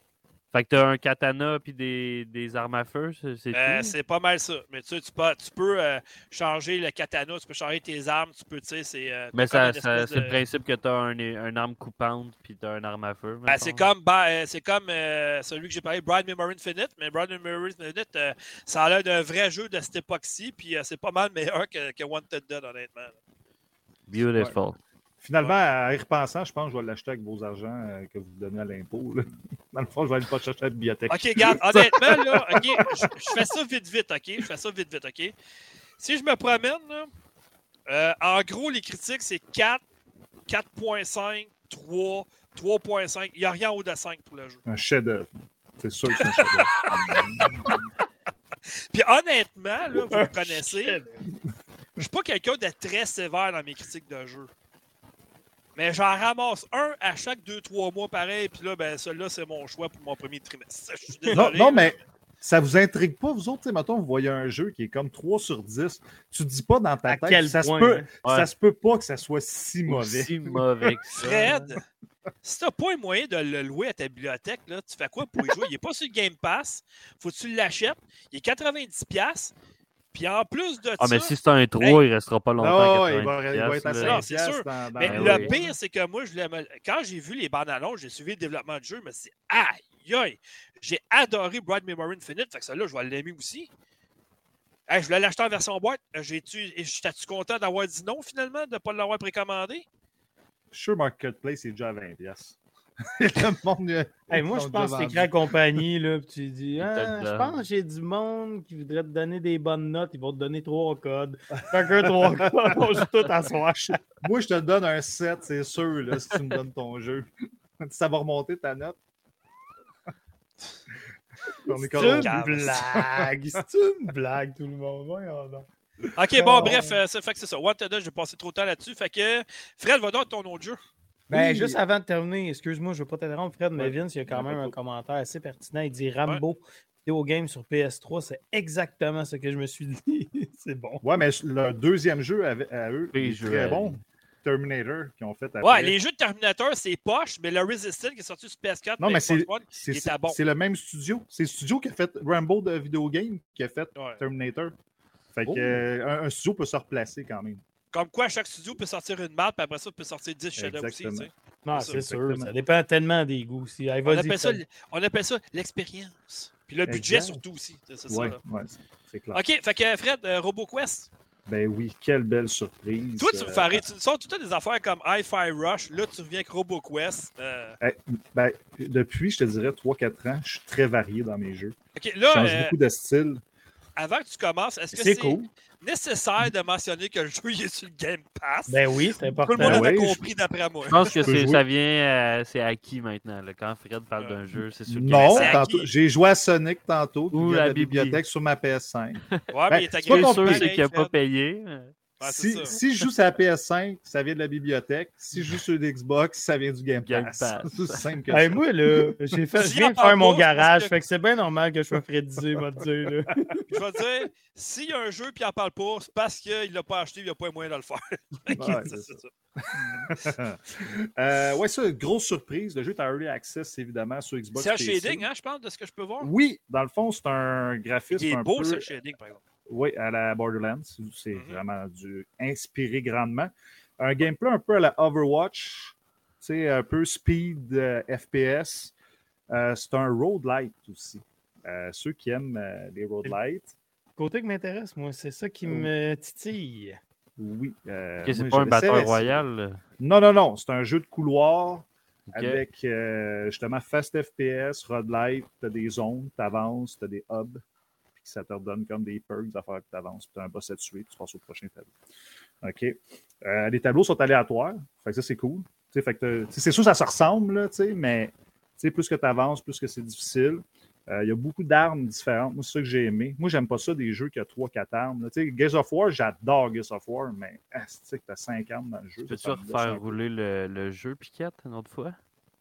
Fait que t'as un katana puis des, des armes à feu, c'est, c'est Euh, tout? c'est pas mal ça. Mais tu sais, tu peux, tu peux euh, changer le katana, tu peux changer tes armes, tu peux, tu sais, c'est... Euh, Mais t'as ça, comme une ça- espèce c'est de- le principe que t'as un, un arme coupante puis t'as un arme à feu. Ben, mettons. c'est comme, ben, euh, c'est comme euh, celui que j'ai parlé, Brian Memory Infinite, mais Brian Memory Infinite, euh, ça a l'air d'un vrai jeu de cette époque-ci, puis euh, c'est pas mal meilleur que, que Wanted Dead, honnêtement. Beautiful. Finalement, à y repensant, je pense que je vais l'acheter avec vos argents euh, que vous donnez à l'impôt. là. Dans le fond, je vais aller pas chercher à la bibliothèque. OK, regarde, honnêtement, là, OK, je, je fais ça vite, vite, OK? Je fais ça vite, vite, OK? Si je me promène, là, euh, en gros, les critiques, c'est quatre, quatre virgule cinq, trois, trois virgule cinq. Il n'y a rien en haut de cinq pour le jeu. Un chef-d'œuvre. C'est sûr que c'est un chef-d'œuvre. Puis honnêtement, là, vous me connaissez, je suis pas quelqu'un de très sévère dans mes critiques de jeu. Mais j'en ramasse un à chaque deux trois mois pareil, puis là, ben celui-là, c'est mon choix pour mon premier trimestre. Je suis non, désolé. non, là. mais ça vous intrigue pas, vous autres? Mettons, vous voyez un jeu qui est comme trois sur dix. Tu te dis pas dans ta À tête quel ça se point, peut, hein? Ouais. ça se peut pas que ça soit si mauvais. Aussi mauvais que ça. Fred, si t'as pas un moyen de le louer à ta bibliothèque, là, tu fais quoi pour y jouer? Il est pas sur le Game Pass. Faut que tu l'achètes. Il est quatre-vingt-dix dollars. Puis en plus de Ah, ça... mais si c'est un trois, il restera pas longtemps. Non, à il va, il va être à quatre-vingt-dix Non, cinq c'est piastres sûr. dans, dans Mais un le mois. pire, c'est que moi, je voulais me... quand j'ai vu les bandes annonces, j'ai suivi le développement du jeu, je me suis dit, aïe, aïe, j'ai adoré Bright Memory Infinite, fait que ça-là, je vais l'aimer aussi. Hey, je voulais l'acheter en version boîte. J'ai-tu... J'étais-tu content d'avoir dit non, finalement, de ne pas l'avoir précommandé? Je suis sûr Marketplace est déjà à vingt piastres. Le monde, euh, Hey, moi, ils je sont pense que déjà t'écris à vendus. compagnie, là, puis tu dis, ah, peut-être je là. pense que j'ai du monde qui voudrait te donner des bonnes notes, ils vont te donner trois codes. Chacun trois codes, on joue tout à soir. Moi, je te donne un sept, c'est sûr, là, si tu me donnes ton jeu. Ça va remonter ta note. On est C'est corrompu. une Cave. blague, c'est une blague, tout le monde. Voyons donc. OK, bon, Oh. bref, euh, ça fait que c'est ça. Wanted Dead, j'ai passé trop de temps là-dessus. Fait que, Fred, va donc ton autre jeu. Ben, Oui. juste avant de terminer, excuse-moi, je ne veux pas t'interrompre, Fred, mais Ouais. Vince, il y a quand Ouais, même pas un trop. commentaire assez pertinent. Il dit Rambo, vidéo game sur P S trois, c'est exactement ce que je me suis dit. C'est bon. Ouais, mais le deuxième jeu avec, à eux, il est Visual. très bon. Terminator, qui ont fait après. Ouais, les jeux de Terminator, c'est poche, mais le Resistance qui est sorti sur P S quatre, Non, mais c'est, Xbox One, c'est, il était bon. c'est le même studio. C'est le studio qui a fait Rambo de Video Game qui a fait Ouais. Terminator. Fait que, Oh. euh, un, un studio peut se replacer quand même. Comme quoi, chaque studio peut sortir une map, puis après ça, peut sortir dix chefs-d'œuvre aussi. tu sais. Exactement. Non, C'est c'est ça, sûr, exactement. ça dépend tellement des goûts aussi. Allez, On vas-y, appelle, ça, Fred. on appelle ça l'expérience. Puis le budget Exact. surtout aussi. C'est ça, Ouais, là. ouais, c'est, c'est clair. OK, fait que Fred, euh, RoboQuest. Ben oui, quelle belle surprise. Toi, tu me Euh, fais rire. Tu sors tout le temps des affaires comme Hi-Fi Rush. Là, tu reviens avec RoboQuest. Euh, eh, ben, depuis, je te dirais, trois quatre ans, je suis très varié dans mes jeux. OK, Je là, change euh, beaucoup de style. avant que tu commences, est-ce que C'est c'est cool. nécessaire de mentionner que le jeu il est sur le Game Pass? Ben oui, c'est Tout le monde important. Ben avait oui, compris d'après moi. Je pense que peux c'est, jouer. ça vient, euh, c'est acquis maintenant. Là. Quand Fred parle Ouais. d'un jeu, c'est sûr Non, c'est tantôt, acquis. j'ai joué à Sonic tantôt, qui Ou vient de la la Bibli. bibliothèque sur ma P S cinq. Ouais, Ben, mais il était c'est pas Ce qui est sûr, compliqué, c'est qu'il n'a pas Fred. payé. Ouais, c'est Si, ça. si je joue sur la P S cinq, ça vient de la bibliothèque. Si je joue sur l'Xbox, ça vient du Game Game Pass. Pass. C'est aussi simple que Hey, ça. moi, là, j'ai fait, je Si viens on de parle faire mon pas, c'est parce garage, que- fait que c'est bien normal que je sois frédisé, moi, te dire, là. Je vais te dire, s'il y a un jeu et il n'en parle pas, c'est parce qu'il ne l'a pas acheté, il n'a pas les moyens de le faire. Ok, Ouais, c'est c'est ça. euh, ouais, ça, grosse surprise. Le jeu est en Early Access, évidemment, sur Xbox. C'est un P C. shading, hein, je pense, de ce que je peux voir. Oui, dans le fond, c'est un graphisme Il est un beau, peu... ce shading, par exemple. Oui, à la Borderlands. C'est Mhm. vraiment du inspiré grandement. Un gameplay un peu à la Overwatch. Tu sais, un peu speed euh, F P S. Euh, c'est un roguelite aussi. Euh, ceux qui aiment euh, les roguelites, Côté qui m'intéresse, moi, c'est ça qui me titille. oui. euh, Ok, c'est moi, pas un je batteur l'essaie. royal. là. Non, non, non. C'est un jeu de couloir Ok. avec euh, justement fast F P S, roguelite. Tu as des zones, tu avances, tu as des hubs. Puis ça te redonne comme des perks à faire que tu avances. Puis tu as un boss à tuer, puis tu passes au prochain tableau. OK. Euh, les tableaux sont aléatoires. Fait que ça, c'est cool. T'sais, fait que t'sais, c'est sûr que ça se ressemble, là, t'sais, mais t'sais, plus que tu avances, plus que c'est difficile. Euh, Il y a beaucoup d'armes différentes. Moi, c'est ça que j'ai aimé. Moi, j'aime pas ça des jeux qui ont trois quatre armes. Là. T'sais, Gears of War, j'adore Gears of War, mais ah, tu sais que tu as cinq armes dans le jeu. Peux-tu ça me gosse un refaire peu. rouler le, le jeu, Piquette, une autre fois?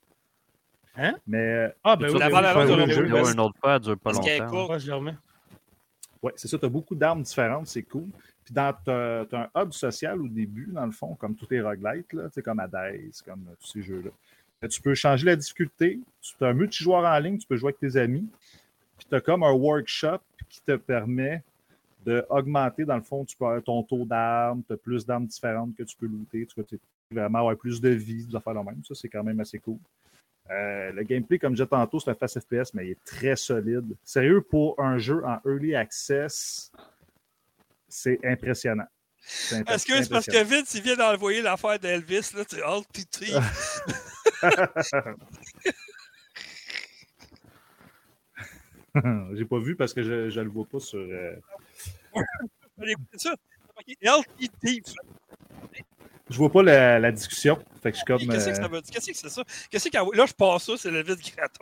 Mais euh, Ah, ben Peux-tu oui, la ben bande oui, annonce je de vais le le jeu, jouer. Ouais, une autre fois, elle dure pas Parce qu'elle est longtemps. courte. Ouais, je le remets. ouais, c'est ça, tu as beaucoup d'armes différentes, c'est cool. Puis dans t'as, t'as un hub social au début, dans le fond, comme tous les roguelites, là, t'sais, comme Hades, comme euh, tous ces jeux-là. Tu peux changer la difficulté. Tu as un multijoueur en ligne, tu peux jouer avec tes amis. Puis tu as comme un workshop qui te permet d'augmenter, dans le fond, tu peux avoir ton taux d'armes, tu as plus d'armes différentes que tu peux looter. Tu peux vraiment avoir plus de vie, des affaires là même. Ça, c'est quand même assez cool. Euh, le gameplay, comme je disais tantôt, c'est un fast F P S, mais il est très solide. Sérieux, pour un jeu en early access, c'est impressionnant. C'est imp- Est-ce que c'est parce que Vince, il vient d'envoyer l'affaire d'Elvis, là, tu Alt T T. J'ai pas vu parce que je, je le vois pas sur. Euh... Allez, écoutez ça. Alt T T. Je vois pas la, la discussion. Fait que je suis comme. Qu'est-ce que ça veut dire? Qu'est-ce que c'est ça? Qu'est-ce que là, je passe ça, c'est Elvis Gratton.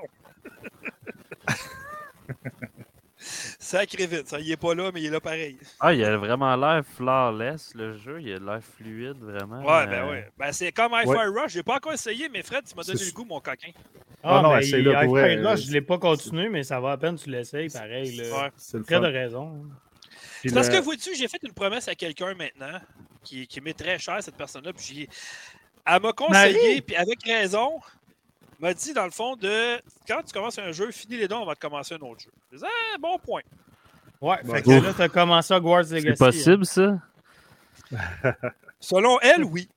Sacré vite, ça. Il est pas là, mais il est là pareil. Ah, il a vraiment l'air flawless, le jeu. Il a l'air fluide, vraiment. Ouais, ben euh... ouais. Ben, c'est comme Hi-Fi ouais. Rush. J'ai pas encore essayé, mais Fred, tu m'as donné c'est... le goût, mon coquin. Ah, ah non, ben, c'est il, là il, pour vrai, elle. là, je ne l'ai pas continué, mais ça va à peine tu l'essayes, pareil. Là. Ouais. C'est le Très fun. de raison. C'est parce que, vois-tu, j'ai fait une promesse à quelqu'un maintenant qui, qui m'est très cher, cette personne-là. Puis j'ai... Elle m'a conseillé, puis avec raison, m'a dit, dans le fond, de quand tu commences un jeu, finis les dons, on va te commencer un autre jeu. Je disais, ah, bon point. Ouais, Bon, fait que là, tu as commencé à Hogwarts Legacy. C'est possible, ça? Selon elle, oui.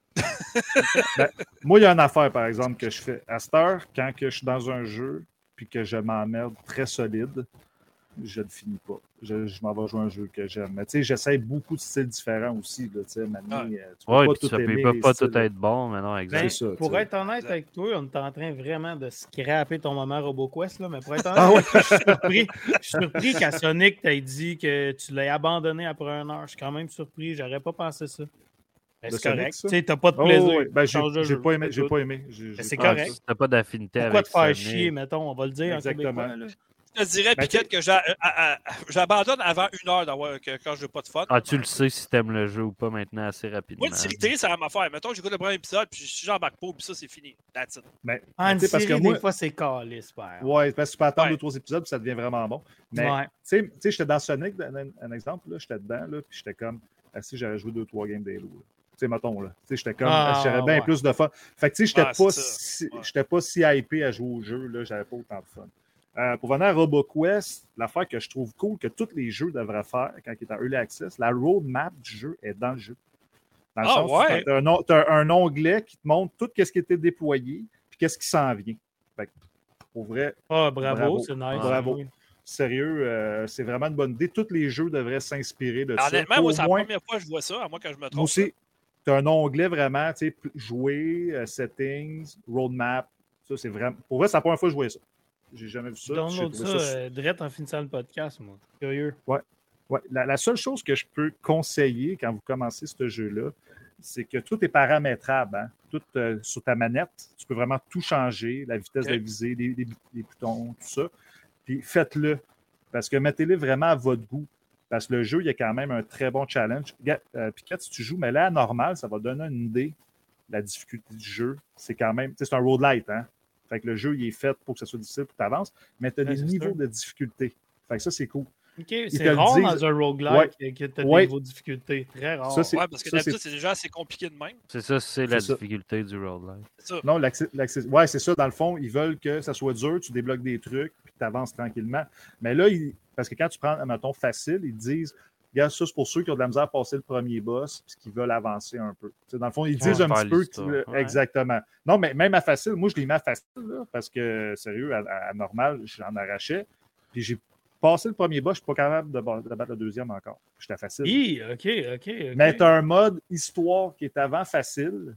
Ben, moi, il y a une affaire, par exemple, que je fais. À cette heure, quand que je suis dans un jeu puis que je m'emmerde très solide, je ne le finis pas. Je, je m'en vais jouer un jeu que j'aime. Mais tu sais, j'essaie beaucoup de styles différents aussi. Là, maintenant, ouais. tu peux ouais, pas puis tout ça aimer. Ils peuvent pas styles. tout être bon, mais non, exact. Ben, ça, pour t'sais. être honnête avec toi, on est en train vraiment de scraper ton moment RoboQuest, là, mais pour être honnête, Ah ouais. je suis surpris, je suis surpris qu'à Sonic, tu aies dit que tu l'as abandonné après une heure. Je suis quand même surpris. J'aurais pas pensé ça. Ben, c'est Sonic, correct. ça? Tu sais, t'as pas de Oh, plaisir. ouais. Ben, j'ai, Change de j'ai jeu, pas aimé. c'est J'ai tout. pas aimé. J'ai, j'ai c'est pas correct. aimé ça. T'as pas d'affinité Pourquoi avec te faire Sonic. chier, mettons, on va le dire Exactement. en québécois. Là. Je te dirais, Ben, Piquette, que j'a- à- à- j'abandonne avant une heure d'avoir, que, quand je n'ai pas de fun. Ah, tu le sais si t'aimes le jeu ou pas maintenant assez rapidement. Moi, une série télé, ça va m'affaire. Mettons, j'écoute le premier épisode, puis si j'embarque pas, puis ça, c'est fini. That's it. Ben, En tu sais, parce que série, moi, des fois, c'est calice, père. ouais, parce que tu peux attendre Ouais. deux, trois épisodes, puis ça devient vraiment bon. Mais, Ouais. tu sais, tu sais, j'étais dans Sonic, un, un exemple, là, j'étais dedans, là, puis j'étais comme, ah, si j'avais joué deux, trois games d'Halo, là. Tu sais, mettons, là. Tu sais, j'étais comme, Ah, j'aurais bien ouais. plus de fun. Fait que, tu sais, j'étais Ah, c'est pas, ça. si, Ouais. j'étais pas si hypé à jouer au jeu, là, j'avais pas autant de fun. Euh, pour venir à RoboQuest, l'affaire que je trouve cool, que tous les jeux devraient faire quand ils sont en Early Access, la roadmap du jeu est dans le jeu. Dans le Ah, sens où ouais? tu as un, on- t'as un onglet qui te montre tout ce qui était déployé, puis qu'est-ce qui s'en vient. Fait que, pour vrai, Ah, bravo, Bravo. c'est nice. Bravo. Oui. sérieux, euh, c'est vraiment une bonne idée. Tous les jeux devraient s'inspirer de ça. Honnêtement, Au moi, c'est la moins, première fois que je vois ça, à moins que je me trompe. moi aussi, tu as un onglet vraiment, tu sais, p- jouer, euh, settings, roadmap. Ça, c'est vraiment. Pour vrai, c'est la première fois que je jouais ça. J'ai jamais vu ça. Je puis j'ai download trouvé ça, euh, direct en finissant le podcast, moi. Curieux. Ouais. La, la seule chose que je peux conseiller quand vous commencez ce jeu-là, c'est que tout est paramétrable. Hein? Tout euh, sur ta manette, tu peux vraiment tout changer, la vitesse Ok. de visée, les, les- les boutons, tout ça. Puis faites-le. Parce que mettez-le vraiment à votre goût. Parce que le jeu, il y a quand même un très bon challenge. Ga- Euh, puis quand tu joues, mais là, à normal, ça va donner une idée de la difficulté du jeu. C'est quand même, tu sais, c'est un roguelite, hein? Fait que le jeu, il est fait pour que ça soit difficile, pour que tu avances, mais tu as Ouais, des c'est niveaux sûr. de difficulté. Fait que ça, c'est cool. OK, te c'est le rare disent. dans un roguelike Ouais. que tu as Ouais. des niveaux de difficulté. Très rare. Ça, c'est- Ouais, parce que ça, d'habitude, c'est- c'est déjà assez compliqué de même. C'est ça, c'est la C'est ça. difficulté du roguelike. C'est ça. Non, l'accès, l'accès- ouais, c'est ça. Dans le fond, ils veulent que ça soit dur, tu débloques des trucs, puis tu avances tranquillement. Mais là, ils- parce que quand tu prends, mettons, facile, ils te disent, regarde, ça, c'est pour ceux qui ont de la misère à passer le premier boss, puis qui veulent avancer un peu. Tu sais, dans le fond, ils disent Ouais, un faire petit peu. l'histoire. que- Ouais. Exactement. Non, mais même à facile, moi, je l'ai mis à facile, là, parce que, sérieux, à, à- à normal, j'en arrachais. Puis j'ai passé le premier boss, je ne suis pas capable de, ba- de battre le deuxième encore. J'étais à facile. Hi, OK, OK, OK. Mais tu as un mode histoire qui est avant facile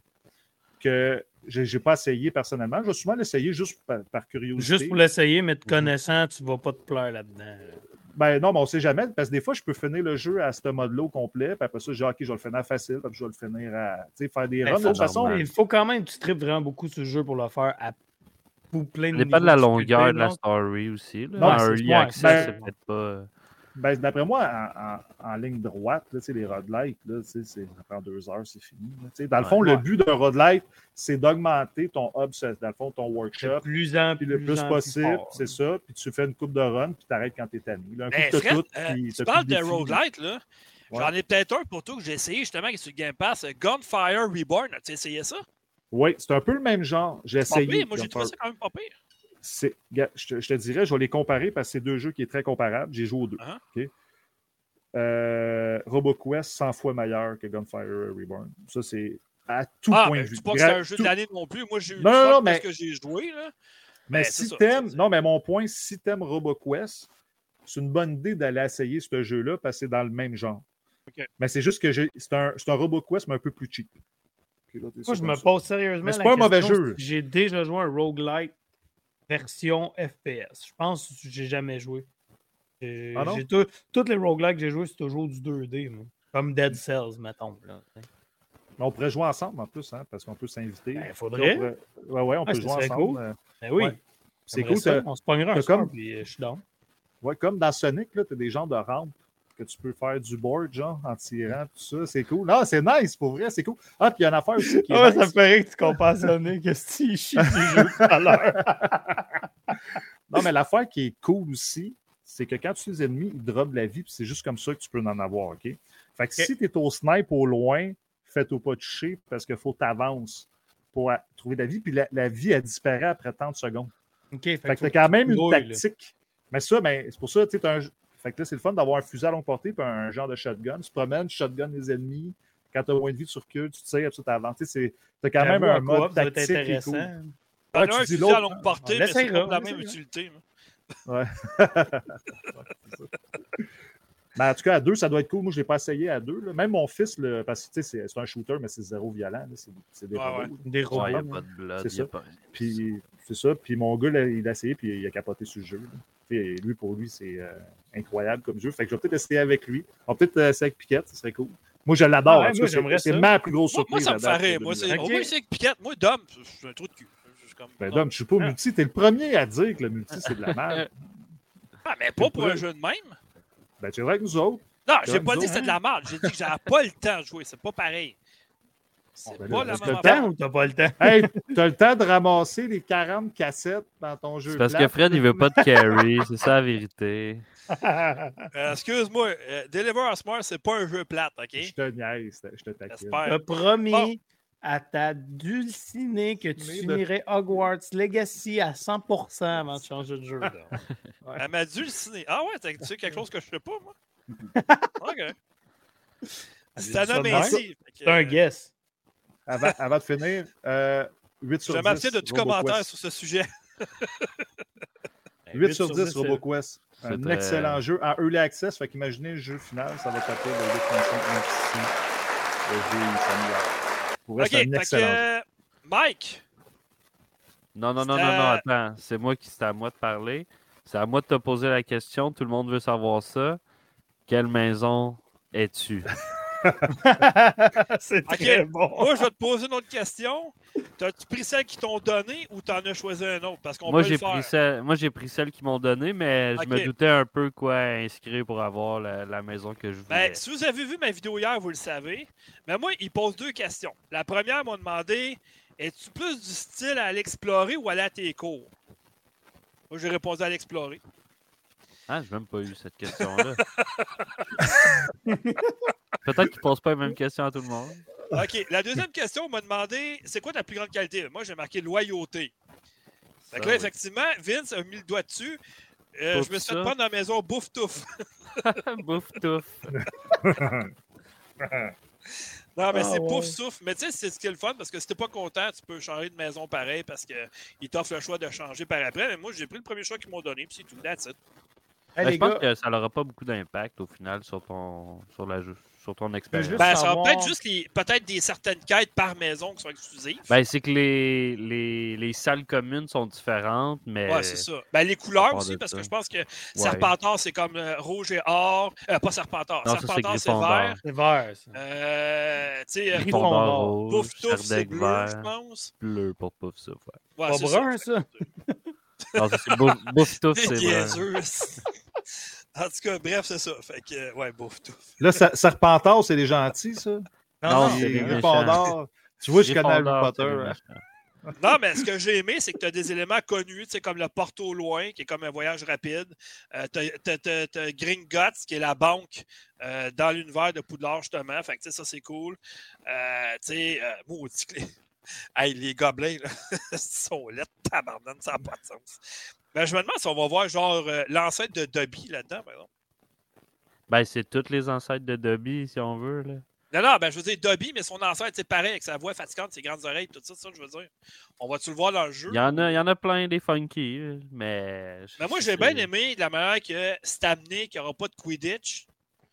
que j'ai j'ai pas essayé personnellement. Je vais souvent l'essayer juste par, par curiosité. Juste pour l'essayer, mais te connaissant, tu vas pas te pleurer là-dedans. Ben non, mais on sait jamais, parce que des fois, je peux finir le jeu à ce mode-là au complet, puis après ça, je dis, OK, je vais le finir à facile, puis je vais le finir à tu sais, faire des Mais runs. De faut- toute façon, normal. Il faut quand même que tu tripes vraiment beaucoup sur ce jeu pour le faire à pour plein de Ça dépend de la niveaux longueur de la difficulté, story aussi. Là. Non, En c'est- early ouais, access, ben- c'est peut-être pas. ben, d'après moi, en, en- en ligne droite, là, tu sais, les roguelites, là, tu sais, c'est- ça prend deux heures, c'est fini. là. Tu sais, Dans le Ouais. fond, Ouais. le but d'un roguelite, c'est d'augmenter ton hub, dans le fond, ton non? workshop, C'est plus en puis le plus en possible, fort. c'est ça, puis tu fais une coupe de run, puis tu arrêtes quand tu es tanné. Là, un coup Ben, que t'as Fred, tout, euh, puis tu t'as parles plus de défi. roguelite, là. Ouais. J'en ai peut-être un pour toi que j'ai essayé justement qui est sur le Game Pass. euh, Gunfire Reborn. As-tu essayé ça? Oui, c'est un peu le même genre. J'ai Pas essayé. pire, moi, j'ai trouvé ça quand même pas pire. C'est, je, te, je te dirais, je vais les comparer parce que c'est deux jeux qui sont très comparables. J'ai joué aux deux. Uh-huh. Okay? Euh, RoboQuest, cent fois meilleur que Gunfire Reborn. Ça, c'est à tout ah, point ben, de vue. Je ne dis pas que c'est un jeu tout... de l'année non plus. Moi, j'ai eu non, du non, fun non, parce mais... que j'ai joué. Là. Mais ben, si ça, t'aimes... Non, mais mon point, si t'aimes RoboQuest, c'est une bonne idée d'aller essayer ce jeu-là parce que c'est dans le même genre. Okay. Mais c'est juste que j'ai... c'est, un... c'est un RoboQuest, mais un peu plus cheap. Okay, là, Moi, je me ça. pose sérieusement mais c'est la pas un question mauvais jeu. Si j'ai déjà joué un roguelike version F P S. Je pense que j'ai jamais joué. J'ai, ah non? J'ai tout, tous les roguelikes que j'ai joués, c'est toujours du deux D. Moi. Comme Dead Cells, mettons. Là. On pourrait jouer ensemble en plus, hein, parce qu'on peut s'inviter. Il ben, faudrait. On pourrait... Ouais, ouais, on ah, peut jouer ensemble. Cool. Euh... Ben oui. Ouais. C'est cool. Ça, on se pognera un comme... soir, puis je suis down. Ouais, comme dans Sonic, tu as des genres de rampes que tu peux faire du board, genre, en tirant, tout ça. C'est cool. Non, c'est nice, pour vrai, c'est cool. Ah, puis il y a une affaire aussi qui est ah, nice. Ça me ferait que tu compares Sonic, que si chie des jeux tout à l'heure. Non, mais l'affaire qui est cool aussi, c'est que quand tu tues les ennemis, ils dropent la vie, puis c'est juste comme ça que tu peux en avoir, OK? Fait que okay. Si tu es au snipe au loin, fais-toi pas toucher parce qu'il faut que tu avances pour trouver la vie, puis la, la vie, elle disparaît après trente secondes. OK. Fait, fait que tu as quand même une brouille, tactique. Là. Mais ça, ben, c'est pour ça, tu sais, un... Fait que là, c'est le fun d'avoir un fusil à longue portée puis un genre de shotgun. Tu te promènes, tu shotgun les ennemis. Quand tu as moins de vie, tu recules, tu tires, tu t'avances. Tu as quand même un mode tactique qui est cool. Ah, tu un fusil à longue portée, mais c'est pas la même utilité. Ouais. Mais en tout cas, à deux, ça doit être cool. Moi, je ne l'ai pas essayé à deux. Là. Même mon fils, là, parce que c'est, c'est un shooter, mais c'est zéro violent. Là. C'est, c'est des ouais, robots. Ouais. Des robots. Il n'y a pas de blood. C'est ça. Pas... Puis, c'est ça. Puis mon gars, là, il a essayé, puis il a capoté sur le jeu. Et lui, pour lui, c'est euh, incroyable comme jeu. Fait que je vais peut-être essayer avec lui. On va peut-être essayer avec Piquette, ce serait cool. Moi, je l'adore. Ah, ouais, moi, c'est, c'est ma plus grosse surprise. Moi, ça me ferait. Moi, c'est... Okay. On va essayer avec Piquette. Moi, Dom, c'est un trou de cul. Comme... Ben, Dom, je suis pas ah. multi. T'es le premier à dire que le multi, c'est de la merde. Ah, mais pas pour un jeu de même. Ben, tu es vrai avec nous autres. Non, j'ai pas dit que c'était de la merde. J'ai dit que j'avais pas le temps de jouer. C'est pas pareil. C'est ben pas là, la même affaire. T'as le temps ou t'as pas le temps? Hey, t'as le temps de ramasser les quarante cassettes dans ton jeu. C'est parce plate. que Fred, il veut pas de carry. C'est ça la vérité. euh, excuse-moi. Euh, Deliver Us Mars, c'est pas un jeu plate, OK? Je te niaise. Je te taquine. T'as promis bon. à ta dulcinée que tu finirais de... Hogwarts Legacy à cent pour cent avant de changer de jeu. Là. Ouais. Elle m'a dulcinée. Ah ouais, tu sais quelque chose que je sais pas, moi? OK. C'est un homme ainsi. C'est un guess. Avant, avant de finir, euh, huit sur dix. Je m'abstiens de tout commentaire sur ce sujet. huit sur dix, RoboQuest. Un très... excellent jeu en Early Access. Fait qu'imaginez le jeu final, ça va taper le huit virgule cinq Le jeu familial. Pour OK, un excellent que, euh, Mike. Non, non, non, non, non, attends. C'est moi qui c'est à moi de parler. C'est à moi de te poser la question. Tout le monde veut savoir ça. Quelle maison es-tu? C'est okay. très bon. Moi, je vais te poser une autre question. T'as-tu pris celle qu'ils t'ont donnée ou t'en as choisi un autre? Parce qu'on moi, peut j'ai le faire. Pris celle, moi, j'ai pris celle qu'ils m'ont donnée, mais okay. je me doutais un peu quoi inscrire pour avoir la, la maison que je voulais. Ben, si vous avez vu ma vidéo hier, vous le savez. Mais moi, il pose deux questions. La première m'a demandé, es-tu plus du style à l'explorer ou aller à tes cours? Moi, j'ai répondu à l'explorer. Ah, j'ai même pas eu cette question-là. Peut-être qu'il ne pose pas la même question à tout le monde. OK. La deuxième question m'a demandé, c'est quoi ta plus grande qualité? Moi, j'ai marqué loyauté. Fait que là, oui. Effectivement, Vince a mis le doigt dessus. Euh, je me suis fait prendre dans la maison bouffe-touffe. Bouffe-touffe. Non, mais ah, c'est ouais. pouf-souffle. Mais tu sais, c'est ce qui est le fun parce que si t'es pas content, tu peux changer de maison pareil parce qu'ils t'offrent le choix de changer par après. Mais moi, j'ai pris le premier choix qu'ils m'ont donné, puis c'est tout. That's it. Hey, ben, je pense gars, que ça n'aura pas beaucoup d'impact au final sur ton, sur la, sur ton expérience. Ben, ça va peut-être juste les, peut-être des certaines quêtes par maison qui sont exclusives. Ben, c'est que les, les, les salles communes sont différentes, mais... Ouais, c'est ça. Ben, les couleurs aussi, parce ça. que je pense que ouais. Serpentard, c'est comme euh, rouge et or. Euh, pas Serpentard. Non, Serpentard, c'est, c'est vert. C'est vert, ça. Euh, tu sais, Gryffondor, Pouf-Touf, c'est bleu, vert, je pense. Bleu pour Pouf-Touf, ouais. ouais. Pas brun, ça? ça. Non, c'est Bouf-Touf, c'est brun. En tout cas, bref, c'est ça. Fait que, ouais, bouffe tout. Là, Serpentard, c'est les gentils, ça? Non, non c'est les Gryffondor. Tu vois, je connais Harry Potter. Hein. Non, mais ce que j'ai aimé, c'est que tu as des éléments connus, tu sais, comme le porte au loin, qui est comme un voyage rapide. Euh, tu as Gringotts, qui est la banque euh, dans l'univers de Poudlard, justement. Fait que, tu sais, ça, c'est cool. Euh, tu sais, euh, maudit clé. Hey, les gobelins, là, ils sont laids, tabarnane, ça n'a pas de sens. Mais je me demande si on va voir genre euh, l'ancêtre de Dobby là-dedans, par exemple. Ben, c'est tous les ancêtres de Dobby, si on veut. Là. Non, non, ben je veux dire Dobby, mais son ancêtre, c'est pareil, avec sa voix fatigante, ses grandes oreilles, tout ça, ça, je veux dire. On va-tu le voir dans le jeu? Il y en a, il y en a plein des funky, mais... Mais moi, j'ai bien aimé de la manière que c'est amené qu'il n'y aura pas de Quidditch.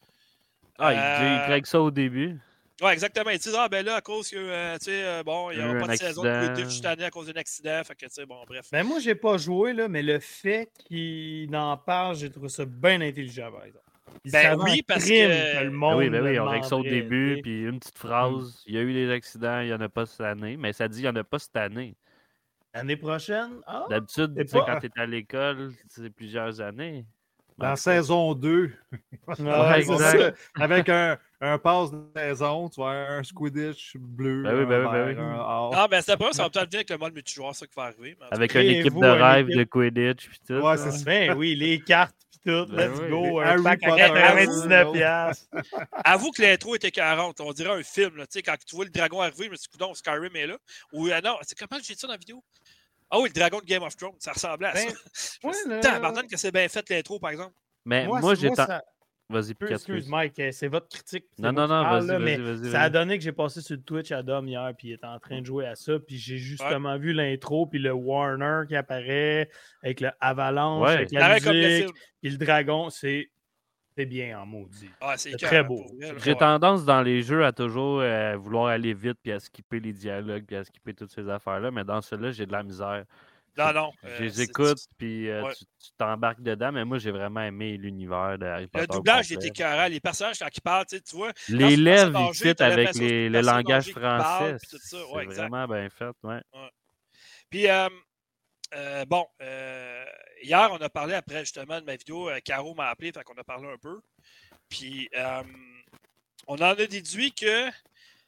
Ah, Euh... il craque ça au début. Ouais, exactement. Ils disent, ah, ben là, à cause que, euh, tu sais, euh, bon, il n'y aura pas de saison de Quidditch cette année à cause d'un accident. Fait que, tu sais, bon, bref. Ben, moi, j'ai pas joué, là, mais le fait qu'il en parle, j'ai trouvé ça bien intelligent, par exemple. Il ben oui, parce que... que le monde. Ben oui, ben oui, le on règle ça au début, t'sais. puis une petite phrase. Mm. Il y a eu des accidents, il n'y en a pas cette année, mais ça dit il n'y en a pas cette année. L'année prochaine? Ah, d'habitude, tu sais, pas... quand tu es à l'école, c'est plusieurs années. Dans ouais, saison deux. Ouais, ça. Avec un, un pass de saison, tu vois, un Quidditch bleu. Ben oui, ben oui, ben oui. Un... Ah, ben c'est après, ça va peut-être venir avec le mode multijoueur, ça qui va arriver. Mais avec une équipe de rêve de Quidditch, puis tout. Ouais, c'est ça. Ben oui, les cartes, puis tout. Ben Let's oui. go. Harry Un pack à quatre-vingt-dix-neuf piastres. Avoue que l'intro était quarante. On dirait un film, là. Tu sais, quand tu vois le dragon arriver, je me suis dit, coudonc, Skyrim est là. Ou euh, non, c'est comment j'ai dit ça dans la vidéo? Ah oui, le dragon de Game of Thrones, ça ressemblait à ça. Ben, ouais, Tabarnane que c'est bien fait l'intro, par exemple. Mais moi, moi j'ai... Moi, ça... Vas-y, Excuse, Mike, c'est votre critique. Non, non, non, vas-y, vas-y, mais vas-y. Ça a donné que j'ai passé sur le Twitch à Dom hier, puis il était en train de jouer à ça, puis j'ai justement ouais. vu l'intro, puis le Warner qui apparaît, avec le Avalanche, ouais. avec la musique, puis le dragon, c'est... C'est bien en maudit. Ah, c'est très beau. J'ai tendance dans les jeux à toujours euh, vouloir aller vite, puis à skipper les dialogues, puis à skipper toutes ces affaires-là, mais dans ceux-là, j'ai de la misère. Non, non. Je les euh, écoute, puis euh, ouais. tu, tu t'embarques dedans, mais moi, j'ai vraiment aimé l'univers de Harry Potter. Le doublage était écœurant. Les personnages, quand ils parlent, tu vois. Les lèvres, ils fit avec les, le langage français. C'est ouais, vraiment bien fait, ouais. ouais. Puis, euh, euh, bon, euh, hier, on a parlé après, justement, de ma vidéo. Euh, Caro m'a appelé, fait qu'on a parlé un peu. Puis, euh, on en a déduit que elle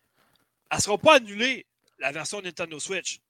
ne sera pas annulée, la version Nintendo Switch.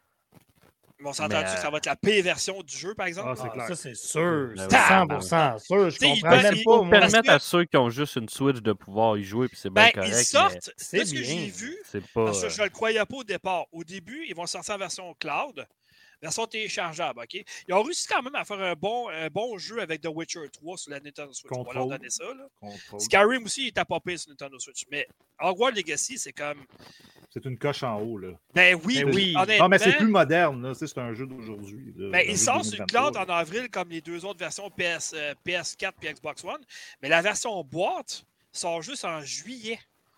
Mais on s'entend-tu euh... que ça va être la pire version du jeu, par exemple? Ah, c'est clair. Ça, c'est sûr. Ben C'est cent pour cent sûr. Je comprends même pas. Il faut permettre à ceux qui ont juste une Switch de pouvoir y jouer, puis c'est bien ben, correct. Ils sortent, c'est ce que j'ai vu, pas... parce que je ne le croyais pas au départ. Au début, ils vont sortir en version cloud, version téléchargeable, OK? Ils ont réussi quand même à faire un bon, un bon jeu avec The Witcher trois sur la Nintendo Switch. Control. On va leur donner ça, là. Control. Skyrim aussi, il est à popper sur Nintendo Switch. Mais Hogwarts Legacy, c'est comme... C'est une coche en haut, là. Ben oui, ben oui. Non, mais c'est plus moderne, là. C'est un jeu d'aujourd'hui. Ben, il sort sur une cloud en avril, comme les deux autres versions P S, euh, P S quatre et Xbox One. Mais la version boîte sort juste en juillet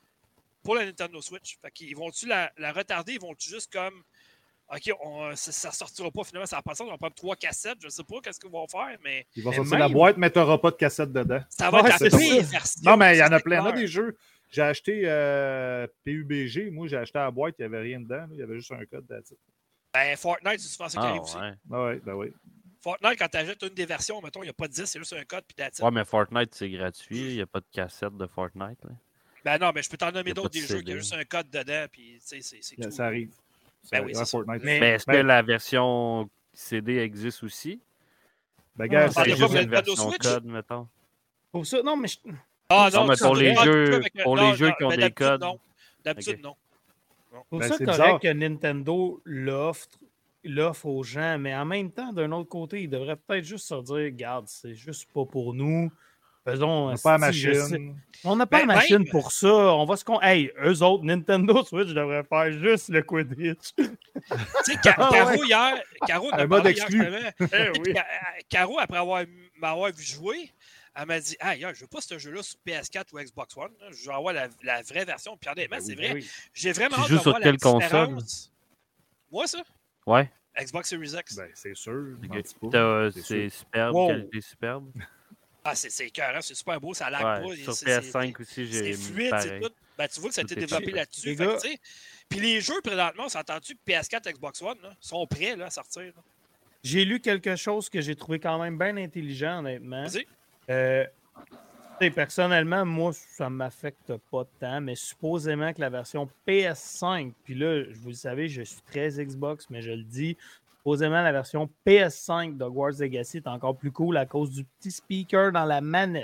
pour la Nintendo Switch. Fait qu'ils vont-tu la, la retarder? Ils vont-tu juste comme... OK, on, ça ne sortira pas finalement, ça va pas ça. On va prendre trois cassettes. Je ne sais pas qu'est-ce qu'ils vont faire, mais... Ils vont sortir même... la boîte, mais tu n'auras pas de cassette dedans. Ça va ouais, être la pire version. Non, mais il y en a plein. Il y en a des jeux... J'ai acheté euh, P U B G. Moi, j'ai acheté la boîte, il n'y avait rien dedans. Là. Il y avait juste un code d'attitude. Ben, Fortnite, c'est souvent ça qui ah, arrive aussi. Ouais. Ah ouais, ben oui. Fortnite, quand tu achètes une des versions, mettons, il n'y a pas de dix, c'est juste un code puis d'attitude. Ouais, mais Fortnite, c'est gratuit. Il n'y a pas de cassette de Fortnite. Là. Ben non, mais je peux t'en nommer d'autres des jeux qui ont juste un code dedans, puis tu sais, c'est, c'est yeah, tout. Ça arrive. Ben ça, oui, c'est Fortnite. Mais, mais est-ce ben... que la version C D existe aussi? Ben, gars, c'est ah, juste une version code, mettons. Pour ça, non, mais... Je... Ah non, non mais pour les jeux, avec... pour non, les jeux non, qui ont des codes. Non. D'habitude, okay. non. Pour ben, ça, c'est correct bizarre. Que Nintendo l'offre, l'offre aux gens, mais en même temps, d'un autre côté, ils devraient peut-être juste se dire, regarde, c'est juste pas pour nous. Faisons. On n'a pas la machine. On n'a pas ben, la machine même... pour ça. On va se con. Hey, eux autres, Nintendo Switch devrait faire juste le Quidditch. Tu sais, Caro, ah, ouais. hier, Caro, un mode exclu. Eh oui. Caro, après avoir m'avoir vu jouer, elle m'a dit, ah, je veux pas ce jeu-là sur P S quatre ou Xbox One. Je veux avoir la, la vraie version. Puis honnêtement, ben c'est oui, vrai. Oui. J'ai vraiment hâte de voir la différence. Moi, ça? Ouais. Xbox Series X. Ben, c'est sûr. Okay. C'est, c'est superbe, wow. Qualité superbe. Ah, c'est, c'est écœurant, c'est super beau, ça lag ouais, pas. Sur c'est, P S cinq c'est, aussi, j'ai c'est fluide, pareil. c'est tout. Ben, tu vois que ça a été développé super. là-dessus. Les fait, gars... Puis les jeux, présentement, on s'entend-tu que P S quatre, Xbox One là, sont prêts là, à sortir? Là. J'ai lu quelque chose que j'ai trouvé quand même bien intelligent, honnêtement. Vas-y. Euh, personnellement, moi, ça ne m'affecte pas tant, mais supposément que la version P S cinq, puis là, vous le savez, je suis très Xbox, mais je le dis, supposément la version P S cinq d'Hogwarts Legacy est encore plus cool à cause du petit speaker dans la manette.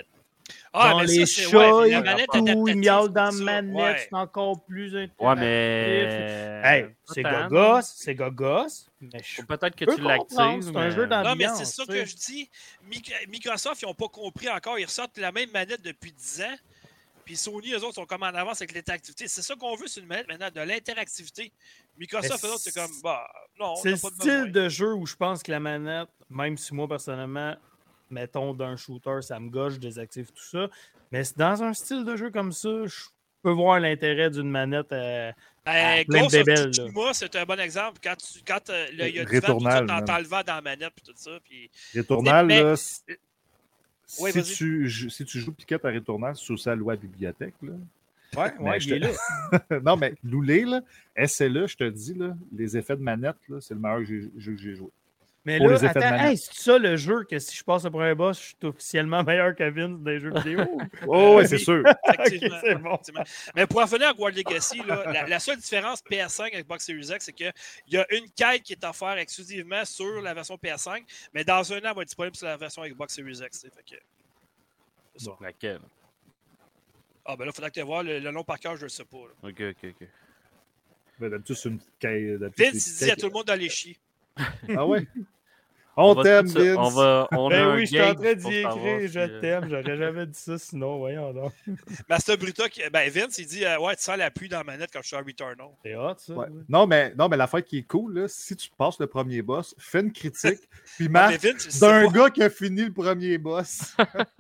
Ah, dans mais les ça, c'est- chats, ouais, mais la il manette tout, il adaptative, miaule tout dans la ça, manette, ouais. c'est encore plus interactif. Ouais, mais. Hey, pas c'est tant, gogos, c'est gogos, mais je Faut peut-être que peux tu comprendre, l'actives. c'est un jeu mais- Non, mais c'est d'ambiance. ça tu sais. que je dis. Mic- Microsoft, ils n'ont pas compris encore. Ils ressortent la même manette depuis dix ans. Puis Sony, eux autres, sont comme en avance avec l'interactivité. C'est ça qu'on veut, c'est une manette maintenant, de l'interactivité. Microsoft, Mais eux autres, c'est comme, bah, non, on C'est n'a le pas de style besoin. de jeu où je pense que la manette, même si moi personnellement, mettons d'un shooter, ça me gauche, je désactive tout ça. Mais c'est dans un style de jeu comme ça, je peux voir l'intérêt d'une manette euh, Ben, à plein de Ghost of bébelles. là. Tsushima, c'est un bon exemple. Quand tu, quand euh, le- il y a du vent, tout Rétournal, ça, man. t'entends le vent dans la manette, puis tout ça. Puis... Rétournal, Mais- là, si, Ouais, si vas-y. tu, jou- si tu joues Piquette à Rétournal, c'est aussi à louer à la bibliothèque. Là. Ouais, Mais ouais, je il est te- là. non, mais Loulé, là, essaie-le, je te dis, là, les effets de manette, là, c'est le meilleur jeu, jeu que j'ai joué. Mais Pour là, les effets de attends, manette. hey, c'est ça le jeu que si je passe le premier boss, je suis officiellement meilleur que Vince dans les jeux vidéo? Oh, ouais, Euh, c'est oui. sûr. Effectivement. Ok, c'est bon. Effectivement. Mais pour en finir avec World Legacy, là, la, la seule différence P S cinq avec Xbox Series X, c'est qu'il y a une quête qui est offerte exclusivement sur la version P S cinq, mais dans un an, elle va être disponible sur la version Xbox Series X. Fait que... c'est ça. Laquelle? Ah, ben là, il faudra que tu voir le, le nom par cœur, je ne le sais pas. là. Ok, ok, ok. Ben, d'habitude, c'est une caille. d'habitude, Vince, c'est il une dit à caille- tout le monde d'aller chier. Ah ouais? On, va t'aime, tout ça- Vince. On va. On a Ben un oui, je suis en game train pour d'y savoir écrire, si, je euh, t'aime, j'aurais jamais dit ça sinon, voyons donc. Master Bruta, qui- ben Vince, il dit euh, ouais, tu sens la pluie dans la manette quand je suis à Returnal. C'est hot, ça. Ouais. Non, mais, non, mais l'affaire qui est cool, là, si tu passes le premier boss, fais une critique, puis Ah, mais marque Vince, je sais d'un pas. gars qui a fini le premier boss.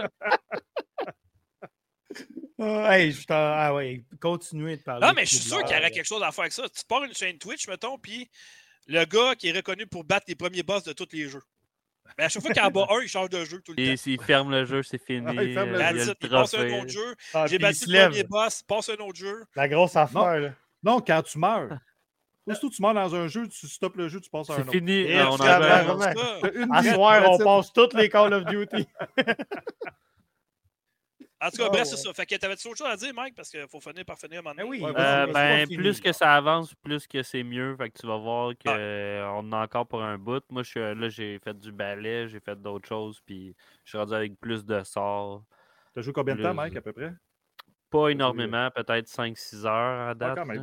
Ah, hey, je t'en- ah ouais, continuez de parler. Non, mais je suis de sûr qu'il y l'heure. aurait quelque chose à faire avec ça. Tu pars une chaîne Twitch, mettons, puis le gars qui est reconnu pour battre les premiers boss de tous les jeux. Mais à chaque fois qu'il en bat un, il change de jeu tout le Et temps. s'il ferme le jeu, c'est fini. Ah, il ferme le euh, jeu. il y a That's le it. Il passe un trophée. autre jeu. Ah, J'ai puis il battu se le lève. premier boss, passe un autre jeu. La grosse affaire, là. Non, quand tu meurs. Aussitôt que tu meurs dans un jeu, tu stoppes le jeu, tu passes à un C'est autre. fini. Et euh, on tu en vas a- vraiment- Ça. T'as une À vie, soir, on that's it. passe toutes les Call of Duty. En tout cas, Ah, bref, ouais. c'est ça. Fait que t'avais-tu autre chose à dire, Mike? Parce qu'il faut finir par finir à un moment Ben donné. oui. Ouais, vas-y, Euh, vas-y, ben, pas fini, plus que là. ça avance, plus que c'est mieux. Fait que tu vas voir qu'on Ah. en a encore pour un bout. Moi, je suis, là, j'ai fait du ballet, j'ai fait d'autres choses, puis je suis rendu avec plus de sorts. T'as joué combien de temps, Plus- Mike, à peu près? Pas énormément, peut-être cinq six heures à date. quand même. là.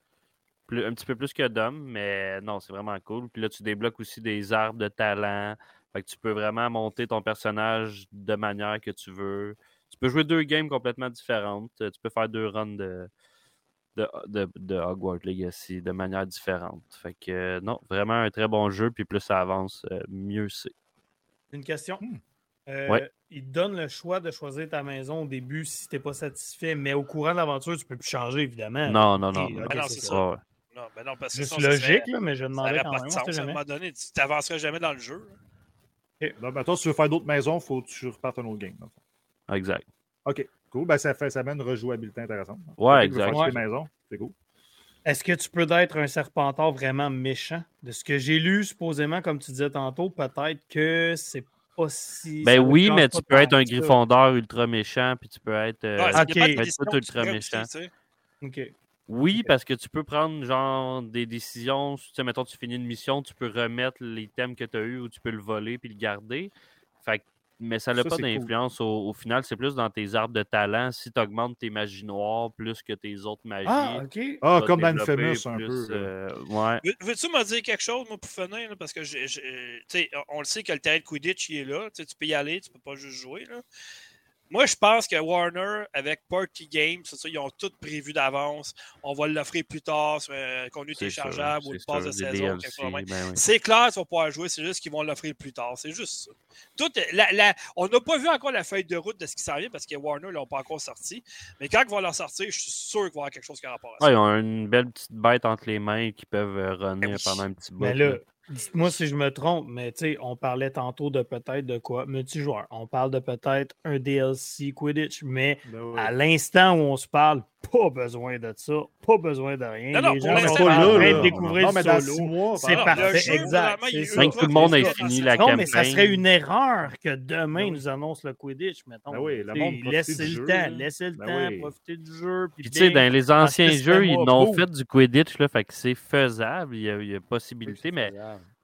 Plus- un petit peu plus que Dom, mais non, c'est vraiment cool. Puis là, tu débloques aussi des arbres de talent. Fait que tu peux vraiment monter ton personnage de manière que tu veux. Tu peux jouer deux games complètement différentes. Tu peux faire deux runs de, de, de, de Hogwarts Legacy de manière différente. Fait que euh, non, vraiment un très bon jeu. Puis plus ça avance, euh, mieux c'est. Une question. Hmm. Euh, Ouais. Il te donne le choix de choisir ta maison au début si tu n'es pas satisfait, mais au courant de l'aventure, tu peux plus changer, évidemment. Non, non, Ok, non. ok, non. Ah non, c'est c'est ça. ça. Ouais, ouais. Non, ben non, parce que Juste sinon, ça logique, serait- là, mais je ça demandais n'aurait quand pas même, de on sait sens. À un jamais. moment donné, tu t'avancerais jamais dans le jeu. Ben, maintenant, si tu veux faire d'autres maisons, il faut que tu repartes un autre game. dans le fond. Exact. OK, cool. Ben, ça, fait, ça amène une rejouabilité intéressante. Ouais, Quelqu'un qui veut exact. faire toutes Ouais. les maisons, c'est cool. Est-ce que tu peux être un Serpentard vraiment méchant? De ce que j'ai lu, supposément, comme tu disais tantôt, peut-être que c'est pas si. Ben ça oui, change mais pas tu peux être tant un que ça. Gryffondor ultra méchant, puis tu peux être. euh, Ouais, ça ok. dépend des tu peux être décisions tout que ultra tu fais méchant. aussi, tu sais. OK. Oui, parce que tu peux prendre genre des décisions. Tu sais, mettons, tu finis une mission, tu peux remettre l'item que tu as eu ou tu peux le voler puis le garder. Fait que- mais ça n'a Ça, pas c'est cool. d'influence au, au final. C'est plus dans tes arbres de talent. Si tu augmentes tes magies noires plus que tes autres magies. Ah, OK. tu Ah, vas comme dans développer Infamous, un plus, peu. là. euh, ouais. Veux- Veux-tu me dire quelque chose, moi, pour finir? Là, parce que j'ai- j'ai- tu sais, on on le sait que le terrain de Quidditch, il est là. Tu sais, tu peux y aller, tu peux pas juste jouer. Là. Moi, je pense que Warner, avec Party Games, c'est ça, ils ont tout prévu d'avance. On va l'offrir plus tard sur un contenu C'est sûr, téléchargeable ou c'est une passe de sûr, des saison. D L C, quelque chose de même. ben oui. C'est clair, tu vas pouvoir jouer, c'est juste qu'ils vont l'offrir plus tard. C'est juste ça. Tout, la, la- on n'a pas vu encore la feuille de route de ce qui s'en vient parce que Warner ne l'ont pas encore sorti. Mais quand ils vont leur sortir, je suis sûr qu'il va y avoir quelque chose qui a rapport à ça. Ouais, ils ont une belle petite bête entre les mains qui peuvent euh, runner Ben oui. pendant un petit bout. Mais là. là, dites-moi si je me trompe, mais tu sais, on parlait tantôt de peut-être de quoi? Multijoueur. On parle de peut-être un D L C Quidditch, mais Ben oui. à l'instant où on se parle, pas besoin de ça, pas besoin de rien. Non, non, Les pour gens l'instant, sont pas en là, train là. de découvrir Non, le mais dans solo. six mois, C'est par parfait, Le jeu, exact. vraiment, il c'est est ça. ultra Même que tout le monde ait prévu fini dans la sa- Non, mais ça campagne. serait une erreur que demain Ben oui. nous annonce le Quidditch, mettons. Ben oui, le Tu sais, monde profiter laissez du le jeu, temps, là. laissez le Ben temps, oui. profiter du jeu. Puis Puis tu sais, bing. dans les anciens six jeux, mois, ils n'ont boum. fait du Quidditch, là, fait que c'est faisable, il y a, il y a possibilité, C'est mais faisable.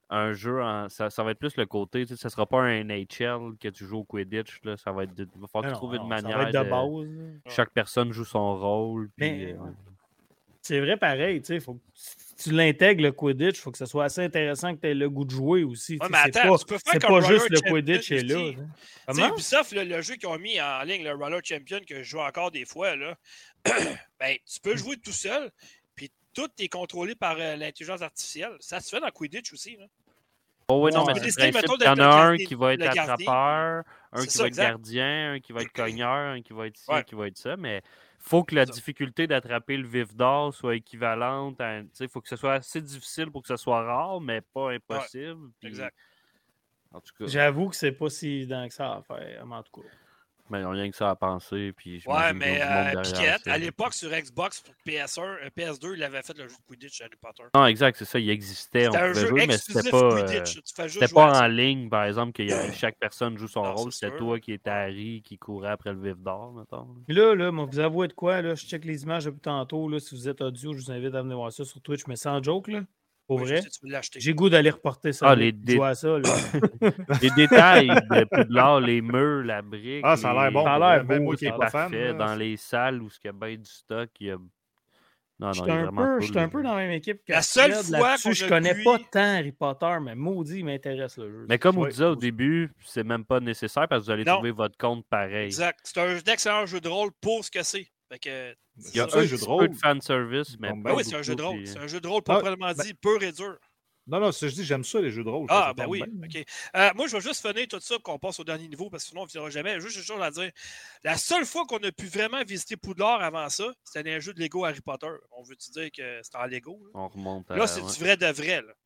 un jeu, en, ça, ça va être plus le côté, tu sais, ça sera pas un N H L que tu joues au Quidditch, là, ça va être, il va falloir que tu trouves une manière ça va être de, de base. Chaque personne joue son rôle. Puis, Mais, euh, c'est vrai pareil, tu sais, faut que si tu l'intègres le Quidditch, il faut que ce soit assez intéressant que tu aies le goût de jouer aussi. Ouais, mais c'est attends, pas, tu peux faire c'est comme pas Roller juste le Champion Quidditch est là. aussi. Hein. Tu sais, Comment? Ubisoft, le, le jeu qu'ils ont mis en ligne, le Roller Champion, que je joue encore des fois, là, ben, tu peux jouer tout seul, puis tout est contrôlé par euh, l'intelligence artificielle. Ça se fait dans Quidditch aussi. Là. Oh oui, non, Ouais. mais c'est Décider, le principe mettons, qu'il y en d'être a le un gardien- qui va être le gardien, attrapeur, un C'est qui ça, va être exact. gardien, un qui va être cogneur, un qui va être ci, un Ouais. qui va être ça, mais il faut que la C'est ça. difficulté d'attraper le vif d'or soit équivalente à... Il faut que ce soit assez difficile pour que ce soit rare, mais pas impossible. Puis, Exact. en tout cas, J'avoue que c'est pas si évident que ça à faire, mais en tout cas. mais ils n'ont rien que ça à penser. Puis Ouais, j'imagine qu'ils mais ont du monde euh, derrière Piquette, ça. à l'époque, sur Xbox, pour P S un, euh, P S deux, il avait fait le jeu de Quidditch Harry Potter. Non, exact, c'est ça, il existait, on C'était un pouvait jeu jouer, mais exclusif c'était pas... euh, Quidditch. Tu fais juste C'était jouer à pas ça. en ligne, par exemple, que y avait- chaque personne joue son Non, rôle. c'est C'était sûr. toi qui étais Harry, qui courait après le vif d'or, mettons. Puis là, là, moi, vous avouez de quoi, là, je check les images depuis tantôt, là, si vous êtes audio, je vous invite à venir voir ça sur Twitch, mais sans joke, là, pour Oui, je vrai. sais, tu veux l'acheter. J'ai goût d'aller reporter ça. Ah, là, les puis dé- jouer à ça, là. Les détails de Poudlard, les murs, la brique. Ah, ça a l'air les- bon. Ça a pour l'air vrai. Même beau, moi qui ça n'ai a pas l'air fan. Parfait. là, Dans les salles où il y a bien du stock, il y a... Non, non, J'étais il est un, vraiment peu, cool. j'étais un le peu jeu. dans la même équipe que La seule Fred fois là-dessus. qu'on Je a connais pu- pas tant Harry Potter, mais maudit, il m'intéresse le jeu. Mais comme on Ouais. disait au début, c'est même pas nécessaire parce que vous allez Non. trouver votre compte pareil. Exact. C'est un excellent jeu de rôle pour ce que c'est. Fait que, Il y a C'est un un jeu de petit rôle. peu de fanservice, mais Bon, ben pas ah oui, c'est un beaucoup, jeu de rôle. puis- C'est un jeu de rôle Ah, proprement ben- dit, pur et dur. Non, non, c'est- je dis, j'aime ça, les jeux de rôle. Ah, ça ben tombe oui. bien. OK. Euh, moi, je vais juste finir tout ça qu'on passe au dernier niveau parce que sinon, on ne finira jamais. Juste une chose à dire. La seule fois qu'on a pu vraiment visiter Poudlard avant ça, c'était dans un jeu de Lego Harry Potter. On veut-tu dire que c'était en Lego? Là, On remonte à... Là, c'est ouais. du vrai de vrai. Là.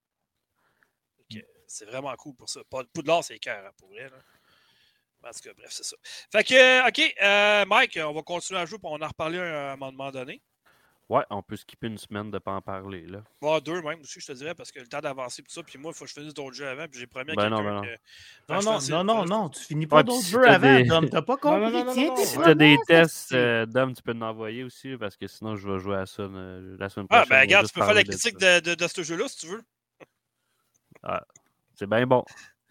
Ok. C'est vraiment cool pour ça. Pas- Poudlard, c'est cœur hein, pour vrai. Là. En tout cas, bref, c'est ça. Fait que, euh, OK, euh, Mike, on va continuer à jouer pour en reparler à un moment donné. Ouais, on peut skipper une semaine de pas en parler, là. Bon, deux même aussi, je te dirais, parce que le temps d'avancer tout ça, puis moi, il faut que je finisse d'autres jeux avant, puis j'ai promis à Ben non, quelqu'un ben non. que... Non, Quand non, je fasse- non, non, non, tu finis Ouais, pas puis d'autres si jeux t'as avant, des- Dom. T'as pas compris. non, non, non, Tiens, non, tes non. Si fois, t'as des non, tests, c'est- euh, Dom, tu peux m'envoyer aussi, parce que sinon, je vais jouer à ça euh, la semaine Ah, prochaine. ben on va regarde, juste tu peux faire la parler de critique ça. de, de, de ce jeu-là, si tu veux. C'est bien bon.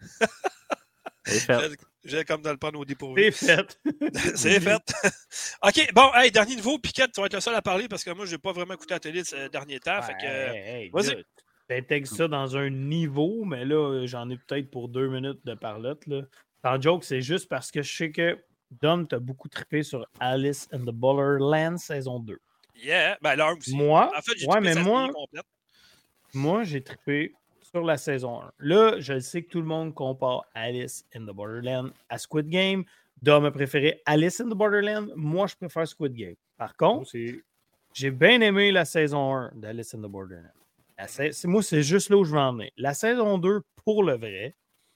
C'est fait. J'ai- J'ai comme dans le pan au dépourvu. C'est fait. C'est fait. OK, bon, hey, dernier niveau, Piquette, tu vas être le seul à parler, parce que moi, j'ai pas vraiment écouté la télé ces derniers temps, fait que... Hey, hey, vas-y. là, t'intègres ça dans un niveau, mais là, j'en ai peut-être pour deux minutes de parlotte. Là. En joke, c'est juste parce que je sais que Dom, t'as beaucoup trippé sur Alice and the Borderlands saison deux. Yeah, ben l'un aussi. Moi, En fait, j'ai ouais, trippé mais sa moi, série complète. moi, j'ai trippé sur la saison un. Là, je sais que tout le monde compare Alice in the Borderland à Squid Game. Dom a préféré Alice in the Borderland. Moi, je préfère Squid Game. Par Moi, contre, c'est- j'ai bien aimé la saison un d'Alice in the Borderland. La sa- c'est- Moi, c'est juste là où je veux en venir. La saison deux, pour le vrai,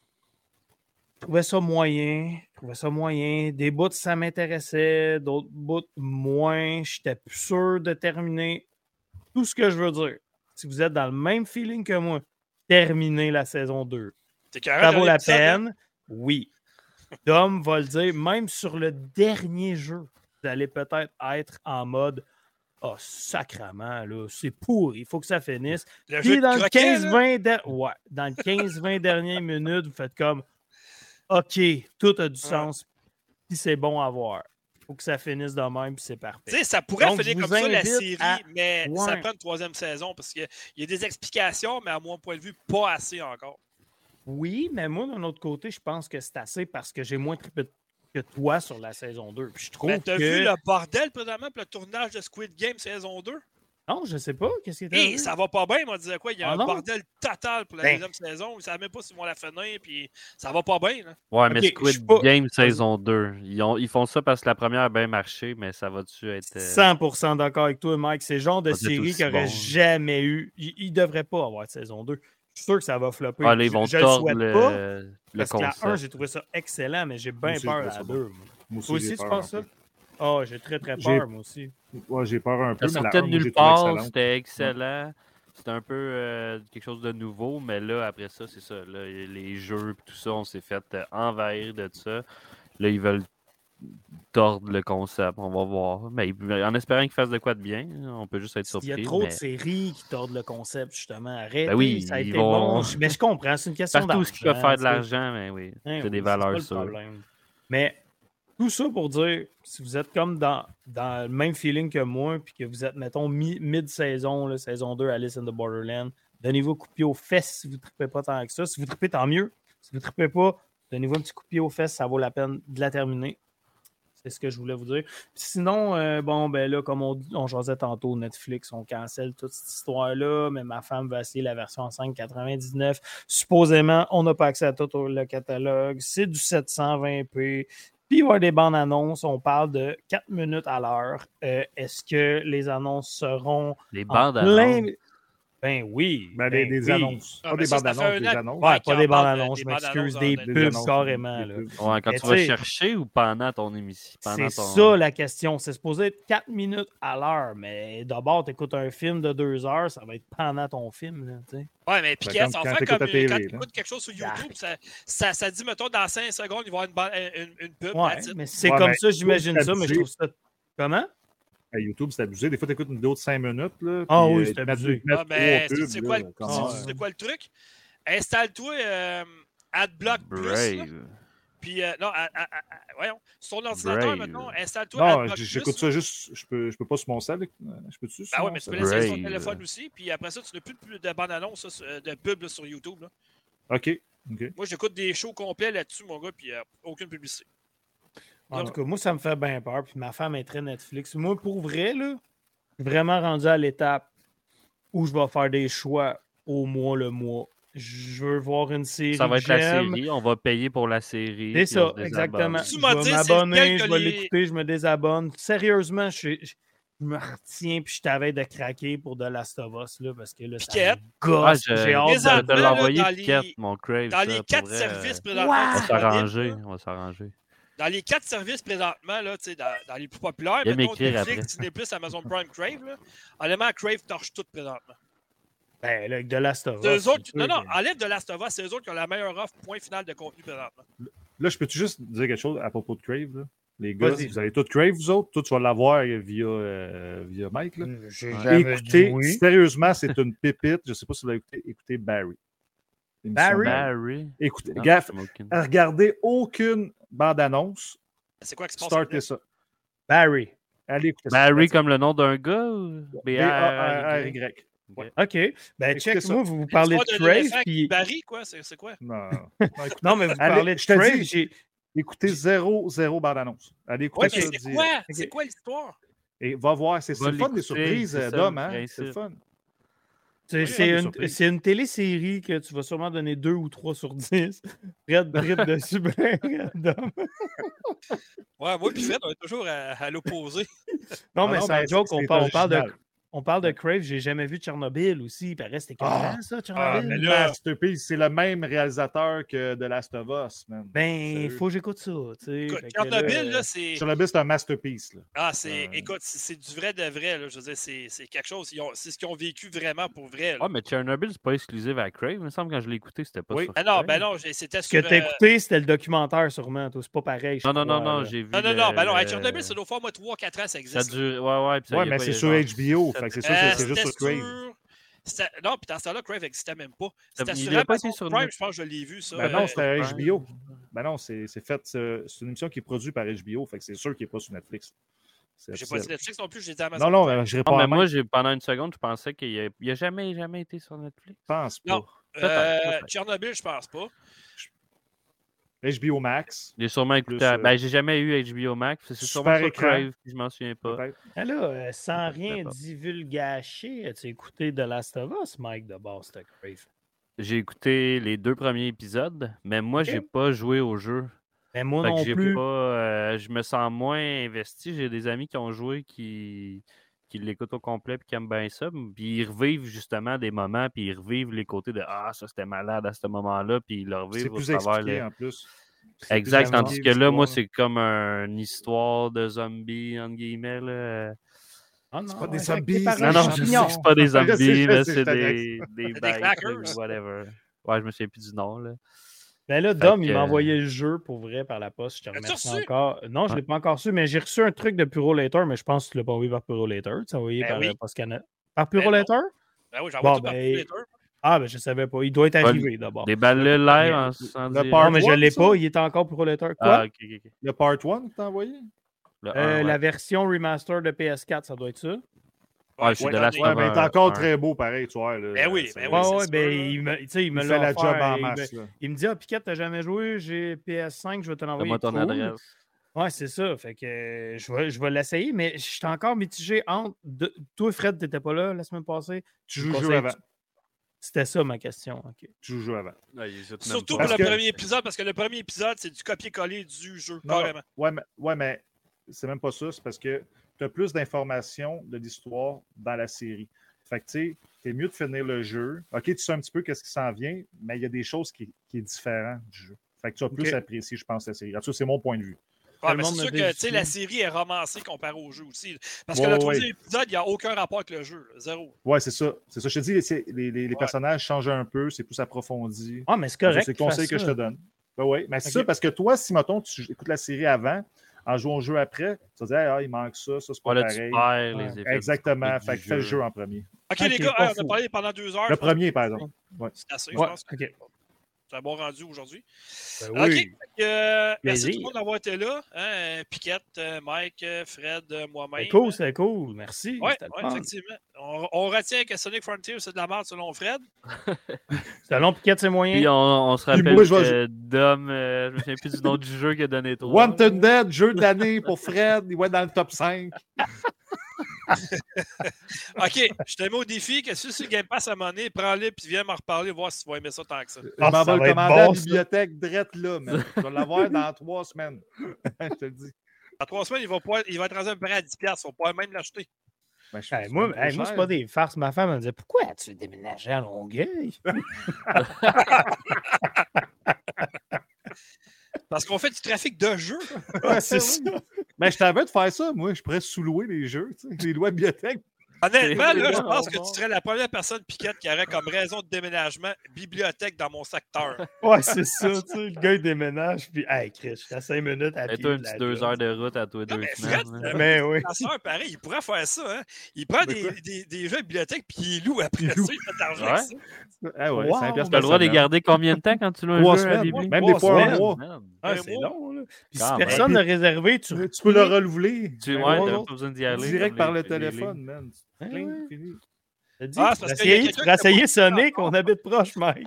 je trouvais ça moyen. Je trouvais ça moyen. Des bouts, ça m'intéressait. D'autres bouts, moins. J'étais plus sûr de terminer. Tout ce que je veux dire, si vous êtes dans le même feeling que moi, terminez la saison deux. T'es carré, Ça j'en vaut ai la écouté ça, hein? peine. Oui. Dom va le dire, même sur le dernier jeu, vous allez peut-être être en mode oh, sacrement, là, c'est pourri, il faut que ça finisse. Le Puis jeu de dans le croquet, là. quinze vingt der- ouais, dans le quinze vingt dernières minutes, vous faites comme OK, tout a du sens, puis c'est bon à voir. Il faut que ça finisse de même, puis c'est parfait. Tu sais, ça pourrait Donc, finir je comme vous ça la invite série, à- mais ça Ouais. prend une troisième saison parce qu'il y a des explications, mais à mon point de vue, pas assez encore. Oui, mais moi, d'un autre côté, je pense que c'est assez parce que j'ai moins trippé que toi sur la saison deux. Puis je trouve Mais t'as que... vu le bordel présentement pour le tournage de Squid Game saison deux? Non, je sais pas. Qu'est-ce qui est Hé, arrivé? ça va pas bien, il m'a dit quoi? Il y a Ah un non? bordel total pour la Ben. deuxième saison. Ils ne savent même pas s'ils vont la finir, puis ça va pas bien. Là. Ouais, mais Ok, je Squid suis pas- Game saison deux. Ils, ont, ils font ça parce que la première a bien marché, mais ça va-tu être. euh, cent pour cent d'accord avec toi, Mike. C'est le genre de Ça doit être série aussi qui n'aurait bon. jamais eu. Il ne devrait pas avoir de saison deux. Je suis sûr que ça va flopper. Ah, là, ils Je- vont je le tordre souhaite le, pas. le Parce que la concept. un, j'ai trouvé ça excellent, mais j'ai bien Moi aussi, peur j'ai à trouvé la ça bon. deux. Moi Toi aussi, j'ai tu peur penses un ça? peu. Ah, j'ai très, très J'ai- peur, moi aussi. Ouais, j'ai peur un peu, Ça mais la sortait un, de moi, j'ai nulle trouvé part, excellente. c'était excellent. C'était un peu euh, quelque chose de nouveau, mais là, après ça, c'est ça. Là, les jeux et tout ça, on s'est fait euh, envahir de ça. Là, ils veulent tordre le concept. On va voir. Mais en espérant qu'il fasse de quoi de bien, on peut juste être surpris. Il y a trop mais... de séries qui tordent le concept, justement. Arrêtez, ben oui, ça a été vont... bon. Mais je comprends, c'est une question d'argent. Partout où ils peuvent faire de l'argent, mais oui, hein, c'est oui, des valeurs c'est pas le sûres. Mais tout ça pour dire, si vous êtes comme dans, dans le même feeling que moi, puis que vous êtes, mettons, mi- mid-saison, là, saison deux, Alice in the Borderland, donnez-vous un coup de pied aux fesses si vous ne trippez pas tant que ça. Si vous trippez, tant mieux. Si vous ne trippez pas, donnez-vous un petit coup de pied aux fesses, ça vaut la peine de la terminer. C'est ce que je voulais vous dire. Puis sinon, euh, bon, ben là, comme on, on jasait tantôt, Netflix, on cancelle toute cette histoire-là, mais ma femme va essayer la version en cinq quatre-vingt-dix-neuf. Supposément, on n'a pas accès à tout le catalogue. C'est du sept cent vingt p. Puis il va y avoir des bandes annonces. On parle de quatre minutes à l'heure. Euh, est-ce que les annonces seront. Les bandes plein... annonces? Ben oui. Ben, ben des, des oui. annonces. Ah, pas des ça, bandes ça annonces, des an annonces. Ouais, pas des bandes parle de- annonces, des je bandes m'excuse, annonces des dans- Des pubs annonces, carrément. des Là. pubs. Ouais, quand Mais tu vas t'sais, chercher ou pendant ton émission? Pendant C'est ton... ça la question. C'est supposé être quatre minutes à l'heure, mais d'abord, tu écoutes un film de deux heures, ça va être pendant ton film. Là, t'sais. Ouais, mais puis Ben, qu'est-ce quand- en quand fait t'écoutes comme la télé, quand là. tu écoutes quelque chose sur Ah. YouTube, ça, ça, ça dit, mettons, dans cinq secondes, il va y avoir une, ban- une, une pub. Ouais, that's it. mais c'est Ouais, comme mais ça, j'imagine c'est ça, mais je abusé. trouve ça. Comment? À YouTube, c'est abusé. Des fois, tu écoutes une vidéo de cinq minutes. Là, Ah puis, oui, euh, c'est ils te mettent- abusé. ils te mettent Ah, ben, trois c'est pubs, c'est quoi, là, le- comme c'est- ça. c'est quoi le truc? Installe-toi euh, AdBlock Plus. là. Brave. Puis, euh, non, à- à- à- voyons, sur ton ordinateur, Brave. maintenant, installe-toi Non, AdBlock j- Plus. j'écoute là. ça juste. Je peux, je peux pas sur mon cell. Je peux-tu sur Ben oui, mon mais tu peux cell? l'essayer sur ton Brave. téléphone aussi. Puis après ça, tu n'as plus de, de bande-annonce, ça, sur- de pub là, sur YouTube. Là. OK. OK. Moi, j'écoute des shows complets là-dessus, mon gars, puis euh, aucune publicité. En Non. tout cas, moi, ça me fait bien peur. Puis ma femme est très Netflix. Moi, pour vrai, là, je suis vraiment rendu à l'étape où je vais faire des choix au mois le mois. Je veux voir une série. Ça va être que la j'aime. série. On va payer pour la série. C'est puis on ça, se désabonne. exactement. Tu Je m'as vais dit, c'est m'abonner, lequel je que vais les- l'écouter, je me désabonne. Sérieusement, je, suis- je- je me retiens puis je t'avais de craquer pour The Last of Us là, parce que là, ça Piquette. me gosse. Ah, je- J'ai hâte Les de de, enfants, de là, l'envoyer dans les- Piquette, mon crave. Dans ça, les pour quatre vrai, services euh, présentement Wow! On va disponibles, s'arranger. là, On va s'arranger. dans les quatre services présentement, là, tu sais, dans, dans les plus populaires, Viens mettons m'écrire Netflix, après. Disney plus, Amazon Prime, Crave, là, honnêtement, Crave torche tout présentement. Ben, là, avec The Last of Us. C'est eux autres, c'est non, sûr non, que- enlève de Last of Us, c'est eux autres qui ont la meilleure offre point final de contenu présentement. Là, je peux-tu juste dire quelque chose à propos de Crave? Là? Les gars, Vas-y. vous avez tout Crave, vous autres? Toi, tu vas l'avoir via, euh, via Mike. Là. J'ai Ouais. jamais Écoutez, dit oui. sérieusement, c'est une pépite. Je ne sais pas si vous l'avez écouté. Écoutez Barry. L'émission Barry? Barry. Écoutez, Non, gaffe, c'est aucune. regardez aucune bande-annonce. C'est quoi qui se passe? Startez après? ça. Barry. Allez écouter ça. Barry comme le nom d'un gars? ou B A R B-A-R-Y? Y. Ouais. OK. Ben, Écoutez check, ça. moi, vous, vous parlez de L'histoire Crave. l'éléphant qui Puis... Barry, quoi? C'est c'est quoi? Non, non, écoutez, Non, mais vous Allez, parlez de je te Crave. dis- j'ai- écoutez zéro, zéro bande-annonce. Allez écouter Ouais, mais ça. c'est direct. quoi? Ok. C'est quoi l'histoire? Et va voir, c'est c'est Va le fun des l'écouter, surprises c'est euh, ça, d'hommes, le hein? principe. C'est le fun. C'est Oui, c'est des une, surprises. c'est une télésérie que tu vas sûrement donner deux ou trois sur dix. Red Brit dessus, ben random. Ouais, moi, puis Fred, on est toujours à, à l'opposé. Non, Ah mais non, c'est un mais joke. c'est- On c'est parle, on, parle de, original. on parle de Crave. J'ai jamais vu Tchernobyl aussi. Il paraît que c'était Ah, écœurant, ça, Ah, Tchernobyl. mais là, Masterpiece, c'est le même réalisateur que The Last of Us, man. Ben, il Sérieux. faut que j'écoute ça. tu sais. Écoute, Fait que Tchernobyl, là, là, c'est. Chernobyl, c'est un masterpiece. Là. Ah, c'est. Euh, Écoute, c'est c'est du vrai de vrai, là. Je veux dire, c'est c'est quelque chose. ils ont- C'est ce qu'ils ont vécu vraiment pour vrai. là. Ah, mais Chernobyl, c'est pas exclusif à Crave. Il me semble que quand je l'ai écouté, c'était pas Oui. sur Ah non, Crave. ben non, j'ai- c'était Ce sur. que t'as euh, écouté, c'était le documentaire, sûrement. toi. C'est pas pareil. je Non, non, non, crois, non, là. j'ai vu. Non, non, non, le- ben non, à le- Tchernobyl, c'est l'autre fois, moi, trois quatre ans, ça Ça existe. là. dure. Ouais, ouais. puis ça Ouais, y a mais pas- c'est il y a sur genre H B O. sept- Fait que c'est sûr Euh, que c'est juste c'était sur Crave. sur- c'était- Non, puis dans ce temps-là, Crave n'existait même pas. C'était Il sur a pas Amazon été sur Prime, Net- je pense que je l'ai vu, ça. Ben euh, non, c'était Ouais. H B O. Ben non, c'est c'est fait. C'est c'est une émission qui est produite par H B O. Fait que c'est sûr qu'il n'est pas sur Netflix. C'est J'ai pas dit officiel. Netflix non plus, j'ai dit Amazon Non, non, Prime. euh, je Non, réponds mais à moi, moi. j'ai, pendant une seconde, je pensais qu'il a, il a jamais, jamais été sur Netflix. Je pense pas. Non. Peut-être, Euh, peut-être. Tchernobyl, je pense pas. H B O Max. J'ai sûrement écouté. Plus, à- euh, Ben, j'ai jamais eu H B O Max. C'est sûrement Super sur écran. Crave, puis je m'en souviens pas. peut-être. Ah là, euh, sans rien pas. divulgacher, as-tu écouté The Last of Us, Mike, de base, de Crave? J'ai écouté les deux premiers épisodes, mais moi, Ok. j'ai pas joué au jeu. Ben, moi Fait que non j'ai plus. pas, euh, je me sens moins investi. J'ai des amis qui ont joué qui, qui l'écoutent au complet et qui aiment bien ça. Puis ils revivent justement des moments, puis ils revivent les côtés de Ah, ça c'était malade à ce moment-là, puis ils le C'est revivent au plus travers. expliqué le- en plus. C'est Exact, plus tandis expliqué, que là, moi, l'histoire. c'est comme un- une histoire de zombies, entre guillemets. Là. Ah non, pas des ouais, zombies, fait que c'est t'es Non, par non, un je je sais champignon. que c'est pas des Je sais, zombies, je mais sais, c'est je te des, des des bikes, crackers. ou whatever. Ouais, je me souviens plus du nom, là. Ben là, Dom, que... il m'a envoyé le jeu pour vrai par la poste. Je te remercie encore. Non, je ne l'ai pas encore su, mais j'ai reçu un truc de Purolator, mais je pense que tu ne l'as pas envoyé par Purolator. Tu l'as envoyé ben par oui. Post Canada. Par Purolator? Ben, ben oui, j'ai envoyé bon, tout ben... par Purolator. Ah, ben je ne savais pas. Il doit être arrivé d'abord. Des balles live en sans dire. Non, mais je ne l'ai pas. Il est encore Purolator. Quoi? Ah, ok, ok, ok. Le Part un que tu as envoyé? Le euh, un, ouais. La version remaster de P S quatre, ça doit être ça. Ouais, je suis ouais, de la ouais, mais il est encore un. très beau, pareil, tu vois. Là, ben oui, ben oui. Ouais, ouais, ben, il me, il me il fait la job en masse. Il me, il me dit, ah, Piquette, t'as jamais joué, j'ai P S cinq, je vais te l'envoyer. Donne-moi ton cool. adresse. Ouais, c'est ça. Fait que euh, je vais, je vais l'essayer, mais je suis encore mitigé entre. De... Toi, Fred, t'étais pas là la semaine passée. Tu joues jeu avant. C'était ça ma question. Okay. Tu joues jeu avant. Ah, surtout pour le que... premier épisode, parce que le premier épisode, c'est du copier-coller du jeu, non, carrément. Ouais, mais, ouais, mais c'est même pas ça. C'est parce que tu as plus d'informations de l'histoire dans la série. Fait que, tu sais, c'est mieux de finir le jeu. OK, tu sais un petit peu qu'est-ce qui s'en vient, mais il y a des choses qui, qui sont différentes du jeu. Fait que tu as plus okay. apprécié, je pense, la série. En tout cas, c'est mon point de vue. Ouais, mais c'est sûr que la série est romancée comparée au jeu aussi. Parce que ouais, le troisième ouais. épisode, il n'y a aucun rapport avec le jeu. Là. Zéro. Ouais, c'est ça. C'est ça. Je te dis, les, les, les ouais. personnages changent un peu, c'est plus approfondi. Ah, mais c'est correct. C'est le conseil que ça. je te donne. Ben oui, mais c'est okay. ça, parce que toi, si, mettons, tu écoutes la série avant, en jouant au jeu après, tu vas dire, ah, il manque ça, ça, c'est pas ouais, pareil. Tu perds les effets exactement. Fait que fais le jeu en premier. OK, okay les gars, hey, on a parlé pendant deux heures. Le premier, par exemple. Ouais. C'est assez, ouais. je pense. OK. C'est un bon rendu aujourd'hui. Ben oui. OK. Euh, merci tout le monde d'avoir été là. Hein? Piquette, Mike, Fred, moi-même. C'est cool, c'est cool. Merci. Oui, ouais, effectivement. On, on retient que Sonic Frontier, c'est de la merde selon Fred. Selon Piquette, c'est moyen. Puis on, on se rappelle moi, que Dom, euh, je me souviens plus du nom du jeu qu'il a donné trop. Wanted Dead, jeu de l'année pour Fred. Il va dans le top cinq. OK, je te mets au défi que si c'est Game Pass à monnaie, prends-le puis viens m'en reparler, voir si tu vas aimer ça tant que ça. Ah, je m'en vais le commander bon, à la bibliothèque drette là, man. Je vais l'avoir dans trois semaines. Je te le dis. Dans trois semaines, il va, pas, il va être rendu un prêt à dix dollars. Il ne va pas même l'acheter. Ben, hey, moi, hey, moi c'est pas des farces. Ma femme me disait, pourquoi as-tu déménagé à Longueuil? Parce qu'on fait du trafic de jeux. Ouais, c'est ça. Mais je t'avais de faire ça, moi. Je pourrais sous-louer les jeux, tu sais, les lois de bibliothèque. Honnêtement, là, je pense que tu serais la première personne, Piquette, qui aurait comme raison de déménagement bibliothèque dans mon secteur. Ouais, c'est ça, tu sais. Le gars, il déménage, puis, hey, Chris, je suis à cinq minutes à pied. Et toi, une petite deux job. heures de route à toi, deux mais semaines. Fred, euh, mais oui. Soeur, pareil, il pourrait faire ça, hein. Il prend des, des, des jeux de bibliothèque, puis il loue après il ça, il fait de l'argent avec ça. Ah ouais, wow. cinq piastres tu as le droit de les garder combien de temps quand tu loues un jeu à la bibliothèque? Même des fois un mois. Ah, c'est long, là. Puis si personne n'a réservé, tu peux le renouveler. Tu vois, t'as pas besoin d'y aller. Direct par le téléphone, man. Fini. Dit, ah, tu vas essayer Sonic, on habite proche, Mike.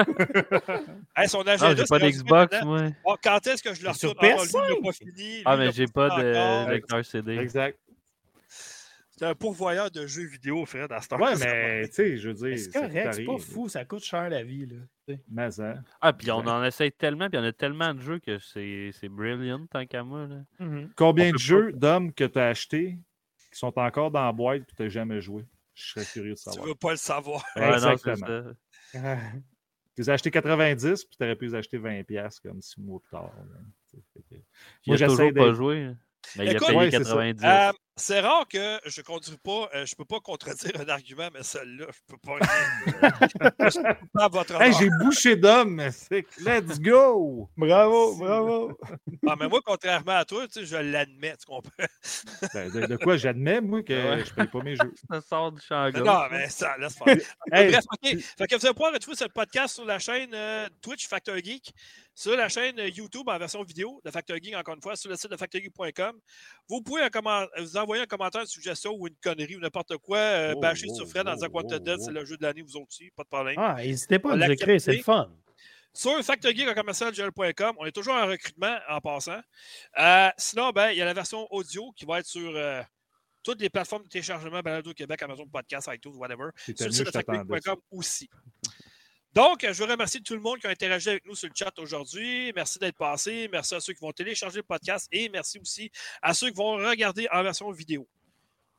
Hey, son agenda, ah, j'ai pas d'Xbox, moi. Bon, quand est-ce que je le reçois? Sur P S cinq? Ah, lui, pas fini, ah, mais j'ai pas de lecteur C D. Exact. C'est un pourvoyeur de jeux vidéo, Fred, à ce temps. Ouais, mais tu sais, je veux dire. C'est correct, c'est pas fou, ça coûte cher la vie, là. Mais ça. Ah, puis on en essaye tellement, puis il y en a tellement de jeux que c'est brilliant, tant qu'à moi. Là. Mm-hmm. Combien de jeux, Dom, que tu as achetés qui sont encore dans la boîte et que tu n'as jamais joué? Je serais curieux de savoir. Tu veux pas le savoir. Ouais, exactement. Non, tu les as achetés quatre-vingt-dix puis tu aurais pu les acheter vingt dollars comme six mois plus tard. Moi, j'essaie pas joué. Mais il Écoute, a payé ouais, quatre-vingt-dix. Euh, c'est rare que je conduis pas, euh, je peux pas contredire un argument, mais celle-là, je peux pas. je peux pas votre hey, j'ai bouché d'homme, c'est let's go! Bravo, bravo! Ah, mais moi, contrairement à toi, tu sais, je l'admets, tu comprends? Ben, de, de quoi j'admets, moi, que ouais. je paye pas mes jeux. Ça sort du champ gauche. Non, mais ça, laisse faire. Hey, bref, OK. Fait que vous allez pouvoir retrouver ce podcast sur la chaîne euh, Twitch Factor Geek, sur la chaîne YouTube en version vidéo de Factor Geek, encore une fois, sur le site de factor geek point com. Vous pouvez un comment... vous envoyer un commentaire, une suggestion ou une connerie ou n'importe quoi, euh, oh, bâcher oh, sur Fred oh, en disant oh, Wanted Dead, oh, c'est le jeu de l'année, vous aussi, pas de problème. Ah, n'hésitez pas à nous écrire, c'est le fun. Sur factor geek en commercial gmail point com, on est toujours en recrutement en passant. Euh, sinon, ben, il y a la version audio qui va être sur euh, toutes les plateformes de téléchargement, Balado Québec, Amazon Podcast, iTunes, whatever. Sur le site de factor geek point com aussi. Donc, je veux remercier tout le monde qui a interagi avec nous sur le chat aujourd'hui. Merci d'être passé. Merci à ceux qui vont télécharger le podcast et merci aussi à ceux qui vont regarder en version vidéo.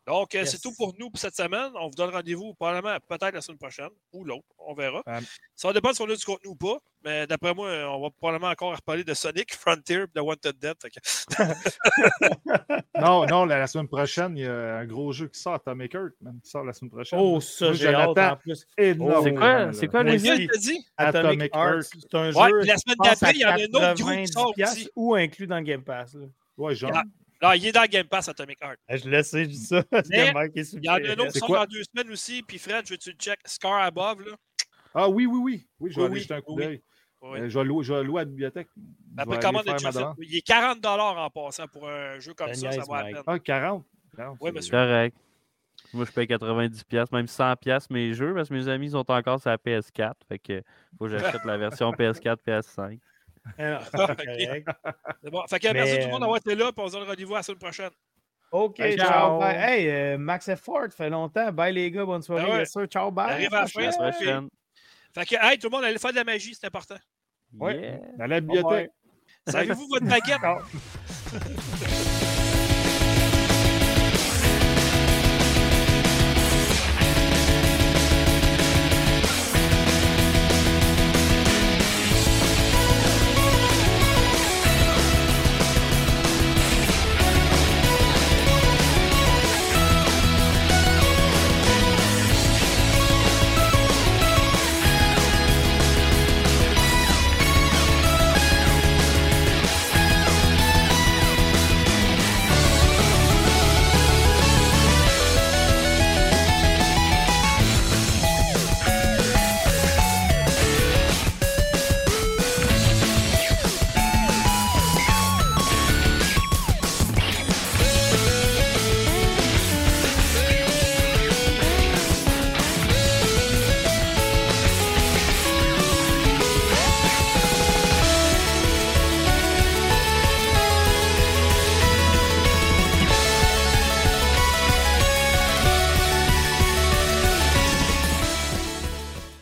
Donc, Yes. c'est tout pour nous pour cette semaine. On vous donne rendez-vous probablement peut-être la semaine prochaine ou l'autre. On verra. Um, Ça va dépendre si on a du contenu ou pas. Mais d'après moi, on va probablement encore reparler de Sonic, Frontier et de Wanted Dead. Fait que... non, non, la, la semaine prochaine, il y a un gros jeu qui sort, Atomic Heart, man, qui sort la semaine prochaine. Oh, ça, Moi, j'ai hâte en plus. Énormément. C'est quoi, c'est quoi Moi les aussi. Qu'est-ce que t'as dit? Atomic, Atomic Heart, Heart. c'est un Ouais, jeu, puis la semaine je pense, d'après, il y en a un autre gros qui quatre-vingt-dix sort piastres aussi. ou inclus dans le Game Pass. Là. Ouais, genre. Yeah. Là, il est dans le Game Pass, Atomic Heart. Je le sais, je dis ça. Parce Mais que Mike est Il y en a un autre qui C'est sort quoi? dans deux semaines aussi. Puis Fred, je veux-tu le check? Scar Above, là. Ah oui, oui, oui. Oui, je vais Oui, aller oui, jeter un coup oui. d'œil. Oui. Euh, je vais louer, je vais louer à la bibliothèque. Je Après vais commande aller est faire déjà ma faite. Il est quarante dollars en passant pour un jeu comme Ça ça. Ça niaise, va à Mike. peine. Ah, quarante. quarante, Oui, c'est- monsieur. Correct. Moi, je paye quatre-vingt-dix piastres, même cent piastres mes jeux, parce que mes amis sont encore sur la P S quatre. Fait que faut que j'achète la version P S quatre, P S cinq. Ah, c'est correct. C'est bon. Fait que Mais, merci tout le monde euh, d'avoir été là. Puis on se donne rendez-vous à la semaine prochaine. OK, Hey, ciao. ciao. Bye. Hey, euh, Max Effort, fait longtemps. Bye les gars, bonne soirée. Ben ouais. Yes, sir. Ciao, bye. Arrive à la fin, À la c'est prochaine. Fait que, hey, tout le monde, allez faire de la magie, c'est important. Ouais. Yeah. Dans la bibliothèque. Savez-vous votre baguette? Ciao.